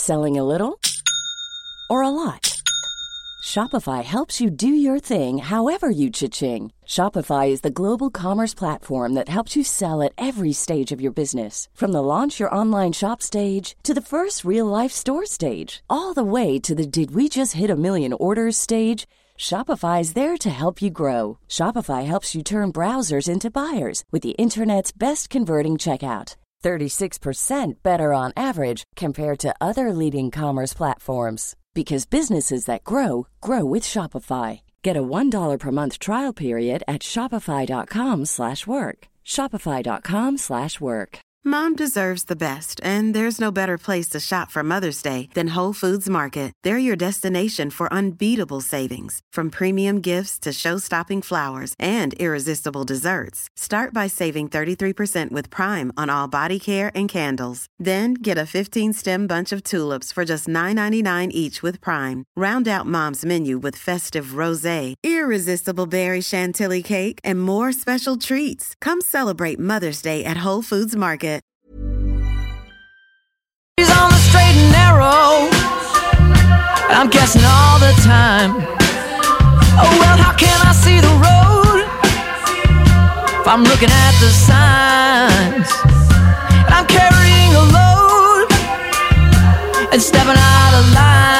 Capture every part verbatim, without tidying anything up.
Selling a little or a lot? Shopify helps you do your thing however you cha-ching. Shopify is the global commerce platform that helps you sell at every stage of your business. From the launch your online shop stage to the first real-life store stage, all the way to the did we just hit a million orders stage. Shopify is there to help you grow. Shopify helps you turn browsers into buyers with the internet's best converting checkout. thirty-six percent better on average compared to other leading commerce platforms. Because businesses that grow, grow with Shopify. Get a one dollar per month trial period at shopify.com slash work. Shopify.com slash work. Mom deserves the best, and there's no better place to shop for Mother's Day than Whole Foods Market. They're your destination for unbeatable savings, from premium gifts to show-stopping flowers and irresistible desserts. Start by saving thirty-three percent with Prime on all body care and candles. Then get a fifteen-stem bunch of tulips for just nine ninety-nine each with Prime. Round out Mom's menu with festive rosé, irresistible berry chantilly cake, and more special treats. Come celebrate Mother's Day at Whole Foods Market. He's on the straight and narrow, and I'm guessing all the time. Oh well, how can I see the road if I'm looking at the signs? And I'm carrying a load and stepping out of line.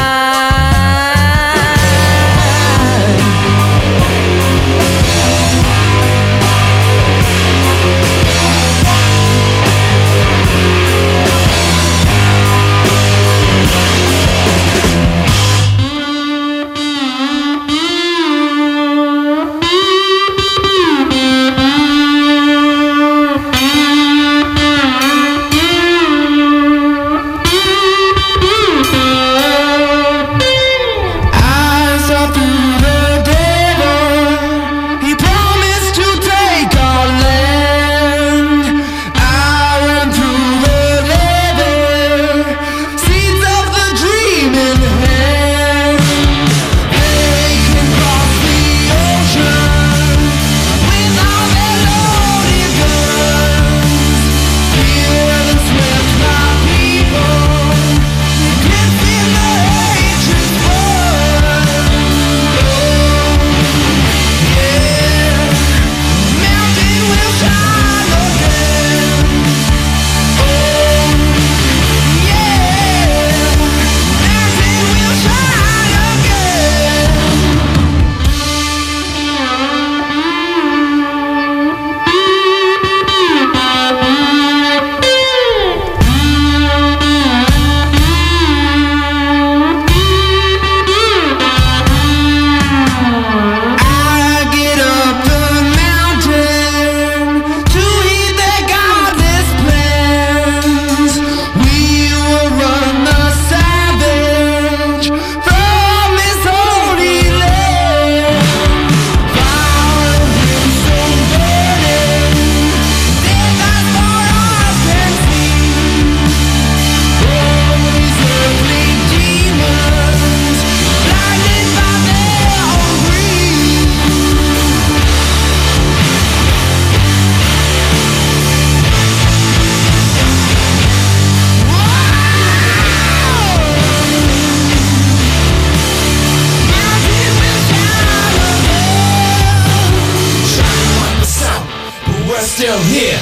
Still here.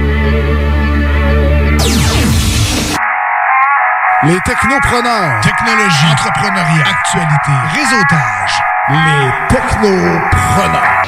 Les technopreneurs. Techno technologie, entrepreneuriat, actualité, réseautage. Les technopreneurs.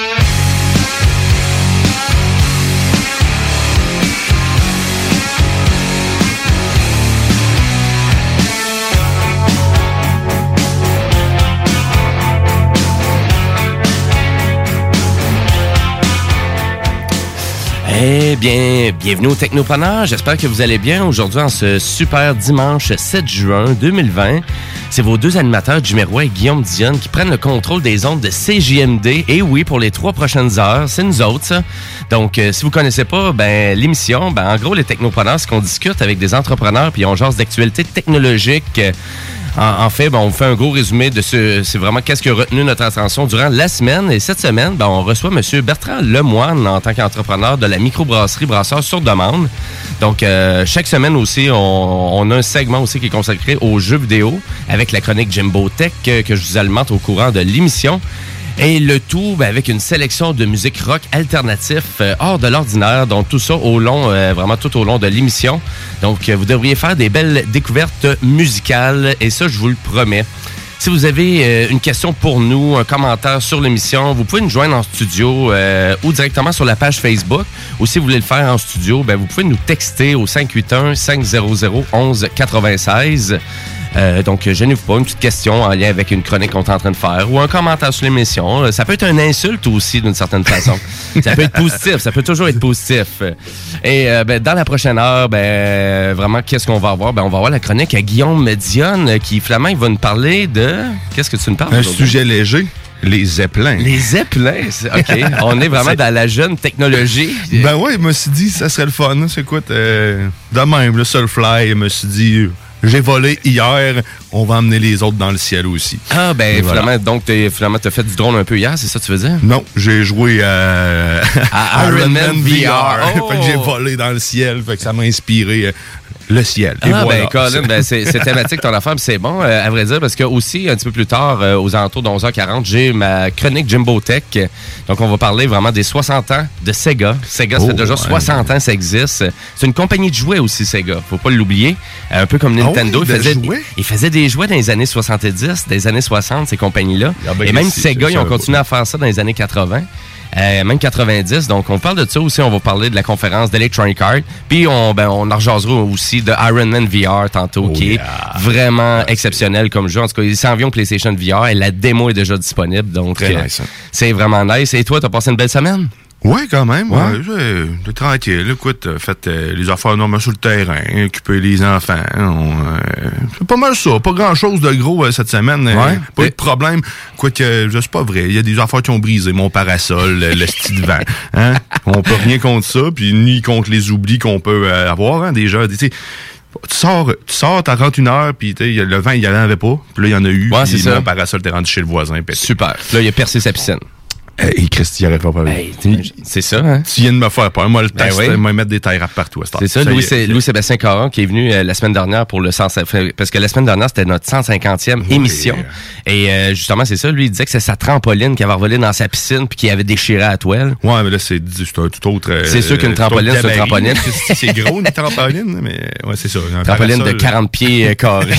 Eh bien, bienvenue aux Technopreneurs. J'espère que vous allez bien aujourd'hui en ce super dimanche sept juin deux mille vingt. C'est vos deux animateurs, Jimmy Roy et Guillaume Dionne, qui prennent le contrôle des ondes de C J M D. Et oui, pour les trois prochaines heures, c'est nous autres, ça. Donc, euh, si vous connaissez pas ben, l'émission, ben, en gros, les Technopreneurs, c'est qu'on discute avec des entrepreneurs puis on jase d'actualités technologiques. En, en fait, ben, on fait un gros résumé de ce, c'est vraiment qu'est-ce qui a retenu notre attention durant la semaine. Et cette semaine, ben, on reçoit M. Bertrand Lemoine en tant qu'entrepreneur de la microbrasserie Brasseur sur demande. Donc, euh, chaque semaine aussi, on, on a un segment aussi qui est consacré aux jeux vidéo avec la chronique Jimbo Tech que, que je vous alimente au courant de l'émission. Et le tout ben, avec une sélection de musique rock alternatif euh, hors de l'ordinaire. Donc tout ça au long, euh, vraiment tout au long de l'émission. Donc euh, vous devriez faire des belles découvertes musicales et ça, je vous le promets. Si vous avez euh, une question pour nous, un commentaire sur l'émission, vous pouvez nous joindre en studio euh, ou directement sur la page Facebook. Ou si vous voulez le faire en studio, ben, vous pouvez nous texter au cinq huit un, cinq zéro zéro, onze quatre-vingt-seize. Euh, donc, gênez-vous pas, une petite question en lien avec une chronique qu'on est en train de faire ou un commentaire sur l'émission. Ça peut être une insulte aussi, d'une certaine façon. Ça peut être positif, ça peut toujours être positif. Et euh, ben, dans la prochaine heure, ben vraiment, qu'est-ce qu'on va avoir? Ben, on va avoir la chronique à Guillaume Dionne qui, finalement, il va nous parler de... Qu'est-ce que tu nous parles? Un sujet léger. Les zeppelins. Les zeppelins, OK. On est vraiment dans la jeune technologie. Ben oui, je me suis dit, ça serait le fun. C'est quoi, euh, de même, le Soulfly, je me suis dit... J'ai volé hier, on va emmener les autres dans le ciel aussi. Ah, ben, voilà. finalement, donc, t'es, finalement, t'as fait du drone un peu hier, c'est ça que tu veux dire? Non, j'ai joué à, à Iron Man V R. Oh. Fait que j'ai volé dans le ciel, fait que ça m'a inspiré. Euh, le ciel. Et ah, voilà. ben, Colin, ben, c'est, c'est thématique ton affaire, c'est bon, euh, à vrai dire, parce que aussi, un petit peu plus tard, euh, aux alentours de onze heures quarante, j'ai ma chronique Jimbo Tech. Donc, on va parler vraiment des soixante ans de Sega. Sega, ça oh, fait déjà ouais. soixante ans, ça existe. C'est une compagnie de jouets aussi, Sega. Faut pas l'oublier. Euh, un peu comme Nintendo. Oh, oui, il, faisait, jouets? il faisait des jouets dans les années soixante-dix, des années soixante, ces compagnies-là. Ah, ben, Et même c'est, Sega, c'est, ils ont continué à faire ça dans les années quatre-vingts. Euh, même quatre-vingt-dix. Donc, on parle de ça aussi. On va parler de la conférence d'Electronic Arts. Puis, on, ben, on en rejasera aussi de Iron Man V R tantôt, oh, qui yeah. est vraiment ah, exceptionnel comme jeu. En tout cas, il s'en vient au PlayStation V R et la démo est déjà disponible. Donc, euh, nice, hein. C'est vraiment nice. Et toi, t'as passé une belle semaine? Oui, quand même. Ouais. Ouais, j'ai, tranquille. Écoute, faites euh, les affaires normales sur le terrain, occuper les enfants. On, euh, c'est pas mal ça. Pas grand-chose de gros euh, cette semaine. Ouais. Euh, pas eu de problème. Quoique, je sais pas vrai. Il y a des affaires qui ont brisé. Mon parasol, le style de vent. Hein? On peut rien contre ça, puis ni contre les oublis qu'on peut euh, avoir. Hein, déjà, tu sais. Tu sors, tu sors, t'as trente et une heures, puis le vent, il y en avait pas. Puis là, il y en a eu. Ouais, puis c'est mon ça. parasol t'est rendu chez le voisin. Pété. Super. Là, il a percé sa piscine. Hey, Christy, arrête pas de hey, c'est ça, hein? Tu viens de me faire peur. Moi, le ben test, oui. moi, mettre des tailles rap partout. À c'est ça, ça Louis, c'est, Louis-Sébastien Caron qui est venu euh, la semaine dernière pour le cent cinquantième, parce que la semaine dernière, c'était notre cent cinquantième oui. émission. Et euh, justement, c'est ça, lui, il disait que c'est sa trampoline qui avait volé dans sa piscine puis qui avait déchiré à la toile. Ouais, mais là, c'est, c'est un tout autre... Euh, c'est sûr qu'une trampoline, c'est une trampoline. c'est, c'est gros, une trampoline, mais ouais, c'est ça. Une trampoline parasol, de quarante pieds euh, carrés.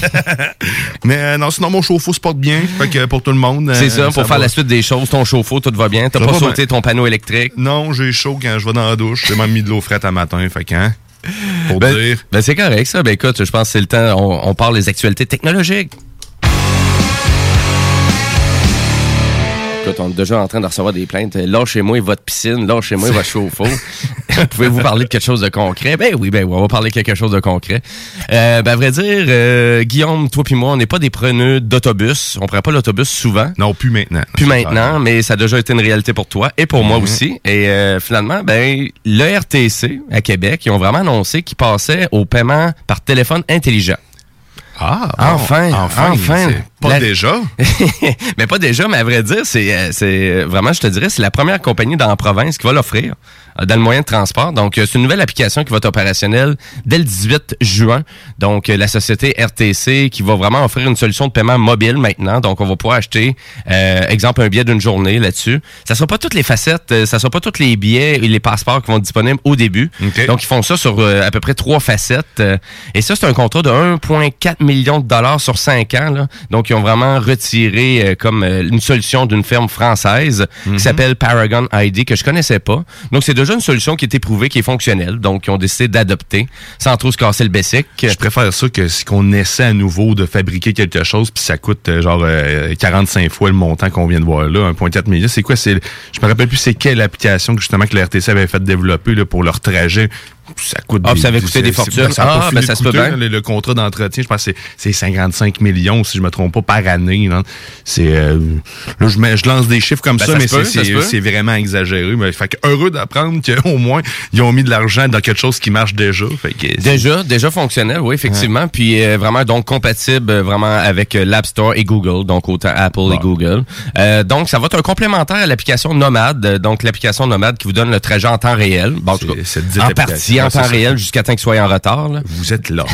Mais euh, non, sinon, mon chauffe-eau se porte bien. Fait que pour tout le monde... C'est ça, euh, pour ça faire va. la suite des choses, ton chauffe-eau, tout va bien. T'as ça pas va sauté bien. ton panneau électrique. Non, j'ai chaud quand je vais dans la douche. J'ai même mis de l'eau frette à matin, fait qu'un. Pour ben, dire. Ben c'est correct ça. Ben écoute, je pense que c'est le temps. On, on parle des actualités technologiques. Écoute, on est déjà en train de recevoir des plaintes. Lâchez-moi votre piscine, lâchez-moi votre chauffe-eau. Pouvez-vous parler de quelque chose de concret? Ben oui, ben oui, on va parler de quelque chose de concret. Euh, ben à vrai dire, euh, Guillaume, toi puis moi, on n'est pas des preneurs d'autobus. On prend pas l'autobus souvent. Non, plus maintenant. Plus maintenant, clair. Mais ça a déjà été une réalité pour toi et pour mm-hmm. moi aussi. Et euh, finalement, ben le R T C à Québec, ils ont vraiment annoncé qu'ils passaient au paiement par téléphone intelligent. Ah, enfin, enfin, enfin. Pas la... déjà. mais pas déjà, mais à vrai dire, c'est, c'est vraiment, je te dirais, c'est la première compagnie dans la province qui va l'offrir dans le moyen de transport. Donc, c'est une nouvelle application qui va être opérationnelle dès le dix-huit juin. Donc, la société R T C qui va vraiment offrir une solution de paiement mobile maintenant. Donc, on va pouvoir acheter, euh, exemple, un billet d'une journée là-dessus. Ça sera pas toutes les facettes, ça sera pas tous les billets et les passeports qui vont être disponibles au début. Okay. Donc, ils font ça sur euh, à peu près trois facettes. Et ça, c'est un contrat de un virgule quatre million de dollars sur cinq ans. Là. Donc, ils ont vraiment retiré euh, comme euh, une solution d'une firme française mm-hmm. qui s'appelle Paragon I D, que je connaissais pas. Donc, c'est déjà une solution qui est éprouvée, qui est fonctionnelle. Donc, ils ont décidé d'adopter sans trop se casser le bessic. Je préfère ça que si qu'on essaie à nouveau de fabriquer quelque chose puis ça coûte euh, genre euh, quarante-cinq fois le montant qu'on vient de voir là, un virgule quatre million. C'est quoi? C'est, je me rappelle plus c'est quelle application que justement que la R T C avait fait développer là, pour leur trajet. Ça coûte ah, des, ça avait coûté des fortunes. Ça ah, ben ça se peut bien. Le, le contrat d'entretien, je pense que c'est, c'est cinquante-cinq millions, si je me trompe pas, par année. Là. C'est, euh, là, je, mets, je lance des chiffres comme ben, ça, ça mais peut, c'est, c'est, c'est vraiment exagéré. Mais, fait que heureux d'apprendre qu'au moins, ils ont mis de l'argent dans quelque chose qui marche déjà. Fait que déjà, déjà fonctionnel, oui, effectivement. Ouais. Puis euh, vraiment, donc, compatible euh, vraiment avec euh, l'App Store et Google, donc autant Apple bon. et Google. Euh, donc, ça va être un complémentaire à l'application Nomad. Donc, l'application Nomad qui vous donne le trajet en temps réel. Bon, en tout cas, en partie en temps réel jusqu'à temps qu'il soit en retard. Là. Vous êtes là.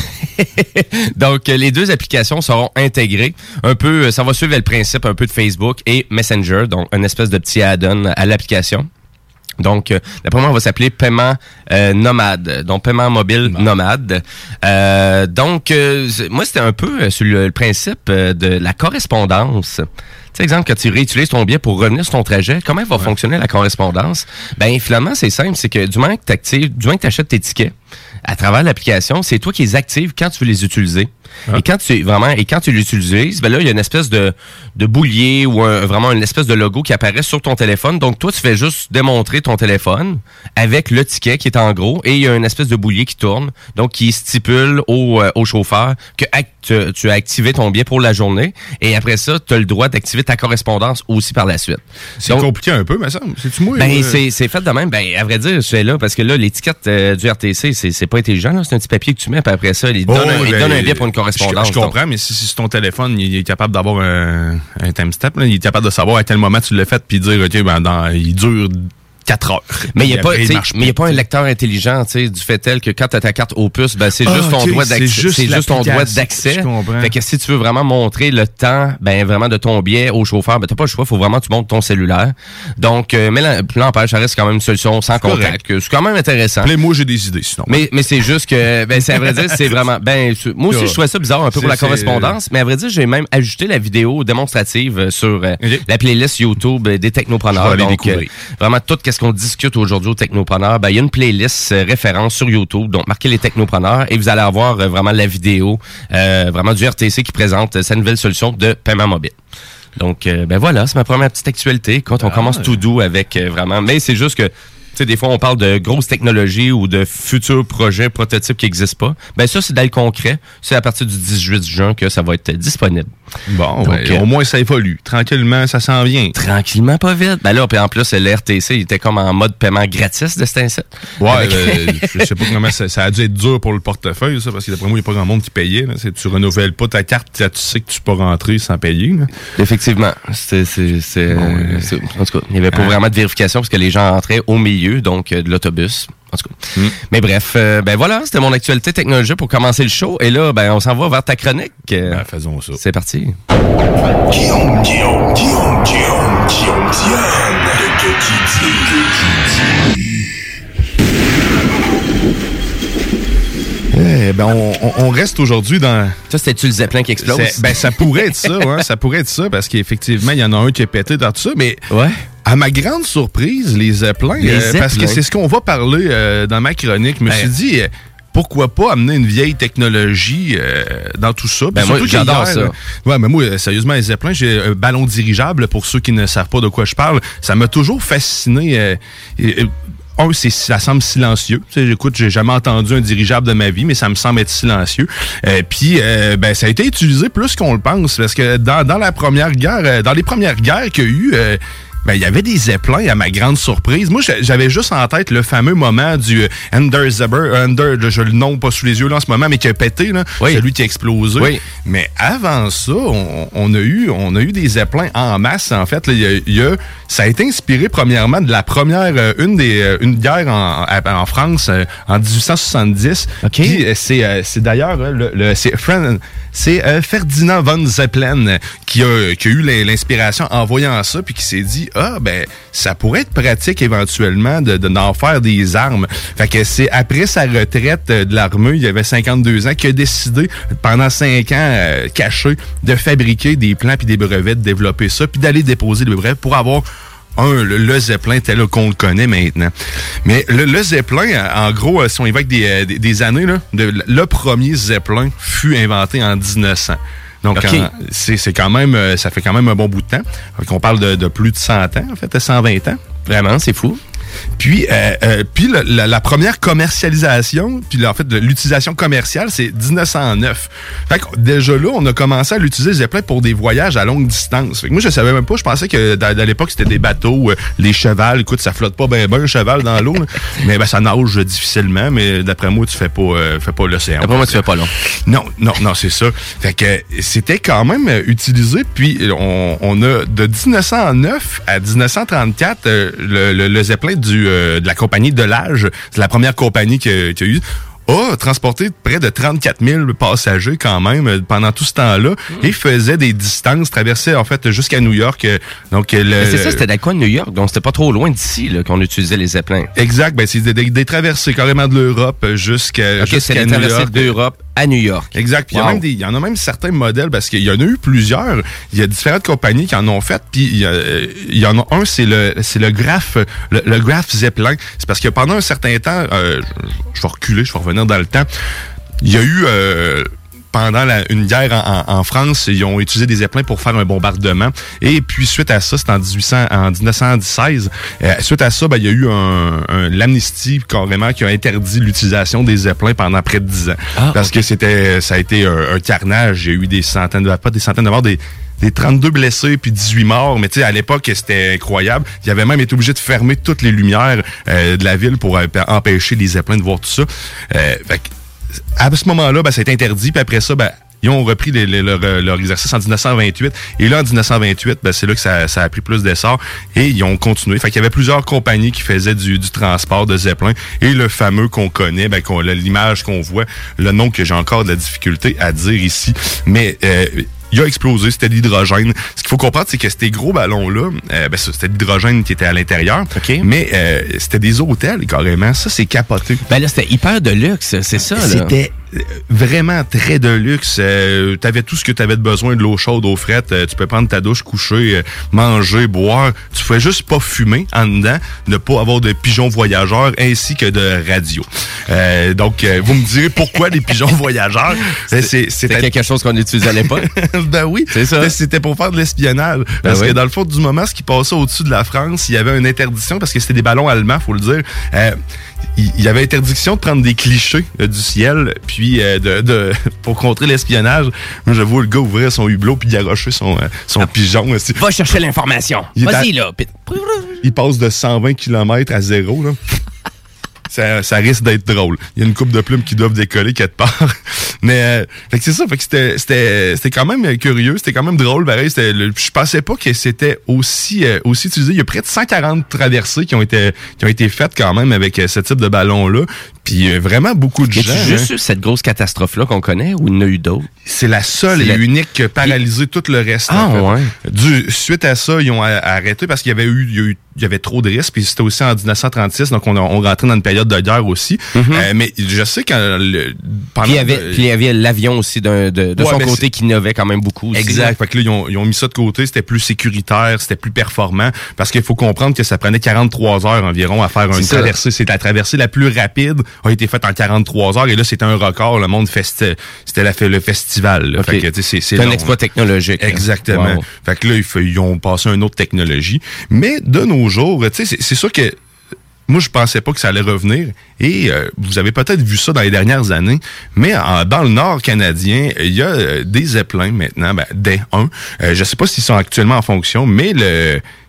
Donc, les deux applications seront intégrées. Un peu, ça va suivre le principe un peu de Facebook et Messenger, donc une espèce de petit add-on à l'application. Donc, euh, la première va s'appeler Paiement euh, Nomade, donc Paiement Mobile bon. Nomade. Euh, donc, euh, moi, c'était un peu sur le, le principe de la correspondance. Tu sais, exemple, quand tu réutilises ton billet pour revenir sur ton trajet, comment va ouais. fonctionner la correspondance? Ben, finalement, c'est simple, c'est que du moment que tu actives, du moment que tu achètes tes tickets à travers l'application, c'est toi qui les actives quand tu veux les utiliser. Ah. Et quand tu vraiment et quand tu l'utilises, ben là il y a une espèce de de boulier ou un, vraiment une espèce de logo qui apparaît sur ton téléphone. Donc toi tu fais juste démontrer ton téléphone avec le ticket qui est en gros et il y a une espèce de boulier qui tourne, donc qui stipule au euh, au chauffeur que tu, tu as activé ton billet pour la journée et après ça tu as le droit d'activer ta correspondance aussi par la suite. C'est donc, compliqué un peu, mais ça c'est-tu moi? Ben ou... c'est c'est fait de même. Ben à vrai dire, je suis là parce que là l'étiquette euh, du R T C c'est c'est pas intelligent là, c'est un petit papier que tu mets puis après ça il oh, donne un, ben, il donne un billet pour une correspondance. Je, je comprends, donc. Mais si, si ton téléphone il est capable d'avoir un, un timestamp, il est capable de savoir à quel moment tu l'as fait puis dire ok ben dans il dure quatre heures. Mais il n'y a pas, mais il y a pas un lecteur intelligent, tu sais, du fait tel que quand tu as ta carte Opus, ben c'est ah, juste ton okay, droit d'accès. C'est juste, c'est juste ton droit d'accès. Fait que si tu veux vraiment montrer le temps, ben vraiment de ton billet au chauffeur, ben t'as pas le choix, faut vraiment que tu montes ton cellulaire. Donc, euh, mais là, l'empêche, ça reste quand même une solution sans c'est contact. C'est quand même intéressant. Mais moi j'ai des idées sinon. Mais mais c'est juste que, ben c'est à vrai dire, c'est vraiment, ben moi aussi je trouvais ça bizarre un peu c'est, pour la correspondance, mais à vrai dire j'ai même ajouté la vidéo démonstrative sur euh, okay. la playlist YouTube des technopreneurs. Donc euh, vraiment tout qu'est-ce qu'on discute aujourd'hui aux technopreneurs, ben il y a une playlist euh, référence sur YouTube, donc marquez les technopreneurs et vous allez avoir euh, vraiment la vidéo euh, vraiment du R T C qui présente euh, sa nouvelle solution de paiement mobile. Donc euh, ben voilà, c'est ma première petite actualité. Quand on ah, commence ouais. tout doux avec euh, vraiment, mais c'est juste que tu sais, des fois, on parle de grosses technologies ou de futurs projets, prototypes qui n'existent pas. Ben ça, c'est dans le concret. C'est à partir du dix-huit juin que ça va être disponible. Bon, donc, ouais, euh, au moins, ça évolue. Tranquillement, ça s'en vient. Tranquillement, pas vite. Ben là, puis en plus, le R T C, il était comme en mode paiement gratis de cet incite. Ouais, avec... euh, je sais pas comment ça, ça a dû être dur pour le portefeuille, ça, parce que d'après moi, il n'y a pas grand monde qui payait. Là. C'est, tu renouvelles pas ta carte, tu sais que tu peux rentrer sans payer. Là. Effectivement. C'est, c'est, c'est, bon, euh, c'est, en tout cas, il n'y avait pas hein? vraiment de vérification parce que les gens rentraient au milieu, donc euh, de l'autobus. En tout cas. Mm. Mais bref, euh, ben voilà, c'était mon actualité technologique pour commencer le show. Et là, ben on s'en va vers ta chronique. Ben, faisons ça. C'est parti. Guillaume, Guillaume, Guillaume, Guillaume, Guillaume, Diane, Eh ben on, on, on reste aujourd'hui dans... Ça, c'était-tu le Zeppelin qui explose? C'est, ben ça pourrait être ça, hein, ça pourrait être ça, parce qu'effectivement, il y en a un qui est pété dans tout ça, mais... Ouais. À ma grande surprise, les Zeppelins, les euh, Zeppelin. Parce que c'est ce qu'on va parler euh, dans ma chronique, je me ben, suis dit... Euh, pourquoi pas amener une vieille technologie euh, dans tout ça? Ben moi, j'adore hier, ça. Euh, ouais, mais moi, sérieusement, les Zeppelins, j'ai un ballon dirigeable, pour ceux qui ne savent pas de quoi je parle. Ça m'a toujours fasciné. Euh, euh, un, c'est, ça semble silencieux. Tu sais, écoute, j'ai jamais entendu un dirigeable de ma vie, mais ça me semble être silencieux. Euh, Puis, euh, ben, ça a été utilisé plus qu'on le pense, parce que dans, dans la première guerre, euh, dans les premières guerres qu'il y a eu... Euh, ben, il y avait des zeppelins, à ma grande surprise. Moi, j'avais juste en tête le fameux moment du Ender Zebber, Ender, je le nomme pas sous les yeux là en ce moment, mais qui a pété, là. Oui. Celui qui a explosé. Oui. Mais avant ça, on, on a eu, on a eu des zeppelins en masse, en fait. Là, y a, y a, ça a été inspiré, premièrement, de la première, une des, une guerre en, en France, en dix-huit cent soixante-dix. Okay. Puis, c'est, c'est d'ailleurs, le, le, c'est, c'est euh, Ferdinand von Zeppelin qui a, qui a eu l'inspiration en voyant ça, puis qui s'est dit, ah, ben, ça pourrait être pratique éventuellement de, de, d'en faire des armes. Fait que c'est après sa retraite de l'armée, il avait cinquante-deux ans, qu'il a décidé, pendant cinq ans, euh, caché, de fabriquer des plans puis des brevets, de développer ça, puis d'aller déposer les brevets pour avoir un, le, le Zeppelin tel qu'on le connaît maintenant. Mais le, le Zeppelin, en gros, si on évoque des, des, des années, là, de, le premier Zeppelin fut inventé en dix-neuf cents. Donc, okay. en, c'est, c'est quand même, ça fait quand même un bon bout de temps. On parle de, de plus de cent ans, en fait, cent vingt ans. Vraiment, c'est fou. Puis, euh, euh, puis la, la, la première commercialisation, puis là, en fait, l'utilisation commerciale, c'est dix-neuf cent neuf. Fait que déjà là, on a commencé à l'utiliser, Zeppelin, pour des voyages à longue distance. Fait que moi, je savais même pas, je pensais que à l'époque, c'était des bateaux, euh, les chevals. Écoute, ça flotte pas ben ben un cheval dans l'eau, mais ben, ça nage difficilement, mais d'après moi, tu fais pas, euh, fais pas l'océan. D'après moi, tu fais pas long. Non, non, non, c'est ça. Fait que c'était quand même utilisé, puis on, on a de dix-neuf cent neuf à dix-neuf cent trente-quatre, euh, le, le, le Zeppelin du, euh, de la compagnie Delage, c'est la première compagnie qu'il y a eu, a transporté près de trente-quatre mille passagers quand même pendant tout ce temps-là mmh. et faisait des distances, traversait en fait jusqu'à New York. Donc le, Mais c'est ça, c'était dans le coin de New York, donc c'était pas trop loin d'ici là, qu'on utilisait les zeppelins. Exact, ben c'est des, des, des traversées carrément de l'Europe jusqu'à, okay, jusqu'à New York. d'Europe à New York. Exact. Puis il wow. y a même des, il y en a même certains modèles parce qu'il y en a eu plusieurs. Il y a différentes compagnies qui en ont fait. Puis il y, a, il y en a un, c'est le, c'est le Graf, le, le Graf Zeppelin. C'est parce que pendant un certain temps, euh, je, je vais reculer, je vais revenir dans le temps. Il y a eu euh, pendant la, une guerre en, en, en France, ils ont utilisé des zeppelins pour faire un bombardement. Et puis, suite à ça, c'était en, dix-huit cents, en dix-neuf cent seize, euh, suite à ça, ben, il y a eu un, un, l'amnistie, carrément, qui a interdit l'utilisation des zeppelins pendant près de dix ans. Ah, parce okay. que c'était, ça a été un, un carnage. Il y a eu des centaines de, pas des centaines de morts, des, des trente-deux blessés puis dix-huit morts. Mais tu sais, à l'époque, c'était incroyable. Il avait même été obligé de fermer toutes les lumières euh, de la ville pour euh, empêcher les zeppelins de voir tout ça. Euh, fait que, à ce moment-là, ben, ça a été interdit. Puis après ça, ben, ils ont repris les, les, leur, leur exercice en dix-neuf cent vingt-huit. Et là, en dix-neuf cent vingt-huit, ben, c'est là que ça, ça a pris plus d'essor. Et ils ont continué. Fait qu'il y avait plusieurs compagnies qui faisaient du, du transport de Zeppelin. Et le fameux qu'on connaît, ben, qu'on, l'image qu'on voit, le nom que j'ai encore de la difficulté à dire ici. Mais... Euh, il a explosé, c'était de l'hydrogène. Ce qu'il faut comprendre, c'est que ces gros ballons-là, euh, ben, c'était de l'hydrogène qui était à l'intérieur. Okay. Mais euh, c'était des hôtels, carrément. Ça, c'est capoté. Ben là, c'était hyper de luxe, c'est ça, là. C'était vraiment très de luxe. Euh, t'avais tout ce que t'avais de besoin, de l'eau chaude, eau frette. Euh, tu peux prendre ta douche, coucher, euh, manger, boire. Tu pouvais juste pas fumer en dedans, ne pas avoir de pigeons voyageurs ainsi que de radio. Euh, donc, euh, vous me direz pourquoi les pigeons voyageurs? C'est, c'est, c'était quelque chose qu'on utilisait à l'époque. Ben oui, c'est ça. C'était pour faire de l'espionnage. Parce ben oui. que dans le fond du moment, ce qui passait au-dessus de la France, il y avait une interdiction, parce que c'était des ballons allemands, faut le dire. Euh, il y avait interdiction de prendre des clichés euh, du ciel, puis euh, de, de pour contrer l'espionnage. Moi, je vois le gars ouvrir son hublot puis garocher son, euh, son ah. pigeon. Aussi. Va chercher l'information. Il Vas-y, à, là. Il passe de cent vingt kilomètres à zéro, là. Ça, ça risque d'être drôle. Il y a une coupe de plumes qui doivent décoller quelque part. Mais euh, fait que c'est ça. Fait que c'était, c'était, c'était quand même curieux. C'était quand même drôle. Pareil, c'était le, je pensais pas que c'était aussi, euh, aussi utilisé. Il y a près de cent quarante traversées qui ont été, qui ont été faites quand même avec euh, ce type de ballon-là. Puis euh, vraiment beaucoup de gens. C'est juste hein. cette grosse catastrophe-là qu'on connaît ou il y en a eu d'autres? C'est la seule c'est et la... unique qui a paralysé tout le reste. Ah en fait. ouais. Du, suite à ça, ils ont arrêté parce qu'il y avait eu, il y a eu il y avait trop de risques, puis c'était aussi en dix-neuf cent trente-six, donc on, on rentrait dans une période de guerre aussi. Mm-hmm. Euh, mais je sais quand le, pendant puis il y avait, puis il y avait l'avion aussi d'un, de, de ouais, son côté qui innovait quand même beaucoup aussi. Exact. Fait que là, ils ont, ils ont mis ça de côté, c'était plus sécuritaire, c'était plus performant, parce qu'il faut comprendre que ça prenait quarante-trois heures environ à faire une c'est traversée. C'est la traversée la plus rapide a été faite en quarante-trois heures, et là, c'était un record. Le monde festait, c'était la, le festival. Okay. Fait que, c'est, c'est, c'est un long, exploit technologique. Exactement. Wow. Fait que là, ils, ils ont passé à une autre technologie. Mais de nos jours, tu sais, c'est, c'est sûr que moi, je pensais pas que ça allait revenir. Et euh, vous avez peut-être vu ça dans les dernières années. Mais en, dans le Nord canadien, il y a euh, des zeppelins maintenant, ben, des un. Euh, je sais pas s'ils sont actuellement en fonction, mais le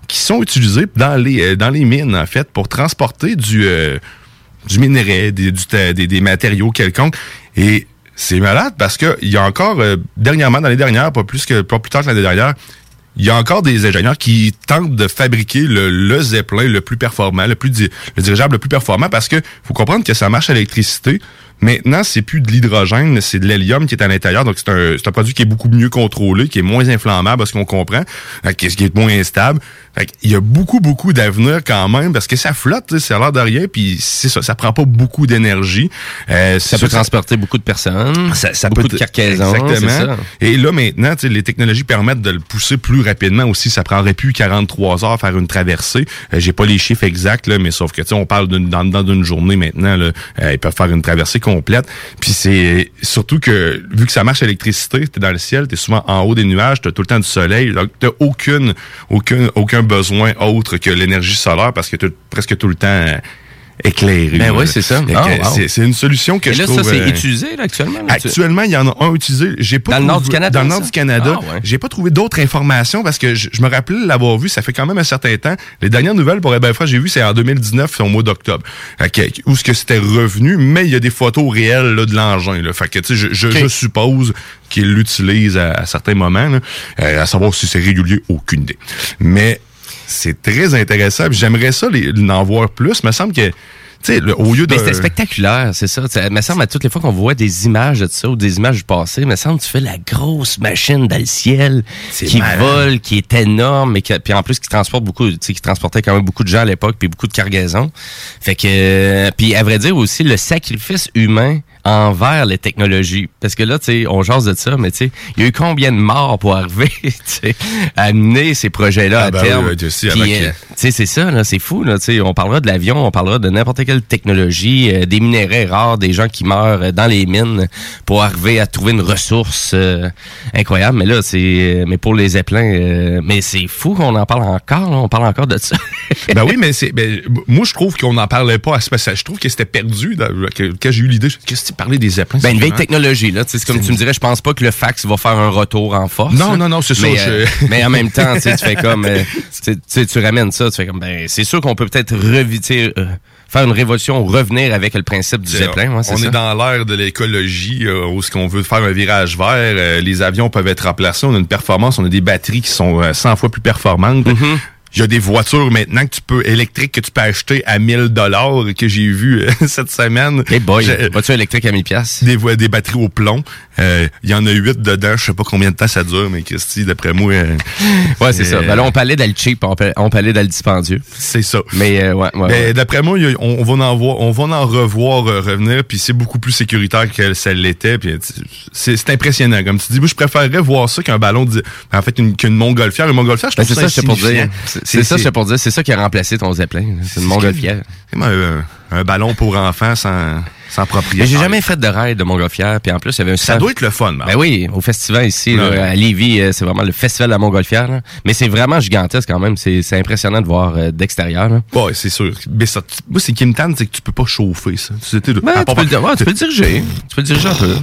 qui sont utilisés dans les euh, dans les mines, en fait, pour transporter du euh, du minerai, des, du, des, des matériaux quelconques. Et c'est malade parce que il y a encore, euh, dernièrement, l'année dernière, pas plus que pas plus tard que l'année dernière, il y a encore des ingénieurs qui tentent de fabriquer le, le Zeppelin le plus performant, le plus di- le dirigeable le plus performant, parce que faut comprendre que ça marche à l'électricité. Maintenant, c'est plus de l'hydrogène, c'est de l'hélium qui est à l'intérieur. Donc, c'est un, c'est un produit qui est beaucoup mieux contrôlé, qui est moins inflammable, à ce qu'on comprend, qui est moins instable. Fait il y a beaucoup, beaucoup d'avenir quand même, parce que ça flotte, ça a l'air de rien, puis c'est ça, ça prend pas beaucoup d'énergie. Euh, ça peut ça, transporter ça, beaucoup de personnes, ça, ça beaucoup peut, de cargaisons. Exactement. C'est ça. Et là, maintenant, les technologies permettent de le pousser plus rapidement aussi. Ça prendrait plus quarante-trois heures à faire une traversée. Euh, j'ai pas les chiffres exacts, là, mais sauf que, tu sais, on parle d'une, dans, dans d'une journée maintenant, là, euh, ils peuvent faire une traversée complète. Puis c'est surtout que, vu que ça marche à l'électricité, t'es dans le ciel, t'es souvent en haut des nuages, t'as tout le temps du soleil, donc t'as aucune, aucun, aucun besoin autre que l'énergie solaire parce que t'es presque tout le temps euh, éclairé. Ben oui, c'est ça. Oh, wow. c'est, c'est une solution que Et je là, trouve... ça, c'est euh, utilisé là, actuellement? Là, actuellement, il y en a un utilisé. J'ai pas dans trouvé, le nord du Canada? Dans le nord ça? du Canada. Ah, ouais. J'ai pas trouvé d'autres informations parce que je, je me rappelais l'avoir vu, ça fait quand même un certain temps. Les dernières nouvelles, pour ben frère, j'ai vu, c'est en deux mille dix-neuf, c'est au mois d'octobre, okay, où ce que c'était revenu, mais il y a des photos réelles là, de l'engin. Là. Fait que, tu sais, je, je, okay. je suppose qu'il l'utilise à, à certains moments. Là. Euh, à savoir si c'est régulier, aucune idée. Mais c'est très intéressant. J'aimerais ça les, en voir plus. Il me semble que tu sais, au lieu de... Mais c'était spectaculaire, c'est ça. Il me semble à toutes les fois qu'on voit des images de ça ou des images du passé, il me semble que tu fais la grosse machine dans le ciel c'est qui malin. Vole, qui est énorme, et qui, puis en plus qui transporte beaucoup, tu sais, qui transportait quand même beaucoup de gens à l'époque, puis beaucoup de cargaisons. Fait que, euh, puis à vrai dire aussi, le sacrifice humain envers les technologies. Parce que là, tu sais, on jase de ça, mais tu sais, il y a eu combien de morts pour arriver, tu sais, à mener ces projets-là ah, à ben terme. Oui, oui, aussi, puis, euh, tu sais, c'est ça, là, c'est fou, là, tu sais, on parlera de l'avion, on parlera de n'importe quelle technologie, euh, des minerais rares, des gens qui meurent dans les mines pour arriver à trouver une ressource euh, incroyable. Mais là, c'est, mais pour les zeppelins, euh, mais c'est fou qu'on en parle encore, là, on parle encore de ça. Ben oui, mais c'est, ben, moi, je trouve qu'on n'en parlait pas assez, parce que je trouve que c'était perdu, là, que, quand j'ai eu l'idée, qu'est-ce que tu parlais des zeppelins? Ben, une vieille technologie, là. C'est comme c'est... tu me dirais, je pense pas que le fax va faire un retour en force. Non, non, non, c'est mais, ça. Euh, je... mais en même temps, tu fais comme, euh, tu, tu ramènes ça, tu fais comme, ben, c'est sûr qu'on peut peut-être reviter, euh, faire une révolution, revenir avec le principe du c'est Zeppelin. Ouais, c'est on ça. est dans l'ère de l'écologie, euh, où ce qu'on veut faire un virage vert, euh, les avions peuvent être remplacés, on a une performance, on a des batteries qui sont euh, cent fois plus performantes. Mm-hmm. Il y a des voitures maintenant que tu peux électriques que tu peux acheter à mille dollars que j'ai vu euh, cette semaine. Hey boy, voiture électrique à mille piastres. Des des batteries au plomb. Euh, il y en a huit dedans. Je sais pas combien de temps ça dure, mais Christy, d'après moi. Euh, ouais, c'est euh, ça. Ben là, on parlait dans le cheap, on parlait, on parlait dans le dispendieux. C'est ça. Mais euh, ouais, ouais, ben, ouais. D'après moi, y a, on, on va en voir, on va en revoir euh, revenir, puis c'est beaucoup plus sécuritaire que ça l'était. Puis c'est, c'est impressionnant, comme tu dis. Moi, je préférerais voir ça qu'un ballon, de, en fait, une, qu'une montgolfière. Une montgolfière, je ben, trouve c'est ça, ça, c'est pour dire. C'est, c'est, c'est ça, c'est pour dire. C'est ça qui a remplacé ton Zeppelin. C'est une montgolfière. C'est un, un ballon pour enfants sans, sans propriétaire. Mais j'ai jamais fait de ride de montgolfière. Puis en plus, il y avait un ça doit être le fun. Ben, ben oui, au festival ici, ouais. là, à Lévis, c'est vraiment le festival de la montgolfière. Là. Mais c'est vraiment gigantesque quand même. C'est, c'est impressionnant de voir euh, d'extérieur. Là. Ouais, c'est sûr. Mais ça, moi, c'est qui me tente, c'est que tu peux pas chauffer ça. Tu, sais, ben, tu, peux, le, ouais, tu peux le diriger. Tu peux le diriger un peu.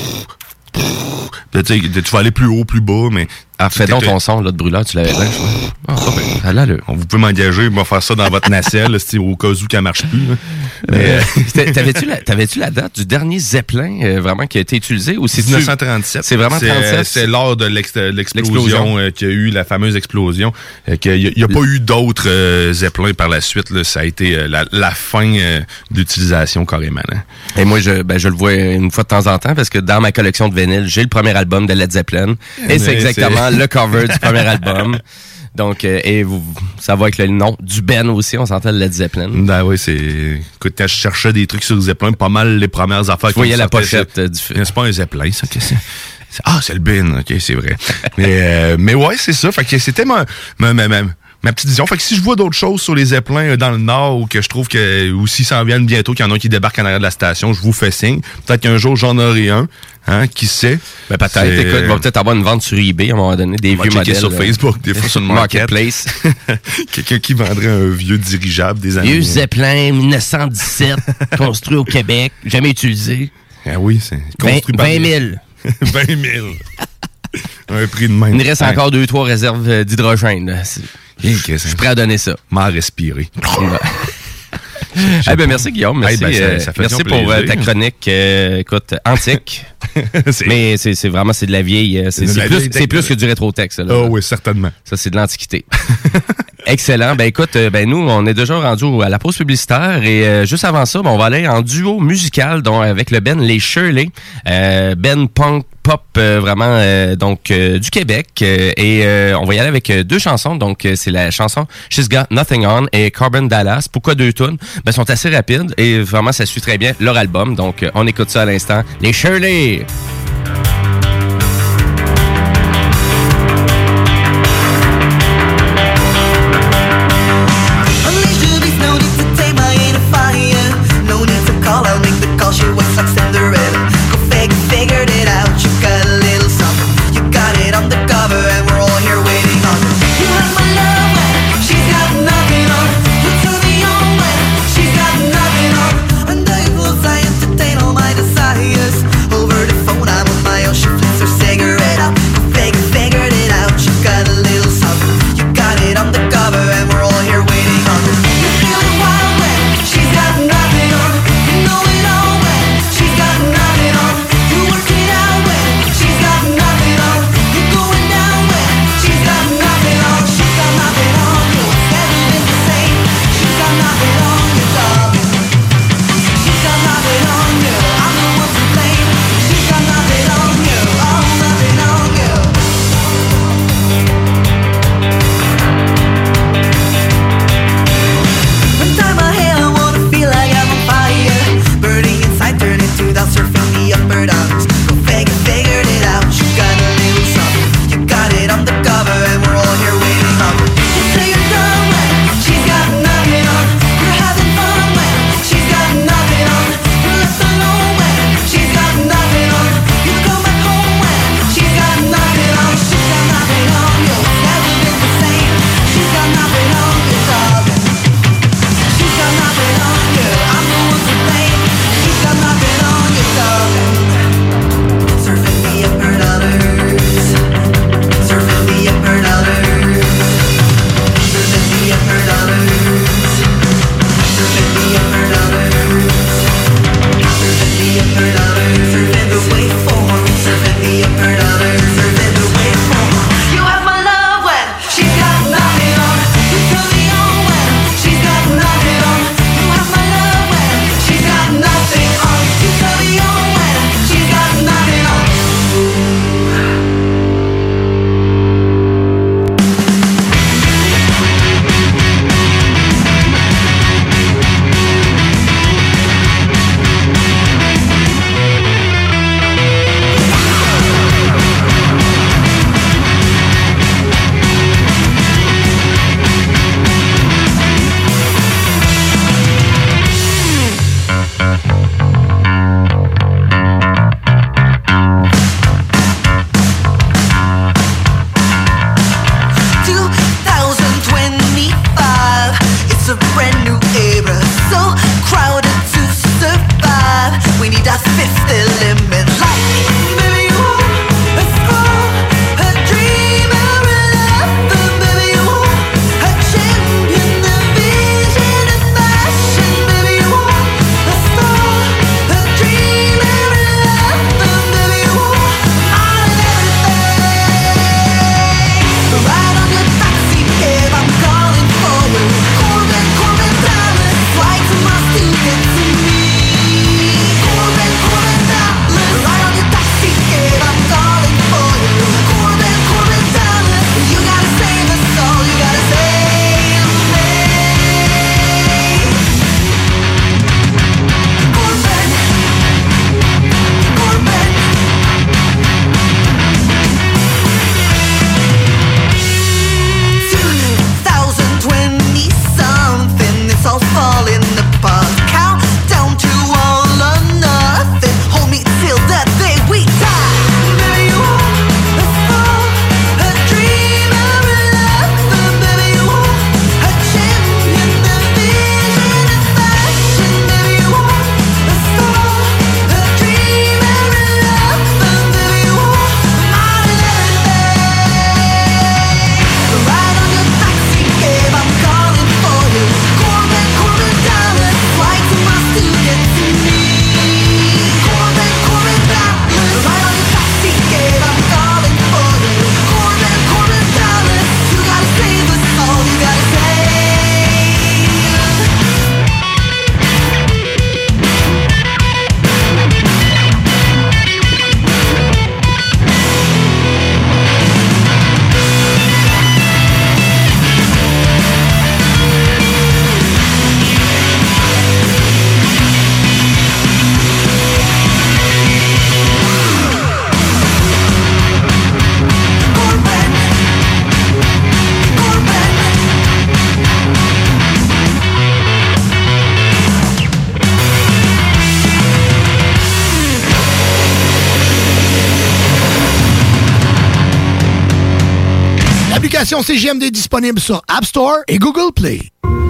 Tu, tu vas aller plus haut, plus bas, mais... Ah, fais donc ton son là, de brûleur, tu l'avais là. Ah, oh, ben, là, là. Vous pouvez m'engager, moi faire ça dans votre nacelle, au cas où qu'elle marche plus. Là. Mais, euh, t'avais-tu, la, t'avais-tu la date du dernier Zeppelin euh, vraiment qui a été utilisé ou c'est dix-neuf cent trente-sept. C'est vraiment trente-sept. C'est, c'est lors de l'ex, l'explosion, l'explosion. Euh, qu'il y a eu, la fameuse explosion. Euh, qu'il n'y a, a pas eu d'autres euh, Zeppelins par la suite. Là, ça a été euh, la, la fin euh, d'utilisation carrément. Là. Et moi, je, ben, je le vois une fois de temps en temps parce que dans ma collection de vinyles, j'ai le premier album de Led Zeppelin et c'est exactement c'est... le cover du premier album. Donc, euh, et vous, ça va avec le nom du Ben aussi, on s'entend le Led Zeppelin. Ben oui, c'est... Écoute, quand je cherchais des trucs sur le Zeppelin, pas mal les premières affaires... Vous voyez la pochette c'est... du film. C'est pas un Zeppelin, ça, qu'est-ce que c'est? Ah, c'est le Ben, ok, c'est vrai. mais, euh, mais ouais, c'est ça. Fait que c'était ma... ma, ma, ma Ma petite vision. Fait que si je vois d'autres choses sur les Zeppelins dans le Nord ou que je trouve que aussi s'en viennent bientôt, qu'il y en a un qui débarque en arrière de la station, je vous fais signe. Peut-être qu'un jour j'en aurai un. Hein, qui sait? Ben peut-être. C'est... Écoute, va peut-être avoir une vente sur eBay à un moment donné, des on vieux modèles. sur Facebook, des fois sur le Marketplace. Quelqu'un qui vendrait un vieux dirigeable des années. Vieux Zeppelin dix-neuf cent dix-sept, construit au Québec, jamais utilisé. Ah oui, c'est construit vingt mille. vingt mille. Un prix de même. Il reste ouais. encore deux, trois réserves d'hydrogène. C'est... Je suis prêt à donner ça. M'en respirer. Eh ben merci Guillaume, merci, hey, ben, ça, euh, ça fait merci pour euh, ta chronique, euh, écoute, antique. c'est... Mais c'est, c'est vraiment c'est de la vieille, c'est, c'est, c'est, plus, c'est plus que du rétro-texte. Là, oh là. Oui, certainement. Ça c'est de l'antiquité. Excellent. Ben écoute, ben nous on est déjà rendu à la pause publicitaire et euh, juste avant ça, ben, on va aller en duo musical donc avec le band Les Shirley, euh, band punk pop euh, vraiment euh, donc euh, du Québec euh, et euh, on va y aller avec euh, deux chansons. Donc euh, c'est la chanson She's Got Nothing On et Carbon Dallas. Pourquoi deux tunes? Ben sont assez rapides et vraiment ça suit très bien leur album. Donc euh, on écoute ça à l'instant. Les Shirley. Over the phone, I L'application C J M D est disponible sur App Store et Google Play.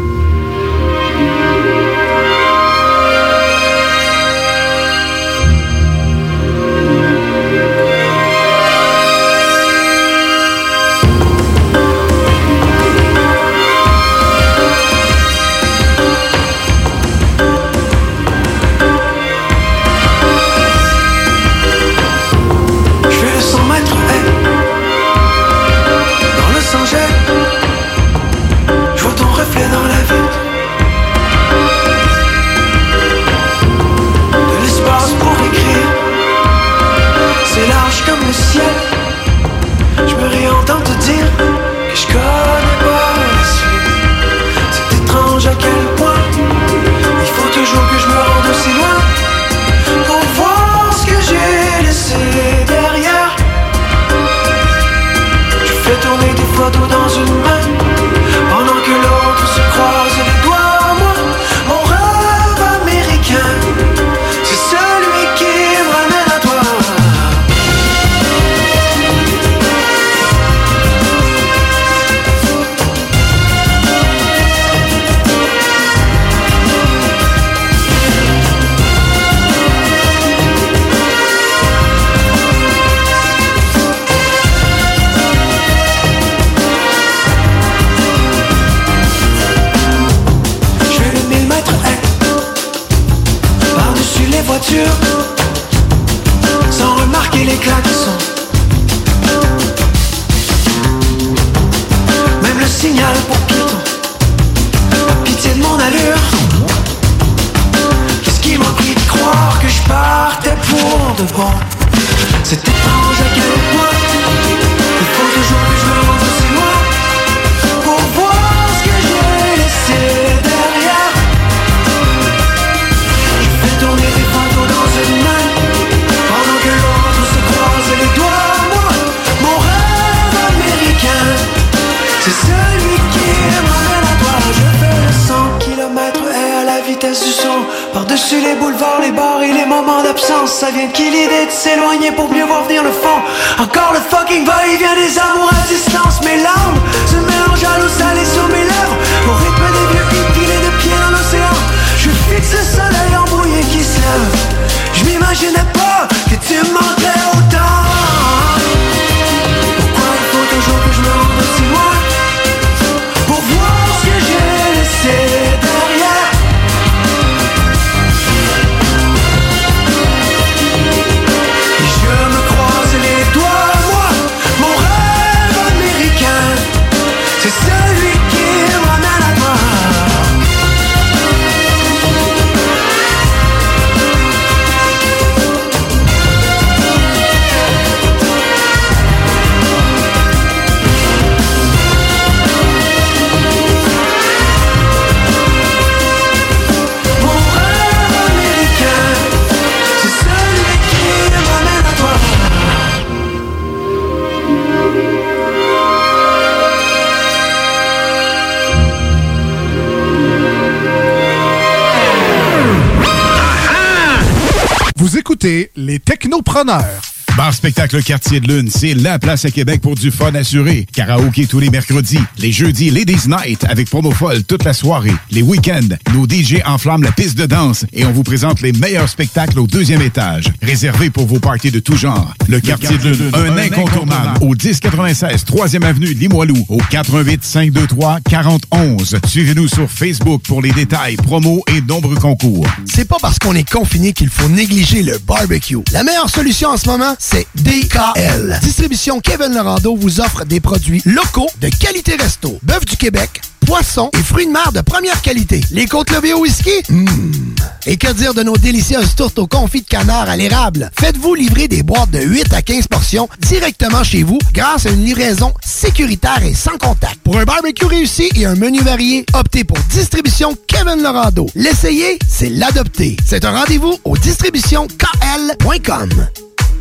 Je vois ton reflet dans la vitre. De l'espace pour écrire. C'est large comme le ciel. Je me réentends te dire que je connais pas la suite. C'est étrange à quel point il faut toujours que je me rende aussi loin pour voir ce que j'ai laissé derrière. Je fais tourner des photos dans une main pendant que l'autre se croise les doigts. Moi, mon rêve américain, c'est celui qui me ramène à toi. Sans remarquer les klaxons, même le signal pour piéton. Pitié de mon allure. Qu'est-ce qui m'a pris de croire que je partais pour de bon? C'est étrange à quel point il faut toujours que je me rende aussi loin pour voir ce que j'ai laissé derrière. Je fais tourner des photos dans une main pendant que l'autre se croise les doigts. Moi, mon rêve américain, c'est celui qui m'amène à toi. Je fais le cent kilomètres et à la vitesse du son, par-dessus les boulevards, les bars et les moments d'absence. Ça vient de qui l'idée de s'éloigner pour mieux voir venir le fond? Encore le fucking va-et-vient des amours à distance. Mes larmes se mélangent à l'eau salée sur mes lèvres au rythme des vieux hits pilés de pieds dans l'océan. Je fixe le soleil embrouillé qui se lève. Je m'imaginais pas que tu me manquerais autant. Pourquoi il faut toujours que je me rende aussi loin pour voir ce que j'ai laissé derrière? Et je me croise les doigts, moi, mon rêve américain, c'est celui qui me ramène à toi. Vous écoutez les Technopreneurs. Bar Spectacle Quartier de Lune, c'est la place à Québec pour du fun assuré. Karaoké tous les mercredis. Les jeudis, Ladies Night avec promo folle toute la soirée. Les week-ends, nos D J enflamment la piste de danse et on vous présente les meilleurs spectacles au deuxième étage. Réservé pour vos parties de tout genre. Le, Le Quartier de Lune, un, un incontournable. Au dix quatre-vingt-seize, troisième avenue Limoilou, au quatre un huit, cinq deux trois, quatre zéro un un. Suivez-nous sur Facebook pour les détails, promos et nombreux concours. C'est pas parce qu'on est confiné qu'il faut négliger le barbecue. La meilleure solution en ce moment, c'est D K L. Distribution Kevin Lorando vous offre des produits locaux de qualité resto. Bœuf du Québec, poissons et fruits de mer de première qualité. Les côtes levées au whisky? Mmh. Et que dire de nos délicieuses tourtes au confit de canard à l'érable? Faites-vous livrer des boîtes de huit à quinze portions directement chez vous grâce à une livraison sécuritaire et sans contact. Pour un barbecue réussi et un menu varié, optez pour Distribution Kevin Lorando. L'essayer, c'est l'adopter. C'est un rendez-vous au distribution K L point com.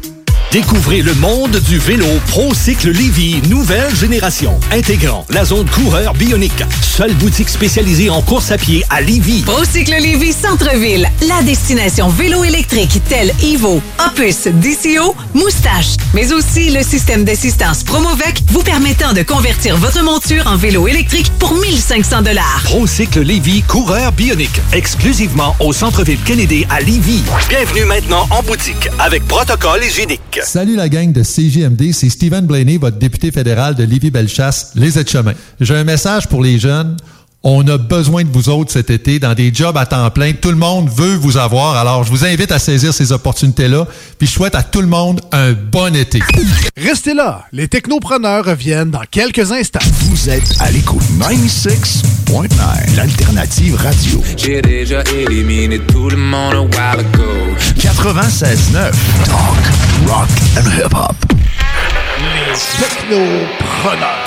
Découvrez le monde du vélo ProCycle Lévy, nouvelle génération, intégrant la zone coureur bionique. Seule boutique spécialisée en course à pied à Lévy. ProCycle Lévy Centre-Ville, la destination vélo électrique telle Evo, Opus, D C O, Moustache, mais aussi le système d'assistance Promovec vous permettant de convertir votre monture en vélo électrique pour mille cinq cents dollars. ProCycle Lévy, coureur bionique, exclusivement au Centre-Ville Kennedy à Lévy. Bienvenue maintenant en boutique avec protocole hygiénique. Salut la gang de C J M D, c'est Stephen Blaney, votre député fédéral de Lévis-Bellechasse, les Aides-Chemins. J'ai un message pour les jeunes. On a besoin de vous autres cet été dans des jobs à temps plein. Tout le monde veut vous avoir. Alors, je vous invite à saisir ces opportunités-là. Puis, je souhaite à tout le monde un bon été. Restez là. Les technopreneurs reviennent dans quelques instants. Vous êtes à l'écoute quatre-vingt-six point neuf, l'alternative radio. J'ai déjà éliminé tout le monde a while ago. quatre-vingt-seize neuf, talk, rock and hip-hop. Les technopreneurs.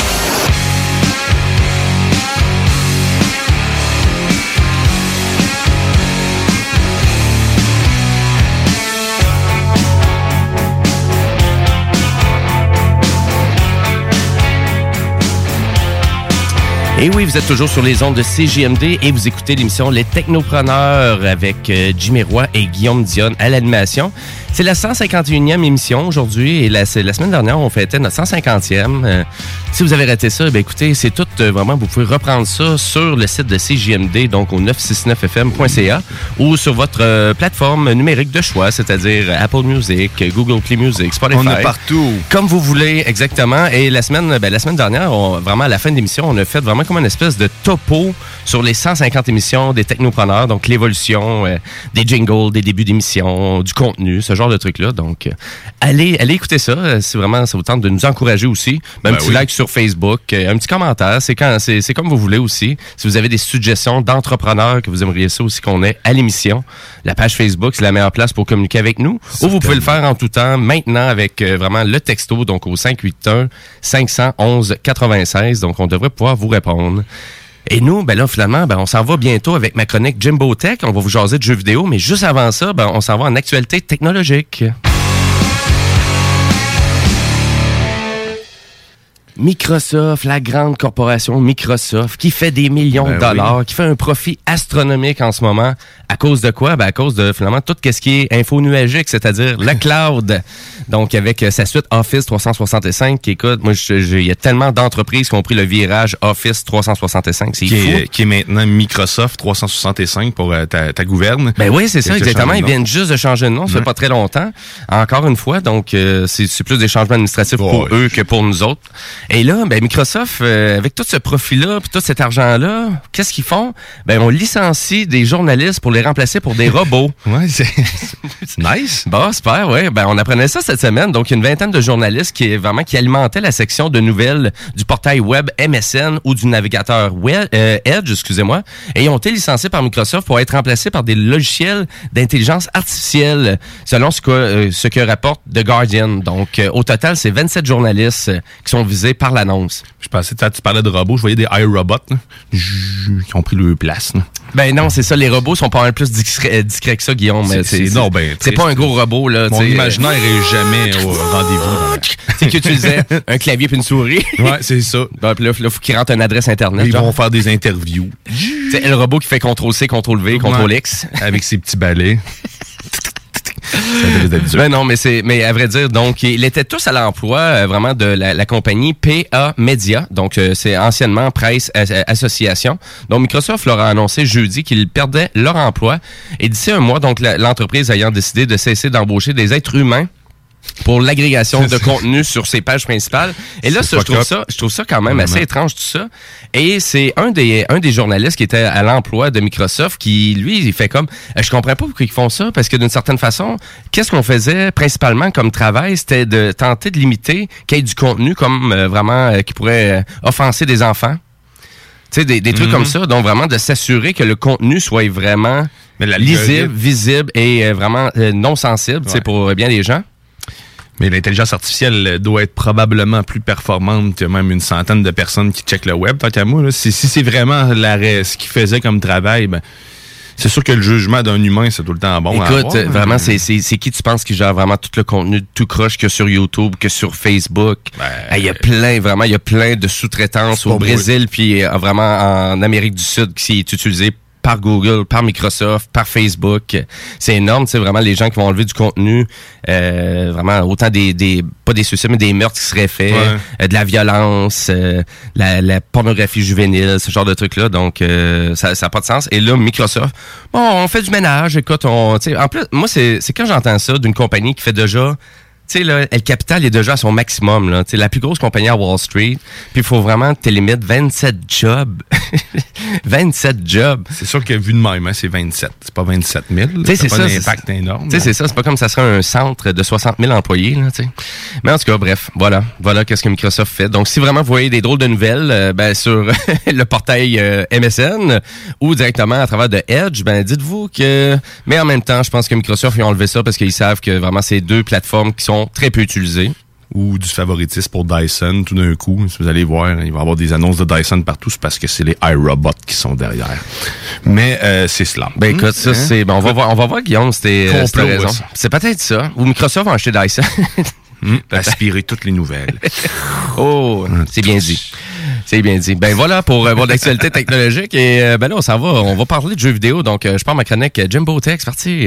Et oui, vous êtes toujours sur les ondes de C J M D et vous écoutez l'émission Les Technopreneurs avec euh, Jimmy Roy et Guillaume Dionne à l'animation. C'est la cent cinquante et unième émission aujourd'hui et la, la semaine dernière, on fêtait notre cent cinquantième. Euh, si vous avez raté ça, ben écoutez, c'est tout euh, vraiment, vous pouvez reprendre ça sur le site de C J M D, donc au neuf cent soixante-neuf F M point C A ou sur votre euh, plateforme numérique de choix, c'est-à-dire Apple Music, Google Play Music, Spotify. On est partout. Comme vous voulez, exactement. Et la semaine, ben, la semaine dernière, on, vraiment à la fin de l'émission, on a fait vraiment comme une espèce de topo sur les cent cinquante émissions des technopreneurs, donc l'évolution euh, des jingles, des débuts d'émissions, du contenu, ce genre de trucs-là. Donc, euh, allez, allez écouter ça, euh, si vraiment ça vous tente de nous encourager aussi. Ben, un petit oui. like sur Facebook, euh, un petit commentaire, c'est quand, c'est, c'est comme vous voulez aussi. Si vous avez des suggestions d'entrepreneurs que vous aimeriez ça aussi qu'on ait à l'émission, la page Facebook, c'est la meilleure place pour communiquer avec nous. Ou vous pouvez le faire en tout temps, maintenant, avec euh, vraiment le texto, donc au cinq huit un, cinq un un, quatre-vingt-seize. Donc, on devrait pouvoir vous répondre. Et nous, ben là, finalement, ben, on s'en va bientôt avec ma chronique Jimbo Tech. On va vous jaser de jeux vidéo, mais juste avant ça, ben, on s'en va en actualité technologique. Microsoft, la grande corporation Microsoft, qui fait des millions ben de dollars, oui. qui fait un profit astronomique en ce moment. À cause de quoi? Ben à cause de finalement tout ce qui est info-nuagique, c'est-à-dire le cloud. Donc, avec sa suite Office trois cent soixante-cinq, qui écoute, moi, il y a tellement d'entreprises qui ont pris le virage Office trois cent soixante-cinq, c'est qui fou. Est, qui est maintenant Microsoft trois cent soixante-cinq pour euh, ta, ta gouverne. Ben oui, c'est ça, exactement. Ils viennent juste de changer de nom, ça ouais. fait pas très longtemps. Encore une fois, donc, euh, c'est, c'est plus des changements administratifs oh, pour oui. eux que pour nous autres. Et là, ben Microsoft, euh, avec tout ce profit-là, puis tout cet argent-là, qu'est-ce qu'ils font? Ben, on licencie des journalistes pour les remplacer pour des robots. Ouais, c'est, c'est nice. Bon, super, ouais. Ben, on apprenait ça cette semaine. Donc, il y a une vingtaine de journalistes qui, vraiment, qui alimentaient la section de nouvelles du portail web M S N ou du navigateur web, euh, Edge, excusez-moi. Et ils ont été licenciés par Microsoft pour être remplacés par des logiciels d'intelligence artificielle, selon ce que, euh, ce que rapporte The Guardian. Donc, euh, au total, c'est vingt-sept journalistes euh, qui sont visés par l'annonce. Je pensais, tu parlais de robots, je voyais des iRobots là, qui ont pris leur place. Là. Ben non, c'est ça, les robots sont pas mal plus discrets, discrets que ça, Guillaume. C'est, c'est, c'est, non, ben, c'est pas un gros robot. Là. Mon imaginaire est jamais au rendez-vous. C'est que tu disais un clavier puis une souris. Ouais, c'est ça. Ben, puis là, il faut qu'ils rentrent une adresse Internet. Ils genre. vont faire des interviews. C'est le robot qui fait contrôle C, contrôle V, contrôle X. Avec ses petits balais. Ben non, mais c'est, mais à vrai dire, donc, ils étaient tous à l'emploi, euh, vraiment, de la, la compagnie P A Media. Donc, euh, c'est anciennement Presse Association. Donc, Microsoft leur a annoncé jeudi qu'ils perdaient leur emploi. Et d'ici un mois, donc, la, l'entreprise ayant décidé de cesser d'embaucher des êtres humains pour l'agrégation de contenu sur ses pages principales. Et là, ça, je trouve ça, je trouve ça quand même assez étrange tout ça. Et c'est un des, un des journalistes qui était à l'emploi de Microsoft qui, lui, il fait comme, je comprends pas pourquoi ils font ça, parce que d'une certaine façon, qu'est-ce qu'on faisait principalement comme travail, c'était de tenter de limiter qu'il y ait du contenu comme euh, vraiment euh, qui pourrait euh, offenser des enfants. Tu sais, des, des trucs mm-hmm. comme ça, donc vraiment de s'assurer que le contenu soit vraiment lisible, visible et euh, vraiment euh, non sensible, tu sais, pour bien des gens. Mais l'intelligence artificielle doit être probablement plus performante que même une centaine de personnes qui checkent le web. Tant qu'à moi, là, si, si c'est vraiment l'arrêt, ce qu'ils faisaient comme travail, ben, C'est sûr que le jugement d'un humain, c'est tout le temps bon. Écoute, à avoir, vraiment, mais... c'est, c'est, c'est qui tu penses qui gère vraiment tout le contenu de tout croche que sur YouTube, que sur Facebook? Il ben, hey, y a plein, vraiment, il y a plein de sous-traitances au Brésil, puis euh, vraiment en Amérique du Sud qui est utilisé par Google, par Microsoft, par Facebook. C'est énorme, tu sais, vraiment, les gens qui vont enlever du contenu, euh, vraiment, autant des, des, pas des suicides, mais des meurtres qui seraient faits, ouais. euh, de la violence, euh, la, la pornographie juvénile, ce genre de trucs-là. Donc, euh, ça n'a pas de sens. Et là, Microsoft, bon, on fait du ménage, écoute, on, tu sais, en plus, moi, c'est, c'est quand j'entends ça d'une compagnie qui fait déjà... Tu sais, là, le capital est déjà à son maximum, là. Tu sais, la plus grosse compagnie à Wall Street. Puis il faut vraiment que tu limites vingt-sept jobs. vingt-sept jobs. C'est sûr que vu de même, hein, c'est vingt-sept. C'est pas vingt-sept mille. C'est, c'est pas ça, un impact c'est, énorme. Tu sais, c'est ça. C'est pas comme ça serait un centre de soixante mille employés, là, tu sais. Mais en tout cas, bref, voilà. Voilà qu'est-ce que Microsoft fait. Donc, si vraiment vous voyez des drôles de nouvelles, euh, ben, sur le portail euh, M S N ou directement à travers de Edge, ben, dites-vous que... Mais en même temps, je pense que Microsoft, ils ont enlevé ça parce qu'ils savent que vraiment, c'est deux plateformes qui sont très peu utilisées. Ou du favoritisme pour Dyson, tout d'un coup. Si vous allez voir, il va y avoir des annonces de Dyson partout, c'est parce que c'est les iRobots qui sont derrière. Mais euh, c'est cela. Ben écoute, ça, hein? c'est... Ben, on, va voir, on va voir, Guillaume, c'était, euh, c'était raison. Ça. C'est peut-être ça. Ou Microsoft a acheté Dyson. Mmh, aspirer toutes les nouvelles. Oh, c'est bien dit. C'est bien dit. Ben voilà pour euh, votre actualité technologique. Et euh, ben là, on s'en va. On va parler de jeux vidéo. Donc, euh, je pars ma chronique Jimbo Tech. C'est parti.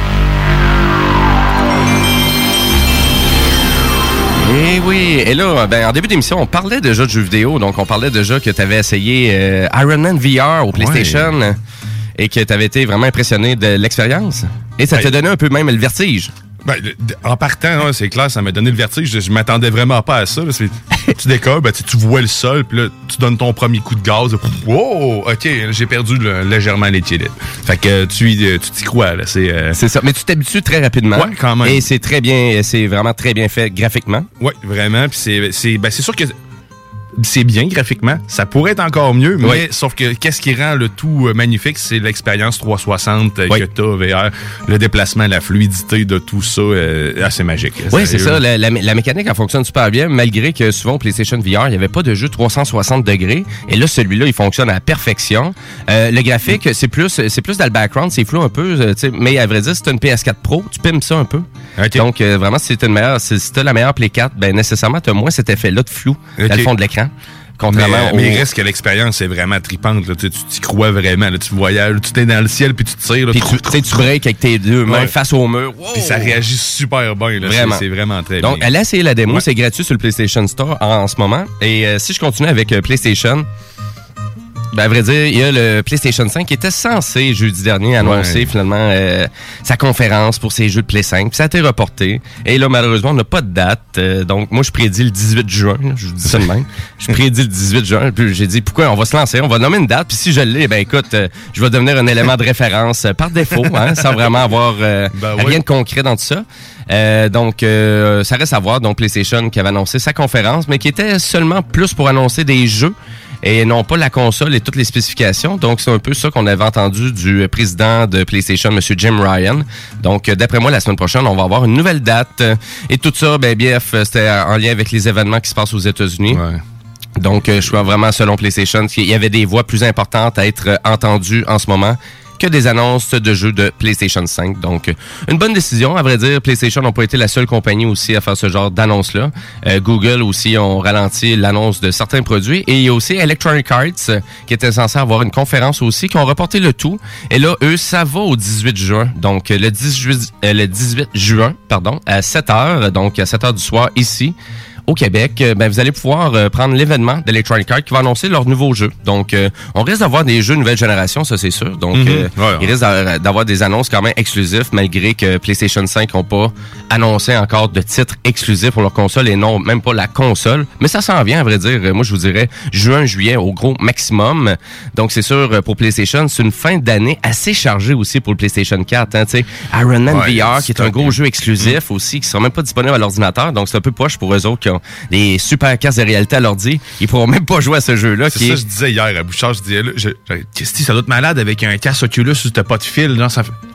Et oui, et là, ben, en début d'émission, on parlait déjà de jeux vidéo, donc on parlait déjà que tu avais essayé euh, Iron Man V R au PlayStation ouais. et que tu avais été vraiment impressionné de l'expérience. Et ça ben, t'a donné un peu même le vertige. Ben, en partant, hein, c'est clair, ça m'a donné le vertige. Je, je m'attendais vraiment pas à ça. Là, tu décolles, ben, tu, tu vois le sol, puis là, tu donnes ton premier coup de gaz. Wow, OK, j'ai perdu le, légèrement l'équilibre. Fait que tu, tu t'y crois. Là, c'est, euh... c'est ça. Mais tu t'habitues très rapidement. Ouais, quand même. Et c'est très bien, c'est vraiment très bien fait graphiquement. Oui, vraiment. Puis c'est, c'est, ben, c'est sûr que... c'est bien graphiquement. Ça pourrait être encore mieux, mais oui. sauf que qu'est-ce qui rend le tout euh, magnifique, c'est l'expérience trois cent soixante euh, oui. que t'as V R, le déplacement, la fluidité de tout ça, euh, ah, c'est magique. Oui, c'est ça. La, la, la mécanique, elle fonctionne super bien, malgré que souvent au PlayStation V R, il n'y avait pas de jeu trois cent soixante degrés. Et là, celui-là, il fonctionne à la perfection. Euh, le graphique, c'est plus, c'est plus dans le background, c'est flou un peu, euh, mais à vrai dire, si t'as une P S quatre Pro, tu pimes ça un peu. Okay. Donc, euh, vraiment, si t'as une meilleure, si t'as la meilleure Play quatre, ben nécessairement, t'as moins cet effet-là de flou okay. dans le fond de l'écran. Contrairement mais, au... mais il reste que l'expérience est vraiment tripante. Là. Tu, tu t'y crois vraiment. Là. Tu voyages, tu t'es dans le ciel puis tu tires. Là, puis tu, tu, tu breaks avec tes deux mains ouais. face au mur. Wow. Puis ça réagit super bien. Là. Vraiment. C'est, c'est vraiment très Donc, bien. allez essayer la démo. Ouais. C'est gratuit sur le PlayStation Store en, en ce moment. Et euh, si je continue avec euh, PlayStation... Ben, à vrai dire, il y a le PlayStation cinq qui était censé, jeudi dernier, annoncer ouais. finalement euh, sa conférence pour ses jeux de Play cinq. Puis ça a été reporté. Et là, malheureusement, on n'a pas de date. Euh, donc, moi, je prédis le dix-huit juin. Là, je vous dis ça de même. Je prédis le dix-huit juin. Puis j'ai dit, pourquoi on va se lancer? On va nommer une date. Puis si je l'ai, ben écoute, euh, je vais devenir un élément de référence euh, par défaut, hein, sans vraiment avoir euh, ben oui. rien de concret dans tout ça. Euh, donc, euh, ça reste à voir. Donc, PlayStation qui avait annoncé sa conférence, mais qui était seulement plus pour annoncer des jeux et non pas la console et toutes les spécifications. Donc, c'est un peu ça qu'on avait entendu du président de PlayStation, M. Jim Ryan. Donc, d'après moi, la semaine prochaine, on va avoir une nouvelle date. Et tout ça, ben, B F, c'était en lien avec les événements qui se passent aux États-Unis. Ouais. Donc, je suis vraiment, selon PlayStation, il y avait des voix plus importantes à être entendues en ce moment que des annonces de jeux de PlayStation cinq. Donc, une bonne décision. À vrai dire, PlayStation n'a pas été la seule compagnie aussi à faire ce genre d'annonce-là. Euh, Google aussi ont ralenti l'annonce de certains produits. Et il y a aussi Electronic Arts euh, qui était censé avoir une conférence aussi, qui ont reporté le tout. Et là, eux, ça va au dix-huit juin. Donc, le dix-huit, euh, le dix-huit juin, pardon, à sept heures. Donc, à sept heures du soir ici. Au Québec, ben, vous allez pouvoir euh, prendre l'événement d'Electronic Arts qui va annoncer leur nouveau jeu. Donc, euh, on risque d'avoir des jeux nouvelle génération, ça c'est sûr. Donc, mm-hmm. euh, ouais, ouais. il risque d'avoir des annonces quand même exclusives, malgré que PlayStation cinq n'ont pas annoncé encore de titres exclusifs pour leur console et non, même pas la console. Mais ça s'en vient, à vrai dire. Moi, je vous dirais juin, juillet au gros maximum. Donc, c'est sûr, pour PlayStation, c'est une fin d'année assez chargée aussi pour le PlayStation quatre. Hein, t'sais. Iron Man ouais, V R, qui est un gros jeu exclusif mm-hmm. aussi, qui sera même pas disponible à l'ordinateur. Donc, c'est un peu poche pour eux autres qui ont des super casques de réalité à l'ordi. Ils pourront même pas jouer à ce jeu-là. C'est qui ça est... je disais hier à Bouchard. Je disais, là, je, je, qu'est-ce que ça doit être malade avec un casque Oculus où t'as pas de fil. Là, ça fait...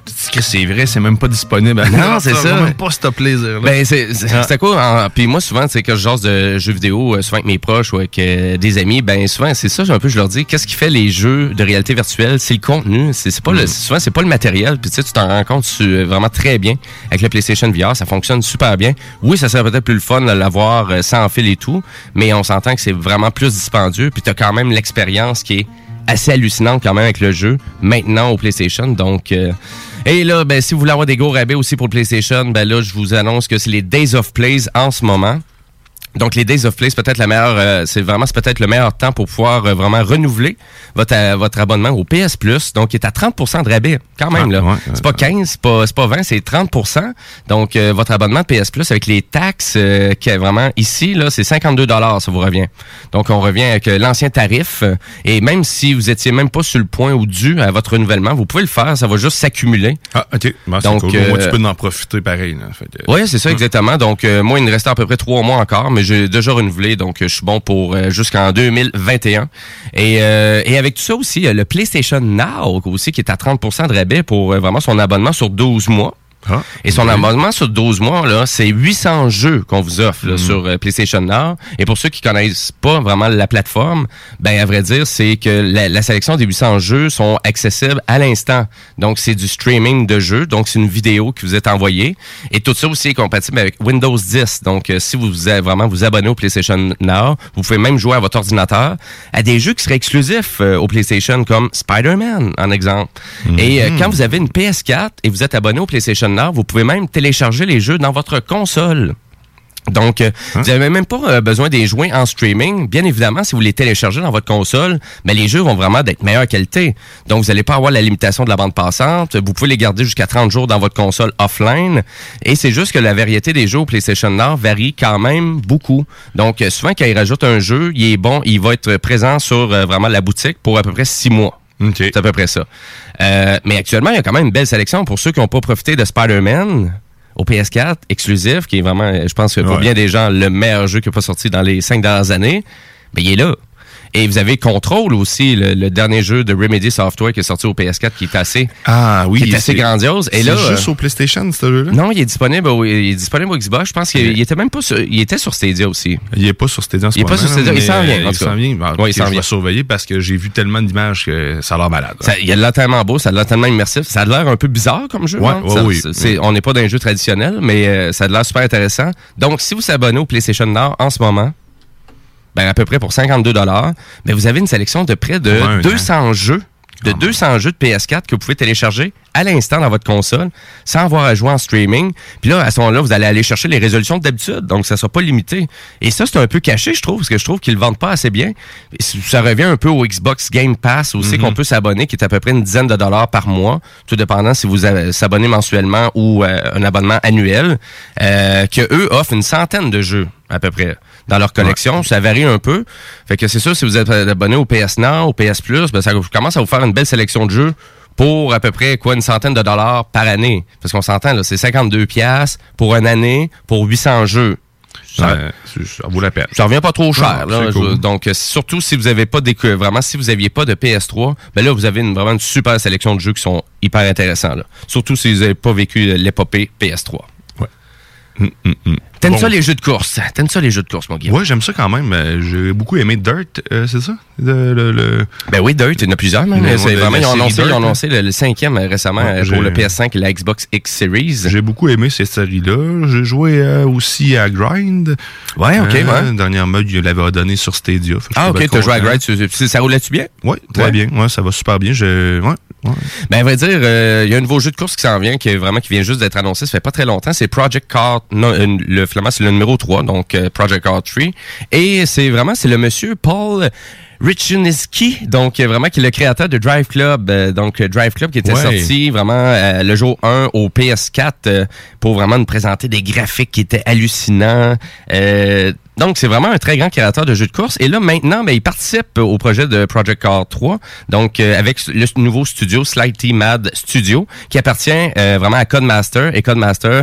que c'est vrai, c'est même pas disponible. Non, c'est ça. même pas ce plaisir-là. Ben, c'est, c'est, ah. c'est cool. En, puis moi, souvent, c'est que je jase de jeux vidéo, souvent avec mes proches ou avec euh, des amis, ben, souvent, c'est ça, un peu, je leur dis, qu'est-ce qui fait les jeux de réalité virtuelle? C'est le contenu. C'est, c'est pas mm. le, souvent, c'est pas le matériel. Puis tu sais, tu t'en rends compte tu, vraiment très bien avec le PlayStation V R. Ça fonctionne super bien. Oui, ça serait peut-être plus le fun de l'avoir euh, sans fil et tout, mais on s'entend que c'est vraiment plus dispendieux. Puis t'as quand même l'expérience qui est assez hallucinante quand même avec le jeu maintenant au PlayStation. Donc, euh, et là, ben, si vous voulez avoir des gros rabais aussi pour le PlayStation, ben là, je vous annonce que c'est les Days of Plays en ce moment. Donc, les Days of Play, c'est peut-être la meilleure, euh, c'est vraiment, c'est peut-être le meilleur temps pour pouvoir euh, vraiment renouveler votre, euh, votre abonnement au P S Plus. Donc, il est à trente pour cent de rabais, quand même, ah, là. Ouais, c'est pas quinze, c'est pas, c'est pas vingt, c'est trente pour cent. Donc, euh, votre abonnement de P S Plus avec les taxes, euh, qui est vraiment ici, là, c'est cinquante-deux dollars, ça vous revient. Donc, on revient avec euh, l'ancien tarif. Euh, et même si vous étiez même pas sur le point ou dû à votre renouvellement, vous pouvez le faire, ça va juste s'accumuler. Ah, OK. Ben, c'est Donc, cool. Euh, moi, tu peux en profiter pareil, là. Fait que... Oui, c'est ça, exactement. Donc, euh, moi, il me restait à peu près trois mois encore, mais j'ai déjà renouvelé, donc je suis bon pour euh, jusqu'en deux mille vingt et un. Et, euh, et avec tout ça aussi, le PlayStation Now aussi qui est à trente pour cent de rabais pour euh, vraiment son abonnement sur douze mois. Ah, et son oui. abonnement sur douze mois, là, c'est huit cents jeux qu'on vous offre là, mm. sur euh, PlayStation Now. Et pour ceux qui connaissent pas vraiment la plateforme, ben à vrai dire, c'est que la, la sélection des huit cents jeux sont accessibles à l'instant. Donc, c'est du streaming de jeux. Donc, c'est une vidéo qui vous est envoyée. Et tout ça aussi est compatible avec Windows dix. Donc, euh, si vous vous avez vraiment vous abonnez au PlayStation Now, vous pouvez même jouer à votre ordinateur à des jeux qui seraient exclusifs euh, au PlayStation, comme Spider-Man, en exemple. Mm-hmm. Et euh, quand vous avez une P S quatre et vous êtes abonné au PlayStation Now, vous pouvez même télécharger les jeux dans votre console. Donc, euh, hein? vous n'avez même pas euh, besoin de les jouer en streaming. Bien évidemment, si vous les téléchargez dans votre console, ben, les jeux vont vraiment d'être meilleure qualité. Donc, vous n'allez pas avoir la limitation de la bande passante. Vous pouvez les garder jusqu'à trente jours dans votre console offline. Et c'est juste que la variété des jeux au PlayStation Now varie quand même beaucoup. Donc, euh, souvent, quand ils rajoutent un jeu, il est bon, il va être présent sur euh, vraiment la boutique pour à peu près six mois. Okay. C'est à peu près ça. Euh, mais actuellement, il y a quand même une belle sélection pour ceux qui n'ont pas profité de Spider-Man au P S quatre, exclusif, qui est vraiment, je pense que pour ouais. bien des gens, le meilleur jeu qui n'a pas sorti dans les cinq dernières années. Ben, il est là. Et vous avez Control aussi, le, le dernier jeu de Remedy Software qui est sorti au P S quatre, qui est assez, ah, oui, qui est assez grandiose. Et c'est là, juste euh, au PlayStation, ce jeu-là? Non, il est disponible au, il est disponible au Xbox. Je pense qu'il il était même pas sur, il était sur Stadia aussi. Il est pas sur Stadia en ce moment. Il est pas sur Stadia, il s'en vient. Il s'en vient. Bon, oui, il s'en vient. Je vais surveiller parce que j'ai vu tellement d'images que ça a l'air malade. Ça, il a l'air tellement beau, ça a l'air tellement immersif. Ça a l'air un peu bizarre comme jeu. Ouais, hein? ouais, ça, oui. C'est, on n'est pas dans un jeu traditionnel, mais euh, ça a l'air super intéressant. Donc, si vous vous abonnez au PlayStation Now en ce moment, ben, à peu près pour cinquante-deux dollars, mais vous avez une sélection de près de ouais, deux cents jeux, de oh, deux cents jeux de P S quatre que vous pouvez télécharger à l'instant dans votre console, sans avoir à jouer en streaming. Puis là, à ce moment-là, vous allez aller chercher les résolutions d'habitude, donc ça ne sera pas limité. Et ça, c'est un peu caché, je trouve, parce que je trouve qu'ils ne le vendent pas assez bien. Ça revient un peu au Xbox Game Pass aussi, mm-hmm. qu'on peut s'abonner, qui est à peu près une dizaine de dollars par mois, tout dépendant si vous s'abonnez mensuellement ou euh, un abonnement annuel, euh, que eux offrent une centaine de jeux, à peu près, dans leur collection. Ouais. Ça varie un peu. Fait que c'est sûr, si vous êtes abonné au P S Now, au P S Plus, ben ça commence à vous faire une belle sélection de jeux pour à peu près quoi une centaine de dollars par année. Parce qu'on s'entend, là, c'est cinquante-deux piastres pour une année pour huit cents jeux. Ça, ouais, ça vaut la peine. Ça revient pas trop cher. Non, là, cool. je, donc, surtout si vous avez pas des, vraiment, si vous aviez pas de P S trois, ben là, vous avez une, vraiment une super sélection de jeux qui sont hyper intéressants. Là. Surtout si vous n'avez pas vécu l'épopée P S trois. Ouais. Hum, hum, hum. T'aimes bon. ça les jeux de course? T'aimes ça les jeux de course, mon gars? Ouais, j'aime ça quand même. J'ai beaucoup aimé Dirt, euh, c'est ça? Le, le, le... Ben oui, Dirt, il y en a plusieurs même. Le, c'est de, vraiment, ils ont annoncé, Dirt, ils ont annoncé le, le cinquième récemment ouais, pour le P S cinq et la Xbox X Series. J'ai beaucoup aimé cette série-là. J'ai joué euh, aussi à Grind. Ouais, ok, euh, ouais. Dernièrement, il l'avait donné sur Stadia. Ah, ok, t'as joué à Grind. Ça roulait-tu bien? Oui, très ouais. bien. Ouais, ça va super bien. Je... Ouais. Ouais. Ben, à vrai dire, il euh, y a un nouveau jeu de course qui s'en vient, qui est vraiment, qui vient juste d'être annoncé. Ça fait pas très longtemps. C'est Project Car, non, euh, le flamand, c'est le numéro trois, donc euh, Project Car trois. Et c'est vraiment, c'est le monsieur Paul Richuniski, donc vraiment qui est le créateur de Drive Club, euh, donc Drive Club qui était ouais. sorti vraiment euh, le jour un au P S quatre euh, pour vraiment nous présenter des graphiques qui étaient hallucinants. Euh, donc c'est vraiment un très grand créateur de jeux de course. Et là maintenant, ben, il participe au projet de Project Car trois, donc euh, avec le nouveau studio Slightly Mad Studio qui appartient euh, vraiment à Codemaster. Et Codemaster,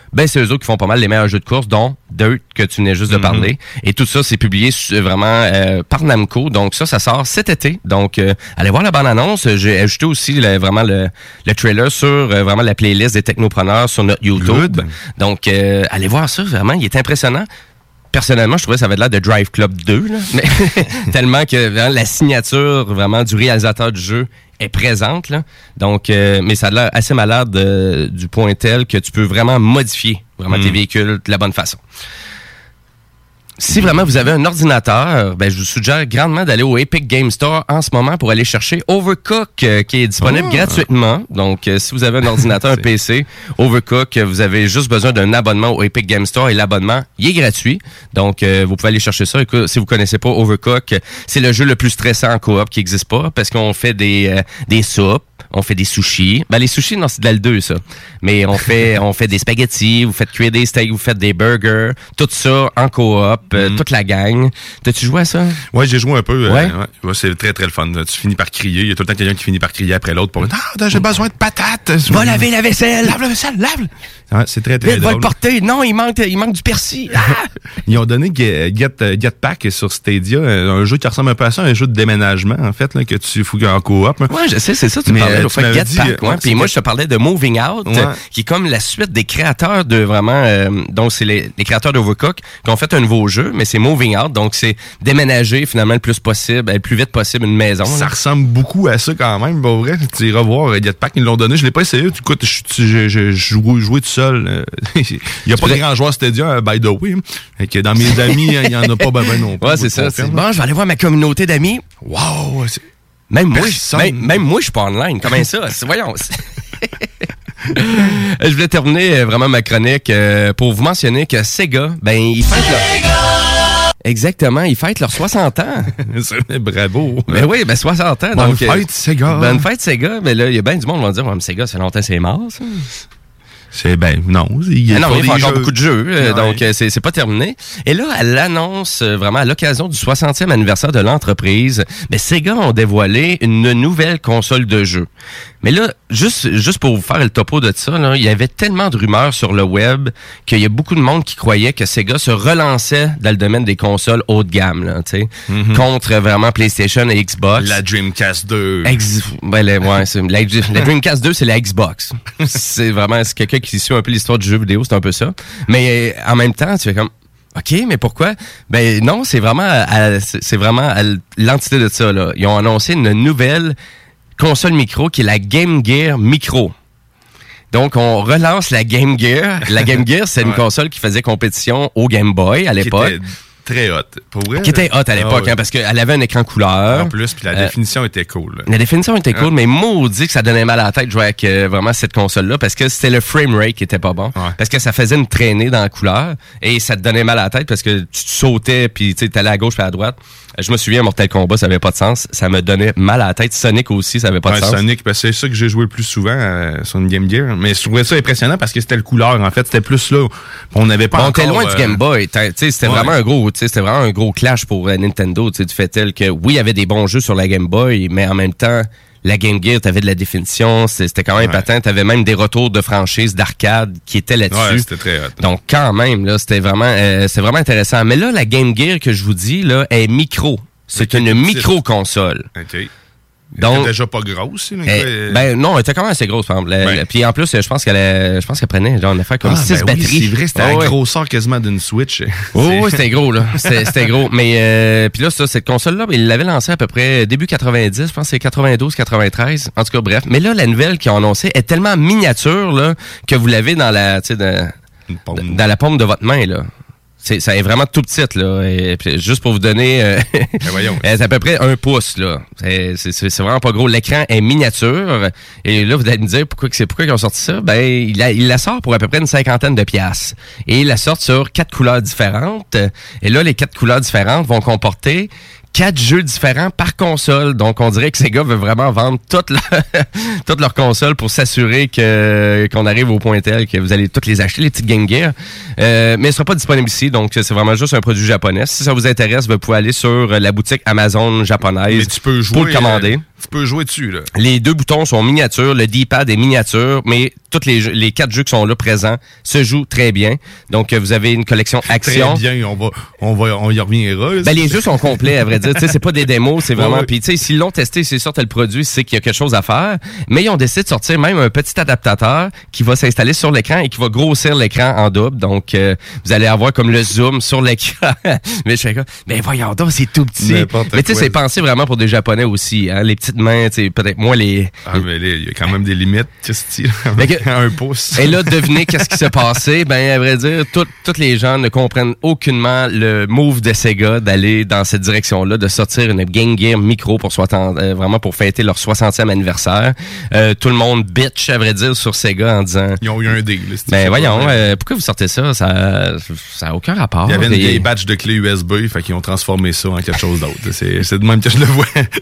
ben c'est eux autres qui font pas mal les meilleurs jeux de course, dont Dirt, que tu venais juste de mm-hmm. parler. Et tout ça, c'est publié vraiment euh, par Namco. Donc ça, ça sort cet été. Donc, euh, allez voir la bande-annonce. J'ai ajouté aussi le, vraiment le, le trailer sur euh, vraiment la playlist des technopreneurs sur notre YouTube. Good. Donc, euh, allez voir ça, vraiment, il est impressionnant. Personnellement, je trouvais que ça avait l'air de Drive Club deux, là. Mais tellement que vraiment, la signature vraiment du réalisateur du jeu est présente, là. Donc, euh, mais ça a l'air assez malade euh, du point tel que tu peux vraiment modifier vraiment mm. tes véhicules de la bonne façon. Si vraiment vous avez un ordinateur, ben je vous suggère grandement d'aller au Epic Game Store en ce moment pour aller chercher Overcook euh, qui est disponible oh. gratuitement. Donc euh, si vous avez un ordinateur, un P C, Overcook, vous avez juste besoin d'un abonnement au Epic Game Store et l'abonnement, il est gratuit. Donc euh, vous pouvez aller chercher ça. Et si vous connaissez pas Overcook, c'est le jeu le plus stressant en coop qui existe pas parce qu'on fait des euh, des soupes, on fait des sushis. Ben les sushis non, c'est de l'aldeux ça. Mais on fait on fait des spaghettis, vous faites cuire des steaks, vous faites des burgers, tout ça en coop. Euh, mm-hmm. Toute la gang. T'as-tu joué à ça? Ouais, j'ai joué un peu. Ouais. Euh, ouais. C'est très, très le fun. Tu finis par crier. Il y a tout le temps quelqu'un qui finit par crier après l'autre pour dire « Ah, j'ai besoin de patates! » Va laver la vaisselle! Lave la vaisselle! Lave! Ouais, c'est très, très Vite, drôle. Va le porter! Non, il manque, il manque du persil! Ah! Ils ont donné Get, Get, Get Pack sur Stadia, un jeu qui ressemble un peu à ça, un jeu de déménagement, en fait, là, que tu fous en coop. Ouais, je sais, c'est ça, tu mais parlais au fait Get dit, Pack. Ouais, puis moi, je te parlais de Moving Out, ouais. qui est comme la suite des créateurs de vraiment... Euh, donc, c'est les, les créateurs d'Overcook qui ont fait un nouveau jeu, mais c'est Moving Out, donc c'est déménager finalement le plus possible, le plus vite possible une maison. Ça là. ressemble beaucoup à ça quand même, pour vrai. Tu iras voir Get Pack, ils l'ont donné, je l'ai pas essayé. Écoute, je, je, je, je jouais tout seul. Il n'y a pas de grand joueur Stadia, by the way. Et que dans mes amis, il n'y en a pas ben, ben non plus. Ouais, c'est ça. C'est bon, je vais aller voir ma communauté d'amis. Wow! Même moi, même, même moi, je suis pas online. Comment ça? Voyons. Je voulais terminer vraiment ma chronique euh, pour vous mentionner que Sega, ben, ils fêtent leur... Exactement, ils fêtent leurs soixante ans. Bravo. Ben oui, ben soixante ans. Bonne donc, fête, Sega. Bonne fête, Sega. Mais là, il y a bien du monde qui va dire, ouais, mais Sega, ça fait longtemps c'est mort, ça. C'est ben non, il y a non, il y a encore jeux. beaucoup de jeux, euh, ouais. donc euh, c'est c'est pas terminé. Et là, elle l'annonce euh, vraiment à l'occasion du soixantième anniversaire de l'entreprise, mais Sega ont dévoilé une nouvelle console de jeu. Mais là, juste juste pour vous faire le topo de ça, là, il y avait tellement de rumeurs sur le web qu'il y a beaucoup de monde qui croyait que Sega se relançait dans le domaine des consoles haut de gamme, là, tu sais, mm-hmm. contre vraiment PlayStation et Xbox. La Dreamcast deux. Ex- ben, la, ouais, c'est, la, la Dreamcast deux, c'est la Xbox. C'est vraiment c'est quelqu'un qui suit un peu l'histoire du jeu vidéo, c'est un peu ça. Mais euh, en même temps, tu fais comme OK, mais pourquoi? Ben non, c'est vraiment à, c'est, c'est vraiment à l'entité de ça, là. Ils ont annoncé une nouvelle console micro qui est la Game Gear Micro. Donc, on relance la Game Gear. La Game Gear, c'est une ouais. console qui faisait compétition au Game Boy à l'époque. Très hot. Pour vrai, qui était hot à l'époque, ah, ouais. hein, parce qu'elle avait un écran couleur. En plus, puis la euh, définition était cool. Là. La définition était cool, hein? Mais maudit que ça donnait mal à la tête de jouer avec euh, vraiment cette console-là, parce que c'était le frame rate qui était pas bon. Ouais. Parce que ça faisait une traînée dans la couleur, et ça te donnait mal à la tête, parce que tu sautais, puis tu allais à gauche puis à droite. Je me souviens, Mortal Kombat, ça avait pas de sens. Ça me donnait mal à la tête. Sonic aussi, ça avait pas ouais, de sens. Sonic, parce que c'est ça que j'ai joué le plus souvent euh, sur une Game Gear. Mais je trouvais ça impressionnant parce que c'était le couleur, en fait. C'était plus là. On n'avait pas bon, encore... On était loin euh... du Game Boy. T'sais, c'était ouais. vraiment un gros, c'était vraiment un gros clash pour euh, Nintendo, du fait tel que, oui, il y avait des bons jeux sur la Game Boy, mais en même temps, la Game Gear, t'avais de la définition, c'était quand même ouais. patent. T'avais même des retours de franchises d'arcade qui étaient là-dessus. Ouais, c'était très hot. Donc, quand même, là, c'était vraiment, euh, c'est vraiment intéressant. Mais là, la Game Gear que je vous dis, là, est micro. C'est okay, une micro-console. OK. Donc, elle était déjà pas grosse, là, eh, ben non, elle était quand même assez grosse, par exemple. Ben. Puis en plus, je pense qu'elle a, je pense qu'elle prenait genre une affaire comme ah, six ben batteries. Oui, c'est vrai, c'était oh, la grosseur ouais. quasiment d'une Switch. Oh, oui, c'était gros là, c'était, c'était gros. Mais euh, puis là, ça, cette console-là, il l'avait lancée à peu près début quatre-vingt-dix, je pense que c'est quatre-vingt-douze, quatre-vingt-treize. En tout cas, bref. Mais là, la nouvelle qu'ils ont annoncée est tellement miniature là que vous l'avez dans la, tu sais, dans, dans la paume de votre main là. C'est, ça est vraiment tout petite, là. Et puis, juste pour vous donner, euh, voyons. c'est à peu près un pouce, là. C'est, c'est, c'est vraiment pas gros. L'écran est miniature. Et là, vous allez me dire pourquoi, c'est, pourquoi ils ont sorti ça. Ben, il la, il la sort pour à peu près une cinquantaine de piastres. Et il la sort sur quatre couleurs différentes. Et là, les quatre couleurs différentes vont comporter quatre jeux différents par console. Donc, on dirait que Sega veut vraiment vendre toutes leur, toutes leurs consoles pour s'assurer que qu'on arrive au point tel que vous allez toutes les acheter, les petites Game Gear. Euh, mais ce sera pas disponible ici, donc c'est vraiment juste un produit japonais. Si ça vous intéresse, vous pouvez aller sur la boutique Amazon japonaise tu peux jouer, pour le commander. Euh, Tu peux jouer dessus, là. Les deux boutons sont miniatures, le D-pad est miniature, mais tous les jeux, les quatre jeux qui sont là présents se jouent très bien. Donc, vous avez une collection action. Très bien, on va, on va, on y reviendra. Là. Ben, les jeux sont complets, à vrai dire. Tu sais, c'est pas des démos, c'est vraiment. Ouais. Puis, tu sais, s'ils l'ont testé, c'est sûr que le produit, c'est qu'il y a quelque chose à faire. Mais ils ont décidé de sortir même un petit adaptateur qui va s'installer sur l'écran et qui va grossir l'écran en double. Donc, euh, vous allez avoir comme le zoom sur l'écran. Mais je fais quoi? Mais voyons donc, c'est tout petit. N'importe Mais tu sais, quoi. c'est pensé vraiment pour des Japonais aussi. Hein? Les petites mains, tu sais, peut-être moins les. Ah, mais là, il y a quand même des limites, qu'est-ce que c'est? Un pouce. Et là, devinez qu'est-ce qui s'est passé. Ben, à vrai dire, tous les gens ne comprennent aucunement le move de Sega d'aller dans cette direction-là, de sortir une Game Gear Micro pour soixante, euh, vraiment pour fêter leur soixantième anniversaire. Euh, tout le monde bitch, à vrai dire, sur Sega en disant... Ils ont eu un dé. Là, ben voyons, euh, pourquoi vous sortez ça? Ça ça a aucun rapport. Il y avait une Et... vieille batch de clés U S B, fait qu'ils ont transformé ça en quelque chose d'autre. C'est, c'est de même que je le vois.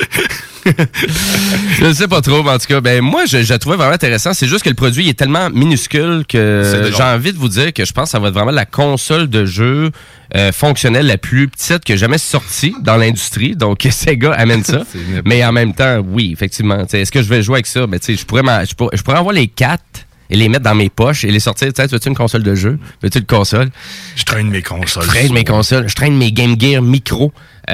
Je ne sais pas trop, mais en tout cas, ben moi, je, je le trouvais vraiment intéressant. C'est juste que le produit est tellement minuscule que j'ai envie de vous dire que je pense que ça va être vraiment la console de jeu euh, fonctionnelle la plus petite que jamais sortie dans l'industrie. Donc, Sega amène ça. Mais en même temps, oui, effectivement. Est-ce que je vais jouer avec ça? Ben, je pourrais, je pourrais, je pourrais avoir les quatre et les mettre dans mes poches et les sortir. Tu sais, veux-tu une console de jeu? Veux-tu une console? Je traîne mes consoles. Je traîne mes consoles. Je traîne mes Game Gear Micro.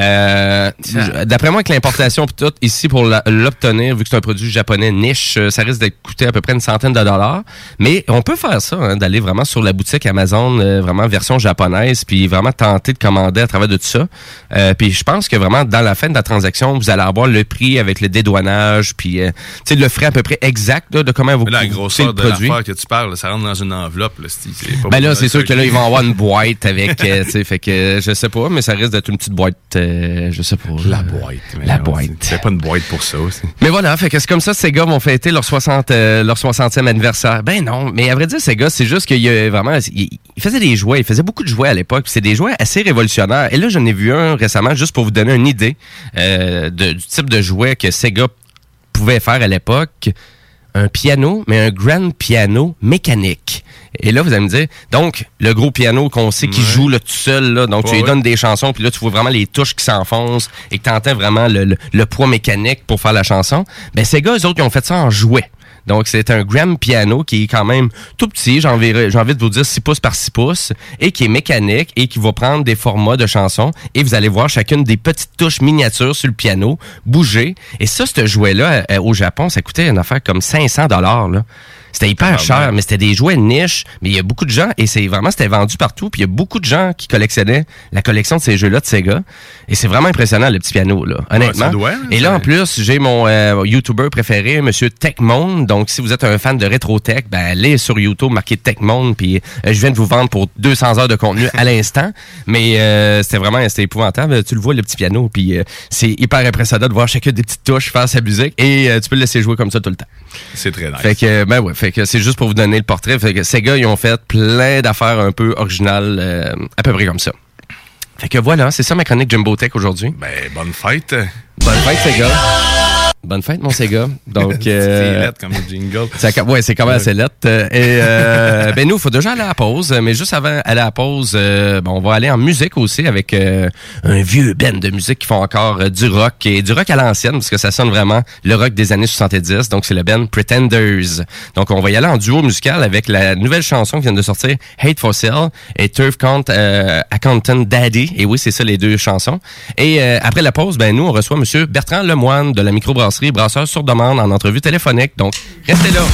Euh, d'après moi, avec l'importation pis tout, ici, pour la, l'obtenir, vu que c'est un produit japonais niche, ça risque de coûter à peu près une centaine de dollars. Mais on peut faire ça, hein, d'aller vraiment sur la boutique Amazon, euh, vraiment version japonaise, puis vraiment tenter de commander à travers de tout ça. Euh, puis je pense que vraiment, dans la fin de la transaction, vous allez avoir le prix avec le dédouanage, puis euh, tu sais, le frais à peu près exact là, de comment vous la grosseur le de produit. l'affaire que tu parles, ça rentre dans une enveloppe. Là, c'est, c'est pas ben là, c'est sûr que là, ils vont avoir une boîte avec, euh, tu sais, fait que je sais pas, mais ça risque d'être une petite boîte. Euh, je sais pas. La boîte. La non, boîte. C'est, c'est pas une boîte pour ça aussi. Mais voilà, fait que c'est comme ça, Sega vont fêter leur soixante, euh, leur soixantième anniversaire. Ben non, mais à vrai dire, Sega, c'est juste qu'il y a vraiment, il, il faisait des jouets, il faisait beaucoup de jouets à l'époque, puis c'est des jouets assez révolutionnaires. Et là, j'en ai vu un récemment, juste pour vous donner une idée euh, de, du type de jouet que Sega pouvait faire à l'époque. Un piano, mais un grand piano mécanique. Et là, vous allez me dire, donc, le gros piano qu'on sait qui ouais. joue là, tout seul, là, donc ouais, tu lui donnes ouais. des chansons, puis là, tu vois vraiment les touches qui s'enfoncent et que tu entends vraiment le, le, le poids mécanique pour faire la chanson. Ben, ces gars, eux autres, ils ont fait ça en jouet. Donc, c'est un grand piano qui est quand même tout petit, j'ai envie, j'ai envie de vous dire six pouces par six pouces, et qui est mécanique et qui va prendre des formats de chansons. Et vous allez voir chacune des petites touches miniatures sur le piano bouger. Et ça, ce jouet-là, euh, au Japon, ça coûtait une affaire comme cinq cents dollars, là. C'était hyper ah, cher, ouais. mais c'était des jouets niche. Mais il y a beaucoup de gens, et c'est vraiment, c'était vendu partout. Puis il y a beaucoup de gens qui collectionnaient la collection de ces jeux-là de Sega. Et c'est vraiment impressionnant, le petit piano, là, honnêtement. Ouais, doit, et là, c'est... en plus, j'ai mon euh, YouTuber préféré, Monsieur Techmonde. Donc, si vous êtes un fan de rétro-tech, ben, allez sur YouTube, marquez Techmonde. Puis euh, je viens de vous vendre pour deux cents heures de contenu à l'instant. Mais euh, c'était vraiment, c'était épouvantable. Tu le vois, le petit piano. Puis euh, c'est hyper impressionnant de voir chacune des petites touches faire sa musique. Et euh, tu peux le laisser jouer comme ça tout le temps. C'est très nice. Fait que, ben ouais, fait que c'est juste pour vous donner le portrait. Fait que Sega, ils ont fait plein d'affaires un peu originales, euh, à peu près comme ça. Fait que voilà, c'est ça ma chronique Jumbo Tech aujourd'hui. Ben, bonne fête. Bonne fête, Sega. Bonne fête, mon Sega. Donc, euh, c'est lettre comme le jingle. Ça, ouais, c'est quand même assez lettre. Et euh, ben nous, il faut déjà aller à la pause. Mais juste avant d'aller à la pause, euh, ben, on va aller en musique aussi avec euh, un vieux band de musique qui font encore euh, du rock et du rock à l'ancienne parce que ça sonne vraiment le rock des années soixante-dix. Donc, c'est le band Pretenders. Donc, on va y aller en duo musical avec la nouvelle chanson qui vient de sortir, Hate for Sale et Turf Count euh, Accountant Daddy. Et oui, c'est ça les deux chansons. Et euh, après la pause, ben nous, on reçoit Monsieur Bertrand Lemoine de la microbrasserie Brasseur sur demande en entrevue téléphonique. Donc, restez là.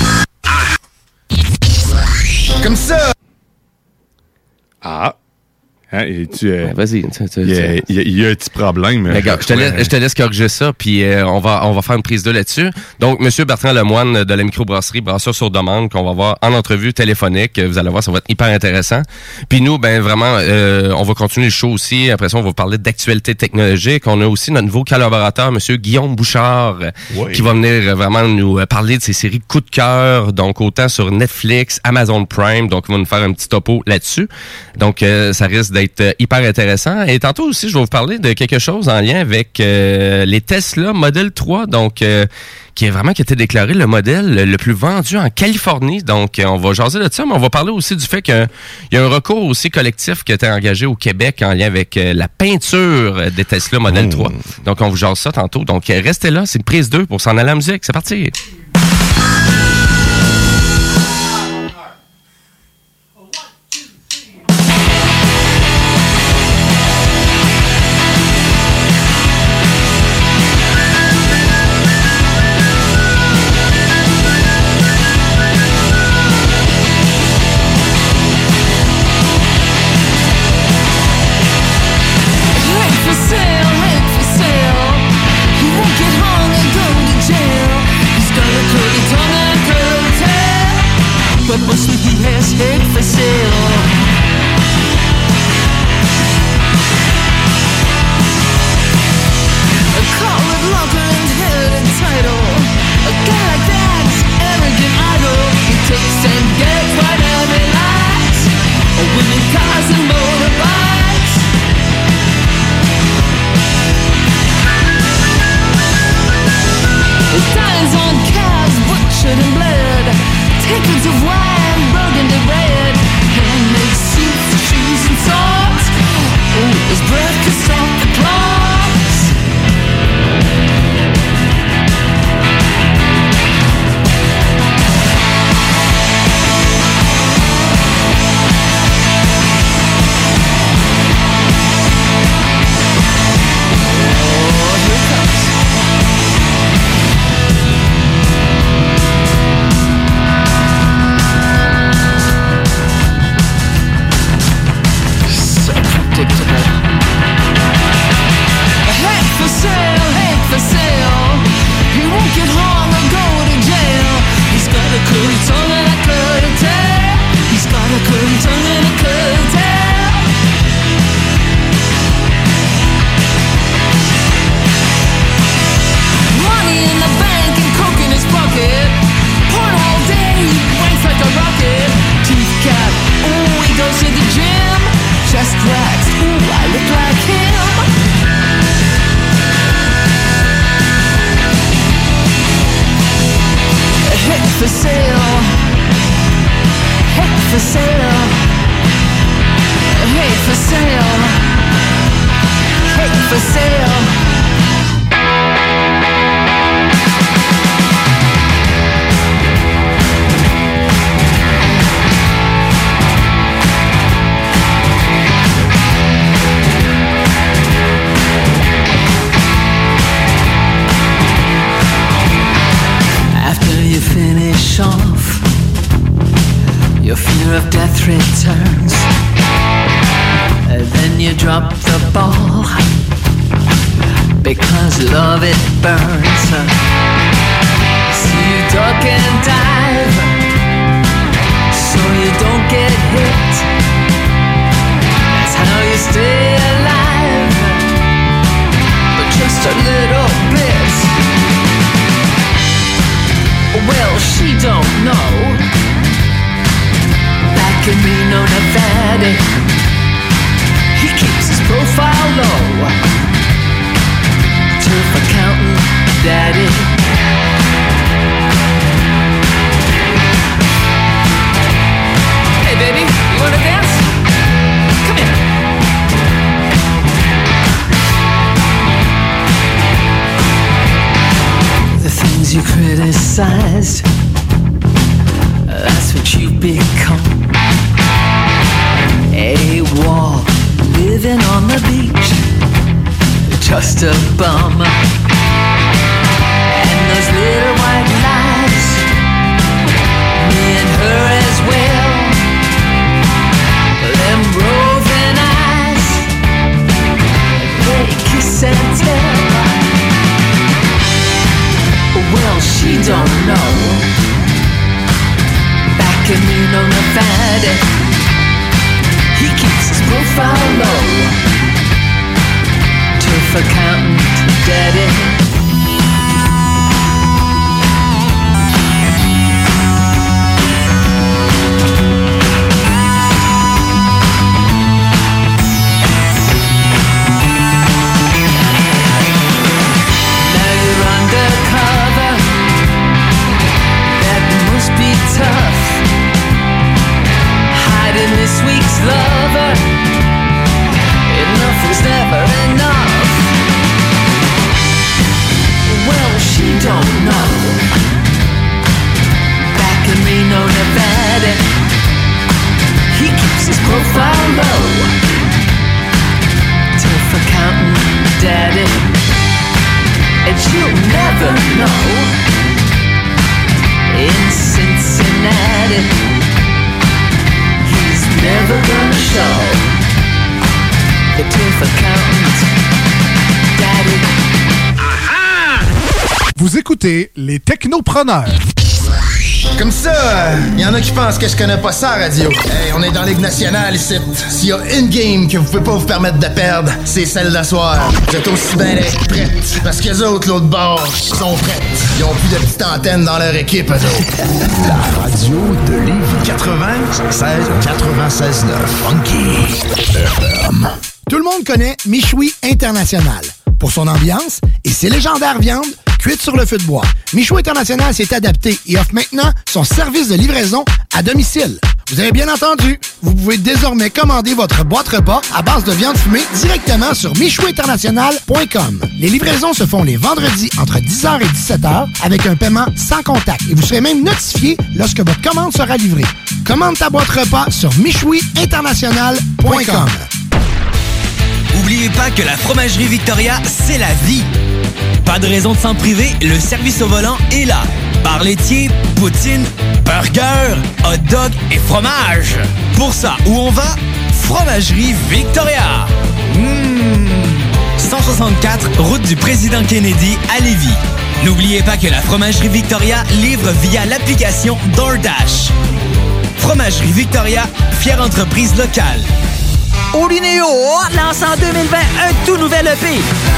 Comme ça. Ah. Hein, et tu, euh, ben, vas-y. Tu, tu, il, y a, il, y a, il y a un petit problème. Mais regarde, je te laisse, je te laisse corriger ça, puis euh, on va on va faire une prise de là-dessus. Donc, Monsieur Bertrand Lemoine de la microbrasserie Brasseur sur demande, qu'on va voir en entrevue téléphonique. Vous allez voir, ça va être hyper intéressant. Puis nous, ben vraiment, euh, on va continuer le show aussi. Après ça, on va vous parler d'actualité technologique. On a aussi notre nouveau collaborateur, Monsieur Guillaume Bouchard, oui. qui va venir vraiment nous parler de ses séries coup de cœur. Donc, autant sur Netflix, Amazon Prime. Donc, il va nous faire un petit topo là-dessus. Donc, euh, ça risque d'être euh, hyper intéressant. Et tantôt aussi, je vais vous parler de quelque chose en lien avec euh, les Tesla Model trois, donc euh, qui est vraiment qui a été déclaré le modèle le plus vendu en Californie. Donc, euh, on va jaser de ça, mais on va parler aussi du fait qu'il y a un recours aussi collectif qui a été engagé au Québec en lien avec euh, la peinture des Tesla Model oh. trois. Donc, on vous jase ça tantôt. Donc, restez là, c'est une prise deux pour s'en aller à la musique. C'est parti! but you'll never know. In Cincinnati, he's never gonna show the tooth accountant, daddy. Vous écoutez les Technopreneurs. Comme ça, il euh, y en a qui pensent que je connais pas ça, radio. Hey, on est dans la Ligue nationale ici. S'il y a une game que vous pouvez pas vous permettre de perdre, c'est celle d'asseoir. Vous êtes aussi bien prêtes. Parce que les autres, l'autre bord, sont prêtes. Ils ont plus de petites antennes dans leur équipe, eux autres. La radio de Lévis. quatre-vingt-seize quatre-vingt-seize neuf. Funky F M. Tout le monde connaît Michoui International pour son ambiance et ses légendaires viandes cuites sur le feu de bois. Michoui International s'est adapté et offre maintenant son service de livraison à domicile. Vous avez bien entendu, vous pouvez désormais commander votre boîte repas à base de viande fumée directement sur michoui international point com. Les livraisons se font les vendredis entre dix heures et dix-sept heures avec un paiement sans contact et vous serez même notifié lorsque votre commande sera livrée. Commande ta boîte repas sur michoui international point com. N'oubliez pas que la fromagerie Victoria, c'est la vie. Pas de raison de s'en priver, le service au volant est là. Bar laitier, poutine, burger, hot dog et fromage. Pour ça, où on va? Fromagerie Victoria. Mmh. cent soixante-quatre, route du Président Kennedy à Lévis. N'oubliez pas que la Fromagerie Victoria livre via l'application DoorDash. Fromagerie Victoria, fière entreprise locale. Olineo lance en deux mille vingt un tout nouvel E P.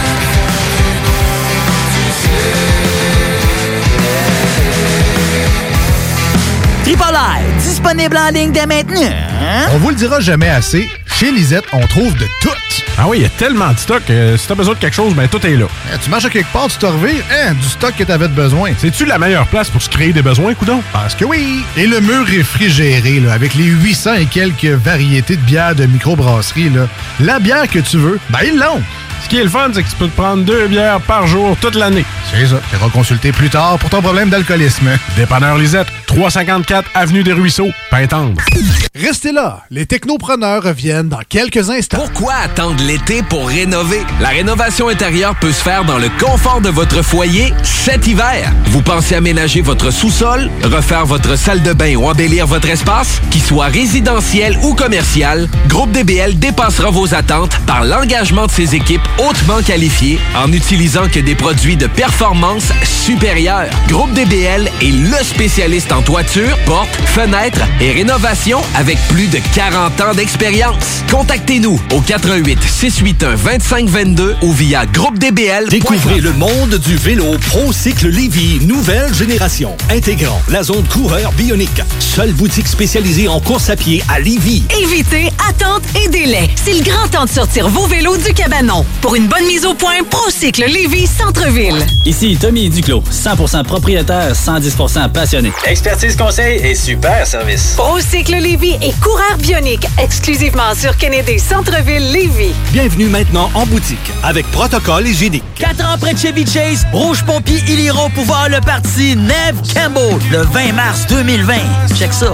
Triple I, disponible en ligne dès maintenant. On vous le dira jamais assez, chez Lisette, on trouve de tout. Ah oui, il y a tellement de stock. Euh, si t'as besoin de quelque chose, ben tout est là. Eh, tu marches à quelque part, tu te revires, hein, du stock que t'avais de besoin. C'est-tu la meilleure place pour se créer des besoins, coudon? Parce que oui! Et le mur réfrigéré, là, avec les huit cents et quelques variétés de bières de microbrasserie, là, la bière que tu veux, ben ils l'ont! Ce qui est le fun, c'est que tu peux te prendre deux bières par jour toute l'année. C'est ça. Tu iras consulter plus tard pour ton problème d'alcoolisme. Dépanneur Lisette, trois cent cinquante-quatre Avenue des Ruisseaux, Pintendre. Restez là. Les Technopreneurs reviennent dans quelques instants. Pourquoi attendre l'été pour rénover? La rénovation intérieure peut se faire dans le confort de votre foyer cet hiver. Vous pensez aménager votre sous-sol, refaire votre salle de bain ou embellir votre espace? Qu'il soit résidentiel ou commercial, Groupe D B L dépassera vos attentes par l'engagement de ses équipes hautement qualifiées en n'utilisant que des produits de performance supérieure. Groupe D B L est le spécialiste en toiture, portes, fenêtres et rénovation avec plus de quarante ans d'expérience. Contactez-nous au quatre un huit, six huit un, deux cinq deux deux ou via groupe d b l. Découvrez le monde du vélo ProCycle Lévis, nouvelle génération, intégrant la zone coureur bionique. Seule boutique spécialisée en course à pied à Lévis. Évitez attente et délai. C'est le grand temps de sortir vos vélos du cabanon. Pour une bonne mise au point, ProCycle Lévis Centre-Ville. Ici Tommy Duclos, cent pour cent propriétaire, cent dix pour cent passionné. Expertise conseil et super service. ProCycle Lévis et coureur bionique, exclusivement sur Kennedy Centre-Ville Lévis. Bienvenue maintenant en boutique avec protocole hygiénique. Quatre ans près de Chevy Chase, Rouge Pompier, ils iront pouvoir le parti Neve Campbell le vingt mars deux mille vingt. Check ça.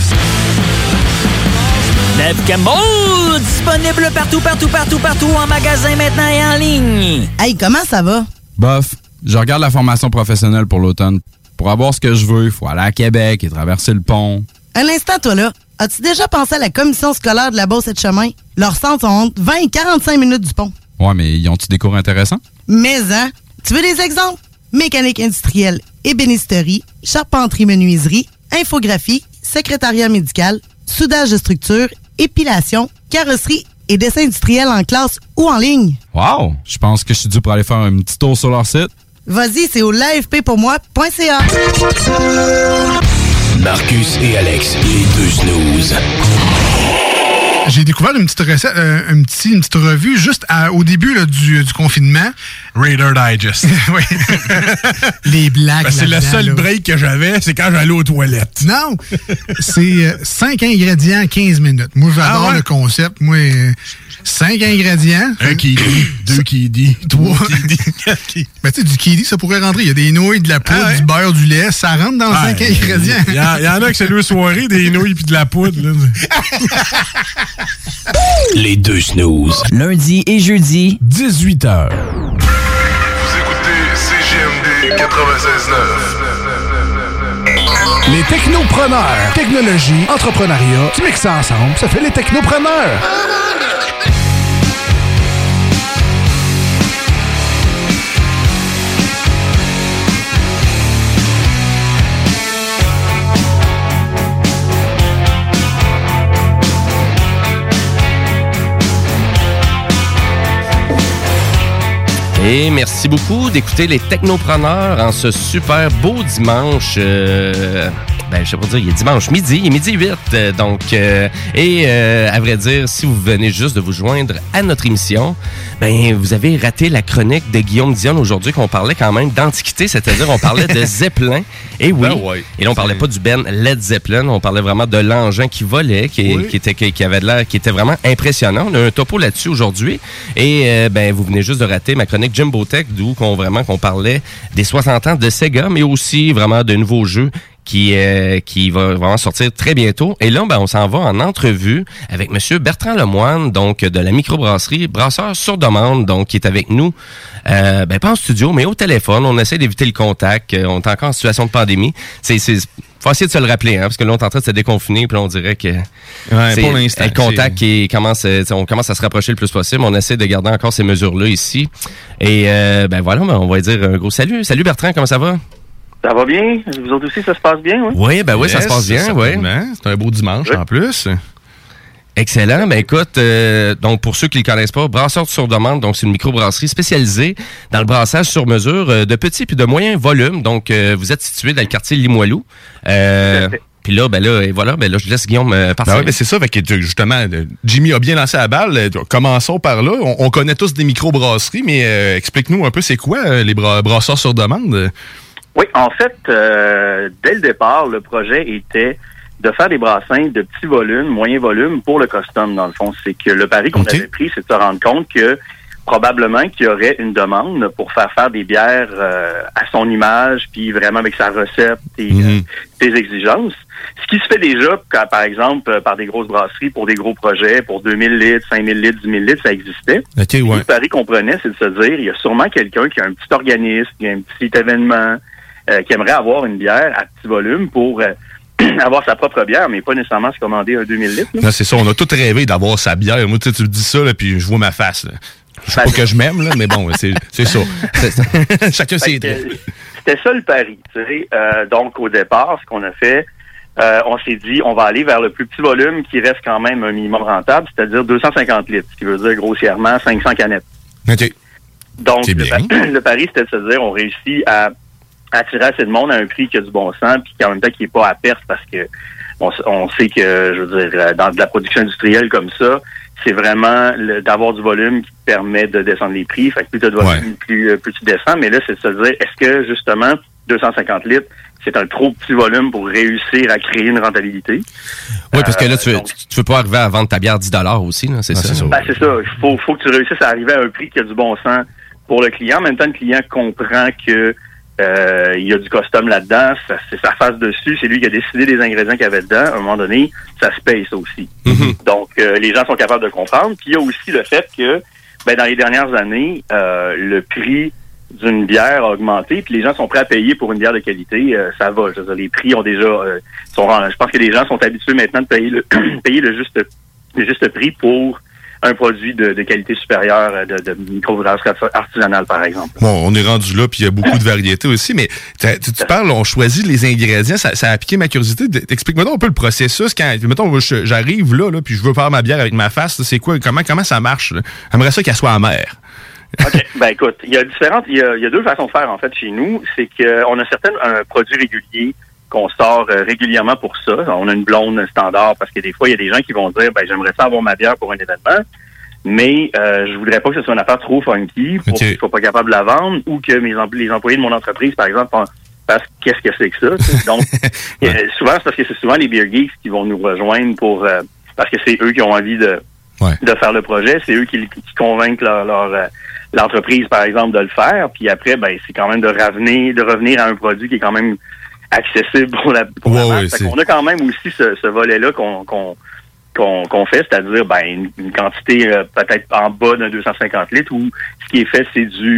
Neve Campbell, disponible partout, partout, partout, partout, en magasin maintenant et en ligne. Hey, comment ça va? Bof, je regarde la formation professionnelle pour l'automne. Pour avoir ce que je veux, il faut aller à Québec et traverser le pont. Un instant, toi là. As-tu déjà pensé à la commission scolaire de la Beauce et de Chemin? Leurs centres sont entre vingt et quarante-cinq minutes du pont. Ouais, mais ils ont-tu des cours intéressants? Mais, hein? Tu veux des exemples? Mécanique industrielle, ébénisterie, charpenterie-menuiserie, infographie, secrétariat médical, soudage de structure, épilation, carrosserie et dessin industriel en classe ou en ligne. Wow! Je pense que je suis dû pour aller faire un petit tour sur leur site. Vas-y, c'est au l'A F P pour moi point c a. Marcus et Alex, les deux snooze. J'ai découvert une petite recette, euh, un petit, une petite revue juste à, au début là, du, du confinement. Raider Digest. Oui. Les blagues. Ben, c'est le seul là. break que j'avais, c'est quand j'allais aux toilettes. Non! C'est euh, cinq ingrédients, quinze minutes. Moi, j'adore ah ouais? le concept. Moi, euh, cinq ingrédients. Un qui dit, deux qui dit, trois qui dit, quatre qui... Ben, tu sais, du kiwi, ça pourrait rentrer. Il y a des nouilles, de la poudre, ah ouais? du beurre, du lait. Ça rentre dans ah, cinq ingrédients. Il y, y en a que c'est deux soirées, des nouilles puis de la poudre. Là. Les deux snooze. Lundi et jeudi, dix-huit heures. Vous écoutez quatre-vingt-seize neuf. Les technopreneurs. Technologie, entrepreneuriat, tu mixes ça ensemble, ça fait les technopreneurs. Et merci beaucoup d'écouter les Technopreneurs en ce super beau dimanche. Euh, ben, je sais pas dire, il est dimanche midi, il est midi huit. Euh, donc, euh, et euh, à vrai dire, si vous venez juste de vous joindre à notre émission, ben, vous avez raté la chronique de Guillaume Dion aujourd'hui, qu'on parlait quand même d'antiquité, c'est-à-dire on parlait de Zeppelin. Et oui, ben ouais, et là, on parlait pas du band Led Zeppelin, on parlait vraiment de l'engin qui volait, qui, oui. qui était qui, qui avait de l'air, qui était vraiment impressionnant. On a un topo là-dessus aujourd'hui. Et euh, ben, vous venez juste de rater ma chronique Jumbo Tech, d'où qu'on vraiment qu'on parlait des soixante ans de Sega, mais aussi vraiment de nouveaux jeux qui euh, qui va vraiment sortir très bientôt. Et là, ben, on s'en va en entrevue avec Monsieur Bertrand Lemoine, donc de la microbrasserie Brasseur sur demande, donc qui est avec nous, euh, ben pas en studio, mais au téléphone. On essaie d'éviter le contact. On est encore en situation de pandémie. C'est c'est faut essayer de se le rappeler, hein, parce que là, on est en train de se déconfiner, puis là, on dirait que ouais, c'est pour l'instant, le contact qui commence, on commence à se rapprocher le plus possible. On essaie de garder encore ces mesures-là ici. Et euh, ben voilà, ben, on va dire un gros salut. Salut Bertrand, comment ça va? Ça va bien? Vous autres aussi, ça se passe bien, oui? Oui, ben oui, yes, ça se passe bien, oui. C'est un beau dimanche oui. en plus. Excellent. Ben écoute, euh, donc pour ceux qui ne le connaissent pas, Brasseur sur demande, donc c'est une microbrasserie spécialisée dans le brassage sur mesure euh, de petits puis de moyens volumes. Donc euh, vous êtes situé dans le quartier Limoilou. Euh, Puis là, ben là, et voilà, ben là, je laisse Guillaume euh, partir. Ben oui, ben c'est ça, fait que justement, Jimmy a bien lancé la balle. Commençons par là. On, on connaît tous des microbrasseries, mais euh, explique-nous un peu, c'est quoi euh, les bra- brasseurs sur demande? Oui, en fait, euh, dès le départ, le projet était de faire des brassins de petits volumes, moyens volumes pour le custom, dans le fond. C'est que le pari qu'on okay. avait pris, c'est de se rendre compte que probablement qu'il y aurait une demande pour faire faire des bières euh, à son image, puis vraiment avec sa recette et mm-hmm. euh, ses exigences. Ce qui se fait déjà, quand, par exemple, par des grosses brasseries, pour des gros projets, pour deux mille litres, cinq mille litres, dix mille litres, ça existait. Okay, ouais. Le pari qu'on prenait, c'est de se dire, il y a sûrement quelqu'un qui a un petit organisme, qui a un petit événement, euh, qui aimerait avoir une bière à petit volume pour... Euh, avoir sa propre bière, mais pas nécessairement se commander un deux mille litres. Là. Non, c'est ça. On a tous rêvé d'avoir sa bière. Moi, tu, tu me dis ça, là, puis je vois ma face. Là. Je sais pas que je m'aime, là, mais bon, c'est, c'est ça. C'est, chacun ses traits. C'était ça le pari. Tu sais. Euh, donc, au départ, ce qu'on a fait, euh, on s'est dit, on va aller vers le plus petit volume qui reste quand même un minimum rentable, c'est-à-dire deux cent cinquante litres, ce qui veut dire grossièrement cinq cents canettes. OK. Donc, le, le pari, c'était de se dire, on réussit à attirer assez de monde à un prix qui a du bon sens, puis qu'en même temps qui n'est pas à perte, parce que on, on sait que, je veux dire, dans de la production industrielle comme ça, c'est vraiment le, d'avoir du volume qui te permet de descendre les prix. Fait que plus tu as de volume, ouais. plus, plus tu descends. Mais là, c'est de se dire, est-ce que, justement, deux cent cinquante litres, c'est un trop petit volume pour réussir à créer une rentabilité? Oui, parce que là, tu, euh, donc, tu, tu veux pas arriver à vendre ta bière dix dollars aussi, là, c'est, ah, ça? c'est ça? Ben, c'est ça. Il faut, faut que tu réussisses à arriver à un prix qui a du bon sens pour le client. En même temps, le client comprend que Euh, il y a du custom là-dedans, ça, c'est sa face dessus, c'est lui qui a décidé des ingrédients qu'il y avait dedans. À un moment donné, ça se paye, ça aussi. Mm-hmm. Donc, euh, les gens sont capables de comprendre. Puis il y a aussi le fait que, ben, dans les dernières années, euh, le prix d'une bière a augmenté, puis les gens sont prêts à payer pour une bière de qualité. Euh, ça va. Je veux dire, les prix ont déjà... Euh, sont, je pense que les gens sont habitués maintenant de payer le, payer le juste, le juste prix pour un produit de, de qualité supérieure de, de microbrasserie artisanale, par exemple. Bon, on est rendu là, puis il y a beaucoup de variétés aussi, mais tu, tu parles, on choisit les ingrédients, ça, ça a piqué ma curiosité. Explique-moi donc un peu le processus. Quand, mettons, je, j'arrive là, là, puis je veux faire ma bière avec ma face, là, c'est quoi, comment, comment ça marche? Là? J'aimerais ça qu'elle soit amère. OK. Ben écoute, il y a différentes, il y a, il y a deux façons de faire, en fait, chez nous. C'est qu'on a certains un produit régulier qu'on sort euh, régulièrement pour ça. On a une blonde standard parce que des fois, il y a des gens qui vont dire, ben j'aimerais ça avoir ma bière pour un événement, mais euh, je voudrais pas que ce soit une affaire trop funky pour okay. que je sois pas capable de la vendre ou que mes empl- les employés de mon entreprise, par exemple, fassent qu'est-ce que c'est que ça. T'sais. Donc, ouais. euh, souvent, c'est parce que c'est souvent les beer geeks qui vont nous rejoindre pour euh, parce que c'est eux qui ont envie de ouais. de faire le projet, c'est eux qui, qui convainquent leur, leur euh, l'entreprise, par exemple, de le faire. Puis après, ben c'est quand même de revenir, de revenir à un produit qui est quand même accessible pour la pour ouais, la masse. Ouais, on a quand même aussi ce, ce volet-là qu'on, qu'on, qu'on, qu'on fait, c'est-à-dire ben une, une quantité euh, peut-être en bas d'un deux cent cinquante litres où ce qui est fait, c'est du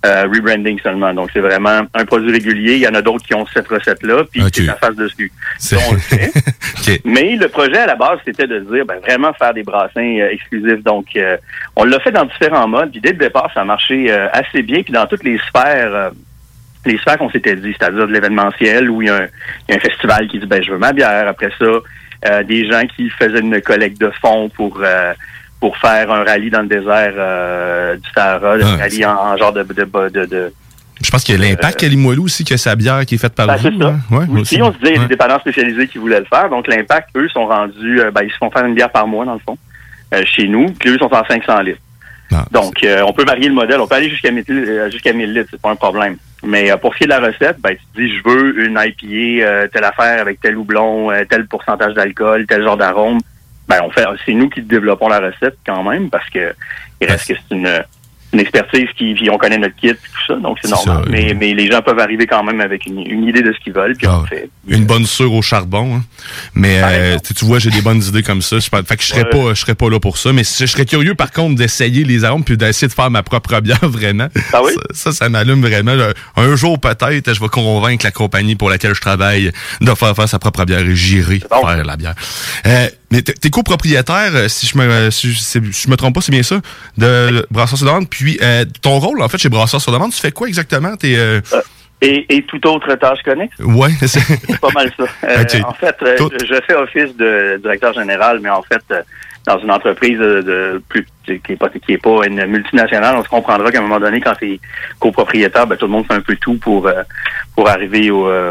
Euh, rebranding seulement. Donc, c'est vraiment un produit régulier. Il y en a d'autres qui ont cette recette-là, puis okay. c'est la face dessus. C'est... Donc, on le fait. okay. Mais le projet, à la base, c'était de dire, ben, vraiment faire des brassins euh, exclusifs. Donc, euh, on l'a fait dans différents modes, puis dès le départ, ça a marché euh, assez bien, puis dans toutes les sphères... Euh, les sphères qu'on s'était dit, c'est-à-dire de l'événementiel, où il y a un, il y a un festival qui dit, ben, je veux ma bière. Après ça, euh, des gens qui faisaient une collecte de fonds pour... Euh, pour faire un rallye dans le désert euh, du Sahara, un ah, rallye en, en genre de... de, de, de je pense qu'il y a l'Impact euh, à Limoilou aussi, que sa bière qui est faite par ben, vous. C'est ça. Hein? Ouais, aussi, aussi, on se disait, il y a ouais. des dépanneurs spécialisés qui voulaient le faire. Donc, l'Impact, eux, sont rendus... Euh, ben, ils se font faire une bière par mois, dans le fond, euh, chez nous. Puis eux sont en cinq cents litres. Ah, donc, euh, on peut varier le modèle. On peut aller jusqu'à mille, euh, jusqu'à mille litres. C'est pas un problème. Mais euh, pour ce qui est de la recette, ben, tu te dis, je veux une I P A, euh, telle affaire avec tel houblon, euh, tel pourcentage d'alcool, tel genre d'arôme. Ben, on fait, c'est nous qui développons la recette quand même, parce que il reste que c'est une, une expertise qui, puis on connaît notre kit, tout ça, donc c'est, c'est normal. Ça, mais, oui. mais les gens peuvent arriver quand même avec une, une idée de ce qu'ils veulent, puis ah, on fait. Une euh, bonne sure au charbon, hein. Mais euh, tu vois, j'ai des bonnes idées comme ça. Je, fait que je serais ouais. pas, je serais pas là pour ça. Mais je serais curieux, par contre, d'essayer les arômes puis d'essayer de faire ma propre bière vraiment. Ah oui? Ça, ça, ça m'allume vraiment. Un jour peut-être, je vais convaincre la compagnie pour laquelle je travaille de faire faire sa propre bière et j'irai bon. faire la bière. Euh, mais t'es copropriétaire, si je me, si je, si je me trompe pas, c'est bien ça, de Brasseurs sur demande. Puis euh, ton rôle, en fait, chez Brasseurs sur demande, tu fais quoi exactement? T'es euh... Euh, et, et toute autre tâche connexe? Ouais, c'est... c'est pas mal ça. Euh, okay. En fait, euh, Tout... je fais office de directeur général, mais en fait, euh, dans une entreprise de, de plus qui est pas qui est pas une multinationale, on se comprendra qu'à un moment donné, quand t'es copropriétaire, ben tout le monde fait un peu tout pour euh, pour arriver au euh,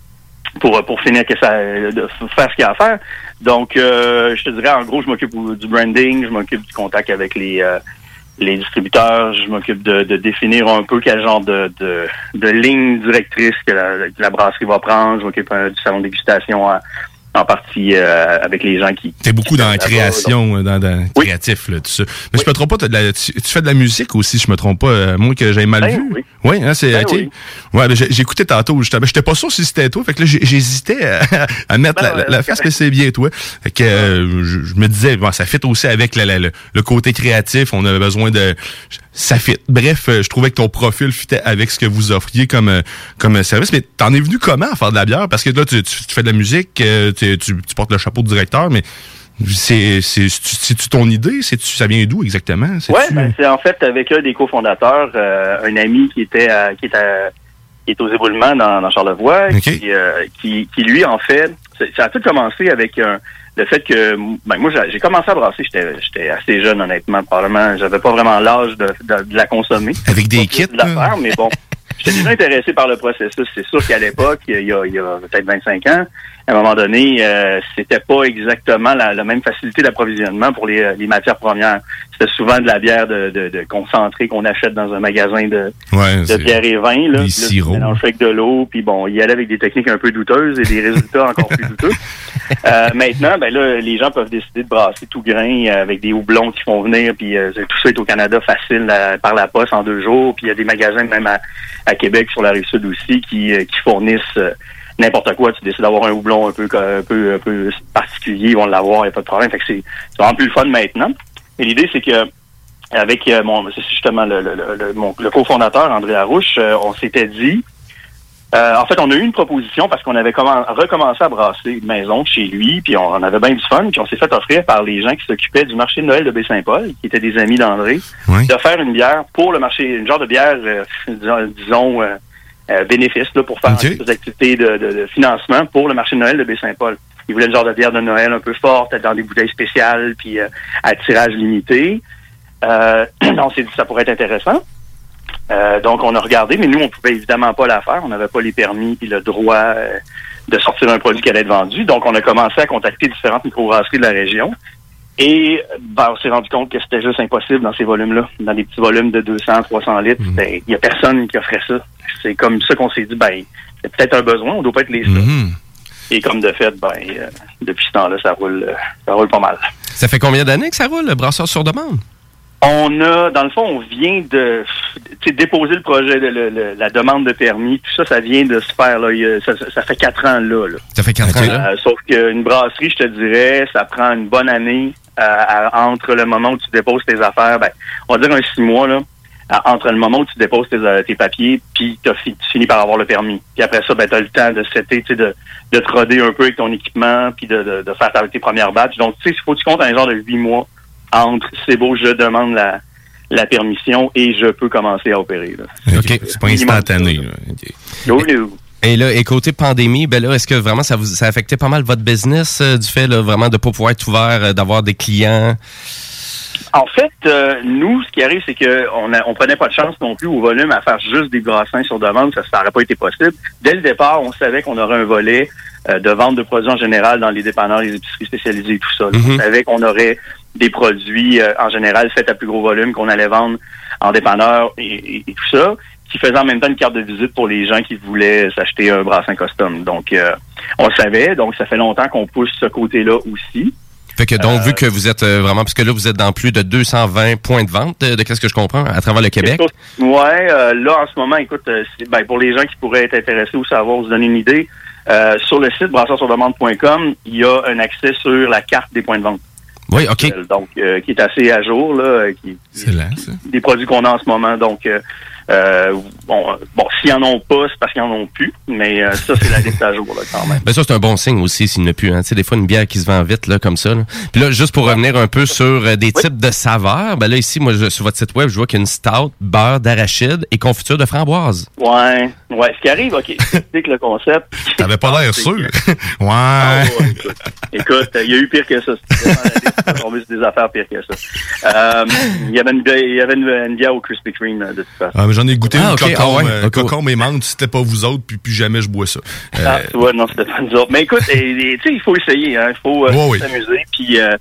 pour pour finir que ça de faire ce qu'il y a à faire. Donc, euh, je te dirais, en gros, je m'occupe du branding, je m'occupe du contact avec les euh, les distributeurs, je m'occupe de, de définir un peu quel genre de, de, de ligne directrice que la, que la brasserie va prendre. Je m'occupe euh, du salon de dégustation en, en partie euh, avec les gens qui... T'es beaucoup qui dans la création, donc... dans, dans oui. créatif, là, tout ça. Mais oui. je me trompe pas, t'as de la, tu, tu fais de la musique aussi, je me trompe pas, euh, moi que j'avais mal ben, vu. Oui, oui hein, c'est ben, OK. Oui. Ouais, ben, j'écoutais tantôt, j'étais, j'étais pas sûr si c'était toi, fait que là, j'hésitais à, à mettre ben, la, la, la face que c'est bien toi. Fait que euh, je, je me disais, bon, ça fit aussi avec la, la, le, le côté créatif, on avait besoin de... Ça fit. Bref, je trouvais que ton profil fitait avec ce que vous offriez comme comme service. Mais t'en es venu comment à faire de la bière? Parce que là, tu, tu, tu fais de la musique, tu, tu, tu portes le chapeau de directeur, mais c'est c'est c'est-tu ton idée? C'est ça vient d'où exactement? Oui, ben, c'est en fait avec un des cofondateurs, euh, un ami qui était à, qui est à, qui est aux éboulements dans, dans Charlevoix, okay. qui, euh, qui qui lui en fait, ça a tout commencé avec un le fait que, ben, moi, j'ai commencé à brasser, j'étais, j'étais assez jeune, honnêtement, probablement, j'avais pas vraiment l'âge de, de, de la consommer. Avec des kits? De la faire, mais bon, j'étais déjà intéressé par le processus. C'est sûr qu'à l'époque, il y a, il y a peut-être vingt-cinq ans, à un moment donné, euh, c'était pas exactement la, la même facilité d'approvisionnement pour les, les matières premières. C'était souvent de la bière de, de, de concentrée qu'on achète dans un magasin de, ouais, de bière et vin. Là, des sirops. On mélange avec de l'eau, puis bon, il y allait avec des techniques un peu douteuses et des résultats encore plus douteux. Euh, maintenant, ben là, les gens peuvent décider de brasser tout grain euh, avec des houblons qui font venir, puis euh, tout ça est au Canada facile euh, par la poste en deux jours. Puis il y a des magasins même à, à Québec sur la Rive-Sud aussi qui, euh, qui fournissent euh, n'importe quoi. Tu décides d'avoir un houblon un peu un peu un peu particulier, ils vont l'avoir, il n'y a pas de problème. Fait que c'est, c'est vraiment plus le fun maintenant. Et l'idée, c'est que avec euh, mon c'est justement le, le, le, mon, le cofondateur, André Larouche, euh, on s'était dit Euh, en fait, on a eu une proposition parce qu'on avait commen- recommencé à brasser une maison chez lui, puis on, on avait bien du fun, puis on s'est fait offrir par les gens qui s'occupaient du marché de Noël de Baie-Saint-Paul, qui étaient des amis d'André, oui. de faire une bière pour le marché, une genre de bière, euh, disons, euh, euh, bénéfice, là, pour faire okay. des activités de, de, de financement pour le marché de Noël de Baie-Saint-Paul. Ils voulaient une genre de bière de Noël un peu forte, dans des bouteilles spéciales, puis euh, à tirage limité. Euh, on s'est dit que ça pourrait être intéressant. Euh, donc, on a regardé, mais nous, on pouvait évidemment pas la faire. On n'avait pas les permis puis le droit euh, de sortir un produit qui allait être vendu. Donc, on a commencé à contacter différentes microbrasseries de la région. Et ben, on s'est rendu compte que c'était juste impossible dans ces volumes-là. Dans des petits volumes de deux cents, trois cents litres, il mmh. y a personne qui offrait ça. C'est comme ça qu'on s'est dit, ben, il y a peut-être un besoin, on doit pas être les seuls. Mmh. Et comme de fait, ben, euh, depuis ce temps-là, ça roule, euh, ça roule pas mal. Ça fait combien d'années que ça roule, le Brasseurs sur demande? On a, dans le fond, on vient de déposer le projet, de, le, le, la demande de permis. Tout ça, ça vient de se faire. Là, il y a, ça, ça fait quatre ans là. là. Ça fait quatre ans là. Euh, sauf qu'une brasserie, je te dirais, ça prend une bonne année euh, à, entre le moment où tu déposes tes affaires. Ben, on va dire un six mois là. à, entre le moment où tu déposes tes, tes papiers, puis tu finis par avoir le permis. Puis après ça, ben, tu as le temps de setter, tu sais, de, de te roder un peu avec ton équipement, puis de, de, de faire ta, tes premières batches. Donc, tu sais, il faut que tu comptes un genre de huit mois entre c'est beau, je demande la, la permission et je peux commencer à opérer. Là. OK, c'est pas instantané. Là. Okay. No, no. Et là, et côté pandémie, ben là, est-ce que vraiment ça vous ça a affecté pas mal votre business euh, du fait là, vraiment de ne pas pouvoir être ouvert, euh, d'avoir des clients? En fait, euh, nous, ce qui arrive, c'est que on, a, on prenait pas de chance non plus au volume à faire juste des brassins sur demande. Ça n'aurait pas été possible. Dès le départ, on savait qu'on aurait un volet euh, de vente de produits en général dans les dépanneurs, les épiceries spécialisées et tout ça. Mm-hmm. On savait qu'on aurait des produits euh, en général faits à plus gros volume qu'on allait vendre en dépanneur et, et, et tout ça, qui faisait en même temps une carte de visite pour les gens qui voulaient s'acheter un brassin custom. Donc, euh, on le savait. Donc, ça fait longtemps qu'on pousse ce côté-là aussi. Fait que donc, euh, vu que vous êtes euh, vraiment, parce que là, vous êtes dans plus de deux cent vingt points de vente, de, de qu'est-ce que je comprends, à travers le Québec? Ouais, euh, là, en ce moment, écoute, euh, c'est, ben, pour les gens qui pourraient être intéressés ou savoir, vous donner une idée, euh, sur le site brasseur sur demande point com, il y a un accès sur la carte des points de vente. Oui, OK. Euh, donc, euh, qui est assez à jour, là. Qui, c'est là, ça. Des produits qu'on a en ce moment, donc... Euh, Euh, bon, bon, s'ils en ont pas, c'est parce qu'ils en ont plus, mais euh, ça, c'est la liste à jour, là, quand même. Ben ça, c'est un bon signe aussi, s'il n'y en a plus. Hein. Tu sais, des fois, une bière qui se vend vite, là, comme ça. Là. Puis là, juste pour revenir un peu sur euh, des oui. types de saveurs, ben là, ici, moi, je, sur votre site web, je vois qu'il y a une stout, beurre d'arachide et confiture de framboise. Ouais, ouais. Ce qui arrive, OK, c'est que le concept... T'avais pas l'air sûr. Que... ouais. Oh, ouais. Écoute, écoute, il y a eu pire que ça. On va tomber sur des affaires pires que ça. Euh, il y avait une, il y avait une, une bière au Krispy Kreme, de toute façon. Ah, mais j'en ai goûté ah, une okay. cocombe, ah, ouais. euh, cocombe et menthe, c'était pas vous autres, puis plus jamais je bois ça. Euh... Ah, ouais, non, c'était pas nous autres. Mais écoute, tu sais, il faut essayer, hein. Il faut euh, oh, oui. s'amuser, puis... Euh,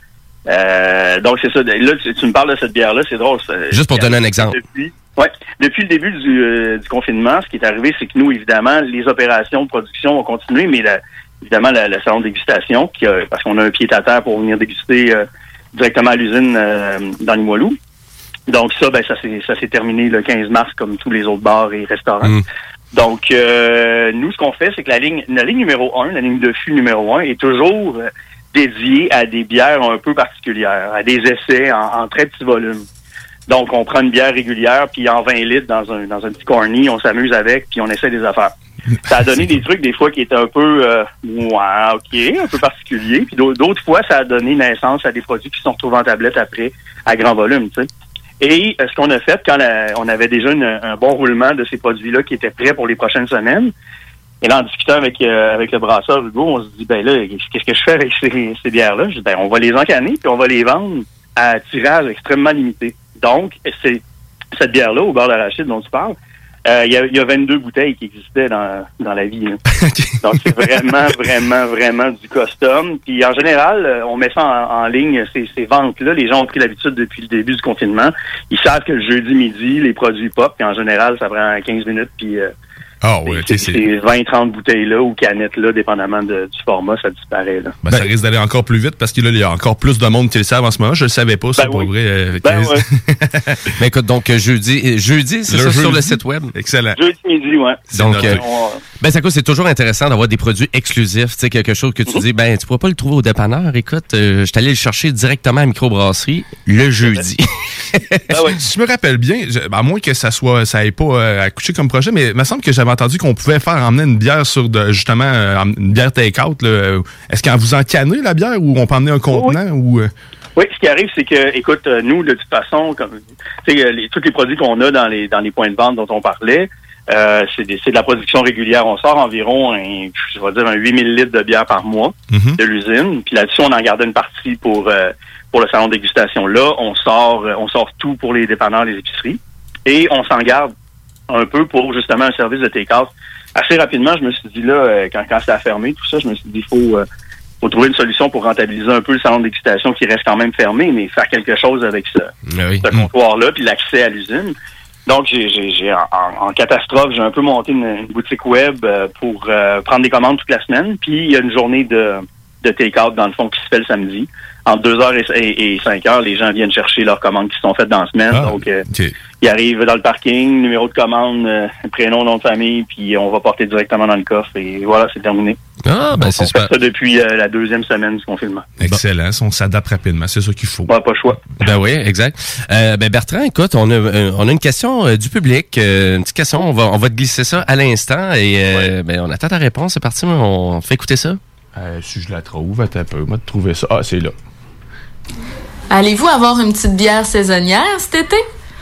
euh, donc, c'est ça. Là, tu, tu me parles de cette bière-là, c'est drôle. Ça, Juste pour donner un exemple. Depuis, ouais, depuis le début du, euh, du confinement, ce qui est arrivé, c'est que nous, évidemment, les opérations de production ont continué, mais la, évidemment, la, la salon de dégustation, qui a, parce qu'on a un pied-à-terre pour venir déguster euh, directement à l'usine euh, dans Limoilou. Donc ça, ben ça s'est ça s'est terminé le quinze mars comme tous les autres bars et restaurants. Mmh. Donc euh, nous, ce qu'on fait, c'est que la ligne la ligne numéro un, la ligne de fût numéro un, est toujours euh, dédiée à des bières un peu particulières, à des essais en, en très petit volume. Donc on prend une bière régulière, puis en vingt litres dans un dans un petit corny, on s'amuse avec, puis on essaie des affaires. Ça a donné des trucs des fois qui étaient un peu euh, ouais, ok, un peu particuliers, puis d'autres fois ça a donné naissance à des produits qui sont retrouvés en tablette après à grand volume, tu sais. Et euh, ce qu'on a fait, quand la, on avait déjà une, un bon roulement de ces produits-là qui étaient prêts pour les prochaines semaines, et là, en discutant avec euh, avec le brasseur Hugo, on se dit, ben là, qu'est-ce que je fais avec ces, ces bières-là? Je dis, ben, on va les encanner, puis on va les vendre à tirage extrêmement limité. Donc, c'est cette bière-là, au beurre d'arachide dont tu parles, euh, il y, a, y a vingt-deux bouteilles qui existaient dans, dans la vie. Hein. Donc, c'est vraiment, vraiment, vraiment du custom. Puis, en général, on met ça en, en ligne, ces, ces ventes-là. Les gens ont pris l'habitude depuis le début du confinement. Ils savent que le jeudi midi, les produits pop, puis en général, ça prend quinze minutes, puis... Euh, Ah oui, c'est, c'est vingt trente bouteilles-là ou canettes-là, dépendamment de, du format, ça disparaît. Là. Ben, ben, ça risque d'aller encore plus vite parce que là, il y a encore plus de monde qui le savent en ce moment. Je le savais pas, c'est ben pour oui. vrai. Euh, ben ouais. Mais écoute, donc jeudi, jeudi c'est le ça jeudi. Sur le site web? Excellent. Jeudi midi, ouais. Donc, euh, ben ça coûte, c'est toujours intéressant d'avoir des produits exclusifs, tu sais, quelque chose que tu mm-hmm. dis, ben tu pourras pas le trouver au dépanneur. Écoute, euh, je suis allé le chercher directement à la microbrasserie le jeudi. Ben ouais. Si je me rappelle bien, je, à moins que ça soit, ça ait pas euh, accouché comme projet, mais il me semble que j'avais entendu qu'on pouvait faire emmener une bière sur de, justement euh, une bière take-out. Là. Est-ce qu'on vous en cannez la bière ou on peut emmener un contenant oui. ou euh... Oui, ce qui arrive, c'est que, écoute, nous, de toute façon, comme tu sais, les, tous les produits qu'on a dans les dans les points de vente dont on parlait, euh, c'est, des, c'est de la production régulière. On sort environ, un, je vais dire, un huit mille litres de bière par mois mm-hmm. de l'usine. Puis là-dessus, on en gardait une partie pour euh, pour le salon de dégustation. Là, on sort on sort tout pour les dépanneurs, les épiceries, et on s'en garde un peu pour justement un service de take-out. Assez rapidement, je me suis dit là, quand, quand ça a fermé, tout ça, je me suis dit, il faut, euh, faut trouver une solution pour rentabiliser un peu le salon de dégustation qui reste quand même fermé, mais faire quelque chose avec ce, oui. ce comptoir-là, puis l'accès à l'usine. Donc, j'ai, j'ai, j'ai en, en catastrophe, j'ai un peu monté une, une boutique web euh, pour euh, prendre des commandes toute la semaine, puis il y a une journée de, de take-out, dans le fond, qui se fait le samedi. Entre deux heures et cinq heures, les gens viennent chercher leurs commandes qui sont faites dans la semaine. Ah, donc, euh, okay. Ils arrivent dans le parking, numéro de commande, euh, prénom, nom de famille, puis on va porter directement dans le coffre et voilà, c'est terminé. Ah, ben Donc, c'est on super. fait ça depuis euh, la deuxième semaine du confinement. Excellent. On s'adapte rapidement. C'est ça qu'il faut. Ouais, pas le choix. Ben oui, exact. Euh, ben Bertrand, écoute, on a, euh, on a une question euh, du public. Euh, une petite question. On va, on va te glisser ça à l'instant. Et euh, ben, on attend ta réponse. C'est parti. On fait écouter ça. Euh, si je la trouve, attends un peu. Moi, de trouver ça. Ah, c'est là. Allez-vous avoir une petite bière saisonnière cet été?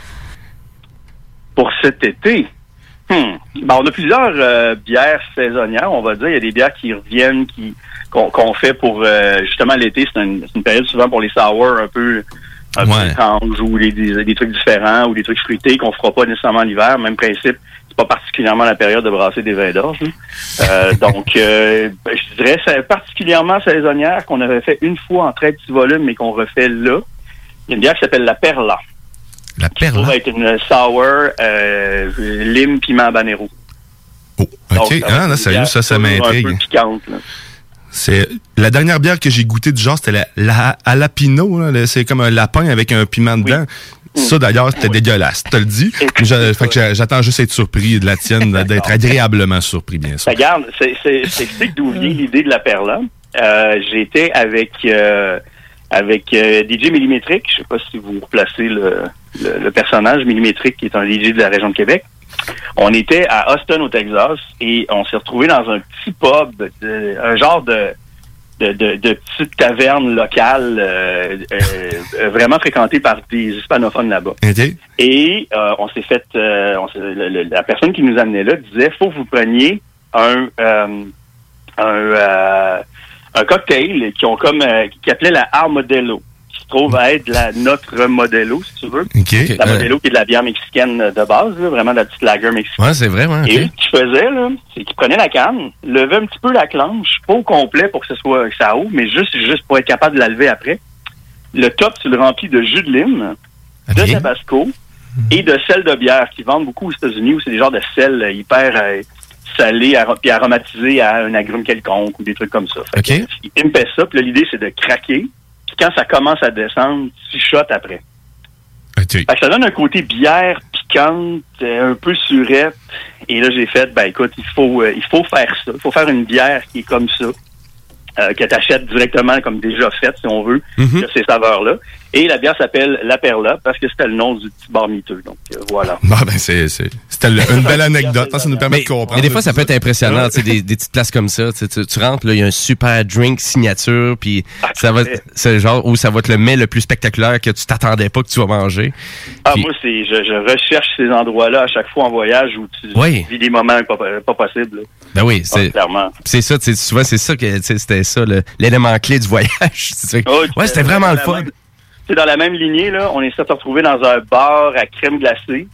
Pour cet été, hmm. ben, on a plusieurs euh, bières saisonnières, on va dire. Il y a des bières qui reviennent, qui qu'on qu'on fait pour euh, justement l'été. C'est une, c'est une période souvent pour les sour un peu un ouais. peu étrange ou les, des, des trucs différents ou des trucs fruités qu'on fera pas nécessairement l'hiver. Même principe, c'est pas particulièrement la période de brasser des vins d'orge. Euh, donc, euh, ben, je dirais c'est particulièrement saisonnière qu'on avait fait une fois en très petit volume, mais qu'on refait là. Il y a une bière qui s'appelle la Perla. La Perla? Ça va être une sour euh, lime piment habanero. Oh, OK. Donc, ça ah, non, sérieux, ça, ça m'intrigue. Un peu piquante, là. C'est la dernière bière que j'ai goûtée du genre, c'était la, la jalapino. Là, c'est comme un lapin avec un piment dedans. Oui. Ça, d'ailleurs, c'était oui. dégueulasse. Tu te le dis. Je, fait que j'attends juste d'être surpris de la tienne, d'être agréablement surpris, bien sûr. Regarde, c'est, c'est, c'est, c'est d'où vient l'idée de la Perla. Euh, j'étais avec... Euh, avec euh, D J Millimétrique. Je sais pas si vous replacez le, le, le personnage Millimétrique, qui est un D J de la région de Québec. On était à Austin, au Texas, et on s'est retrouvé dans un petit pub, de, un genre de, de, de, de petite taverne locale, euh, euh, vraiment fréquentée par des hispanophones là-bas. Okay. Et euh, on s'est fait... Euh, on s'est, le, le, la personne qui nous amenait là disait « Faut que vous preniez un... Euh, un euh, un cocktail qui ont comme euh, qui appelait la Armadillo, qui se trouve à être la, notre Modelo, si tu veux. Okay. La Modelo, euh... qui est de la bière mexicaine de base, là, vraiment de la petite lager mexicaine. Ouais, c'est vrai, ouais. Okay. Et ce qu'il faisait, là, c'est qu'il prenait la canne, levait un petit peu la clenche, pas au complet pour que ce soit que ça ouvre, mais juste, juste pour être capable de la lever après. Le top, tu le remplis de jus de lime, okay. de tabasco et de sel de bière, qui vendent beaucoup aux États-Unis, où c'est des genres de sel hyper... Euh, salé puis aromatisé à un agrume quelconque ou des trucs comme ça. Fait okay. que, il pimpait ça, puis l'idée, c'est de craquer. Puis quand ça commence à descendre, tu shottes après. Okay. Fait que ça donne un côté bière piquante, un peu surette. Et là, j'ai fait, ben écoute, il faut euh, il faut faire ça. Il faut faire une bière qui est comme ça, euh, que tu achètes directement comme déjà faite, si on veut, mm-hmm. que ces saveurs-là. Et la bière s'appelle La Perla parce que c'était le nom du petit bar miteux. Donc, euh, voilà. Bon, ben, c'est, c'est, c'était une belle anecdote. Ça nous permet mais, de comprendre. Mais des fois, ça peut être impressionnant, tu sais, des, des petites places comme ça. Tu, tu rentres, là, il y a un super drink signature, puis ah, ça va, c'est le genre où ça va être le mets le plus spectaculaire que tu t'attendais pas que tu vas manger. Ah, puis, moi, c'est, je, je recherche ces endroits-là à chaque fois en voyage où tu oui. vis des moments pas, pas possibles. Ben oui, c'est, ah, clairement. c'est ça, tu sais, souvent, c'est ça que, tu sais, c'était ça, le, l'élément clé du voyage. Oh, ouais, c'était vraiment le fun. C'est dans la même lignée, là, on est s'est retrouvé dans un bar à crème glacée,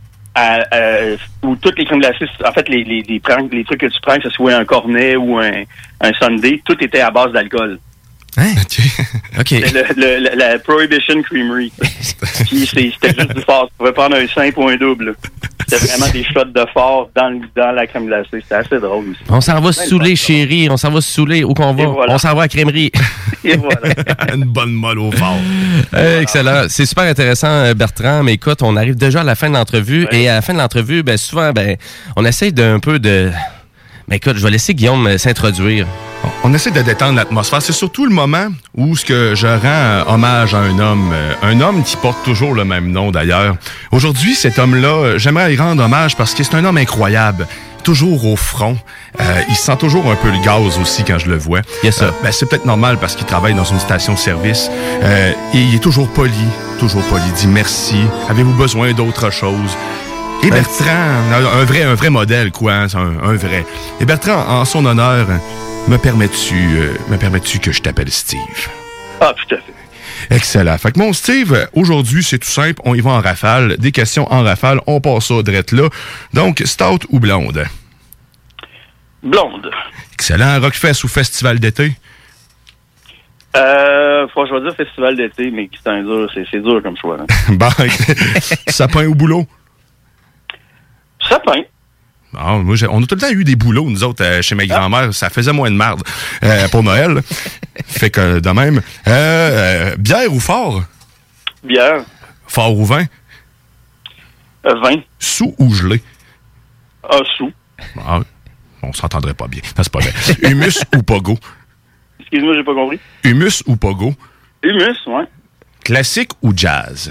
à, à, où toutes les crèmes glacées, en fait, les, les, les, les trucs que tu prends, que ce soit un cornet ou un, un sundae, tout était à base d'alcool. Hein? OK. OK. C'était le, le, la Prohibition Creamery. Puis c'était juste du fort. Tu pouvais prendre un cinq ou un double. C'était vraiment des shots de fort dans, dans la crème glacée. C'était assez drôle aussi. On s'en va se saouler, chérie. On s'en va se saouler. Où qu'on va? Voilà. On s'en va à la crèmerie. Et voilà. Une bonne molle au fort. Euh, excellent. C'est super intéressant, Bertrand. Mais écoute, on arrive déjà à la fin de l'entrevue. Ouais. Et à la fin de l'entrevue, ben, souvent, ben, on essaye d'un peu de... Mais écoute, je vais laisser Guillaume s'introduire. On essaie de détendre l'atmosphère. C'est surtout le moment où ce que je rends euh, hommage à un homme. Euh, un homme qui porte toujours le même nom, d'ailleurs. Aujourd'hui, cet homme-là, euh, j'aimerais y rendre hommage parce que c'est un homme incroyable. Toujours au front. Euh, il sent toujours un peu le gaz aussi quand je le vois. Yes, euh, ben, c'est peut-être normal parce qu'il travaille dans une station-service. Euh, et il est toujours poli. Toujours poli. Il dit merci. Avez-vous besoin d'autre chose? Et Bertrand, un vrai, un vrai modèle, quoi, hein, un, un vrai. Et Bertrand, en son honneur, me permets-tu, euh, me permets-tu que je t'appelle Steve? Ah, tout à fait. Excellent. Fait que mon Steve, aujourd'hui, c'est tout simple, on y va en rafale. Des questions en rafale, on passe ça direct là. Donc, stout ou blonde? Blonde. Excellent. Rockfest ou festival d'été? Euh, faut choisir festival d'été, mais c'est un dur, c'est, c'est dur comme choix. Hein. Bon, sapin ou boulot? Sapin. Ah, moi, on a tout le temps eu des boulots, nous autres, euh, chez mes ah. grands-mères. Ça faisait moins de merde euh, pour Noël. Fait que, de même. Euh, euh, bière ou fort? Bière. Fort ou vin? Euh, vin. Sous ou gelé? Ah, sous. Ah, on s'entendrait pas bien. Non, c'est pas vrai. Humus ou pogo? Excuse-moi, j'ai pas compris. Humus ou pogo? Humus, ouais. Classique ou jazz?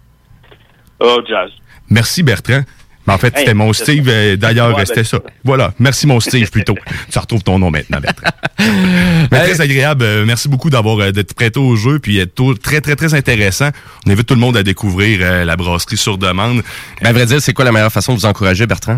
Oh, jazz. Merci, Bertrand. Mais en fait, hey, c'était mon Steve. Euh, d'ailleurs, ouais, c'était ben, ça. Voilà. Merci, mon Steve, plutôt. Tu retrouves ton nom maintenant, Bertrand. Mais très agréable. Euh, merci beaucoup d'avoir euh, d'être prêté au jeu. Puis, être tout, très, très, très intéressant. On invite tout le monde à découvrir euh, la brasserie sur demande. Ben, à vrai dire, c'est quoi la meilleure façon de vous encourager, Bertrand?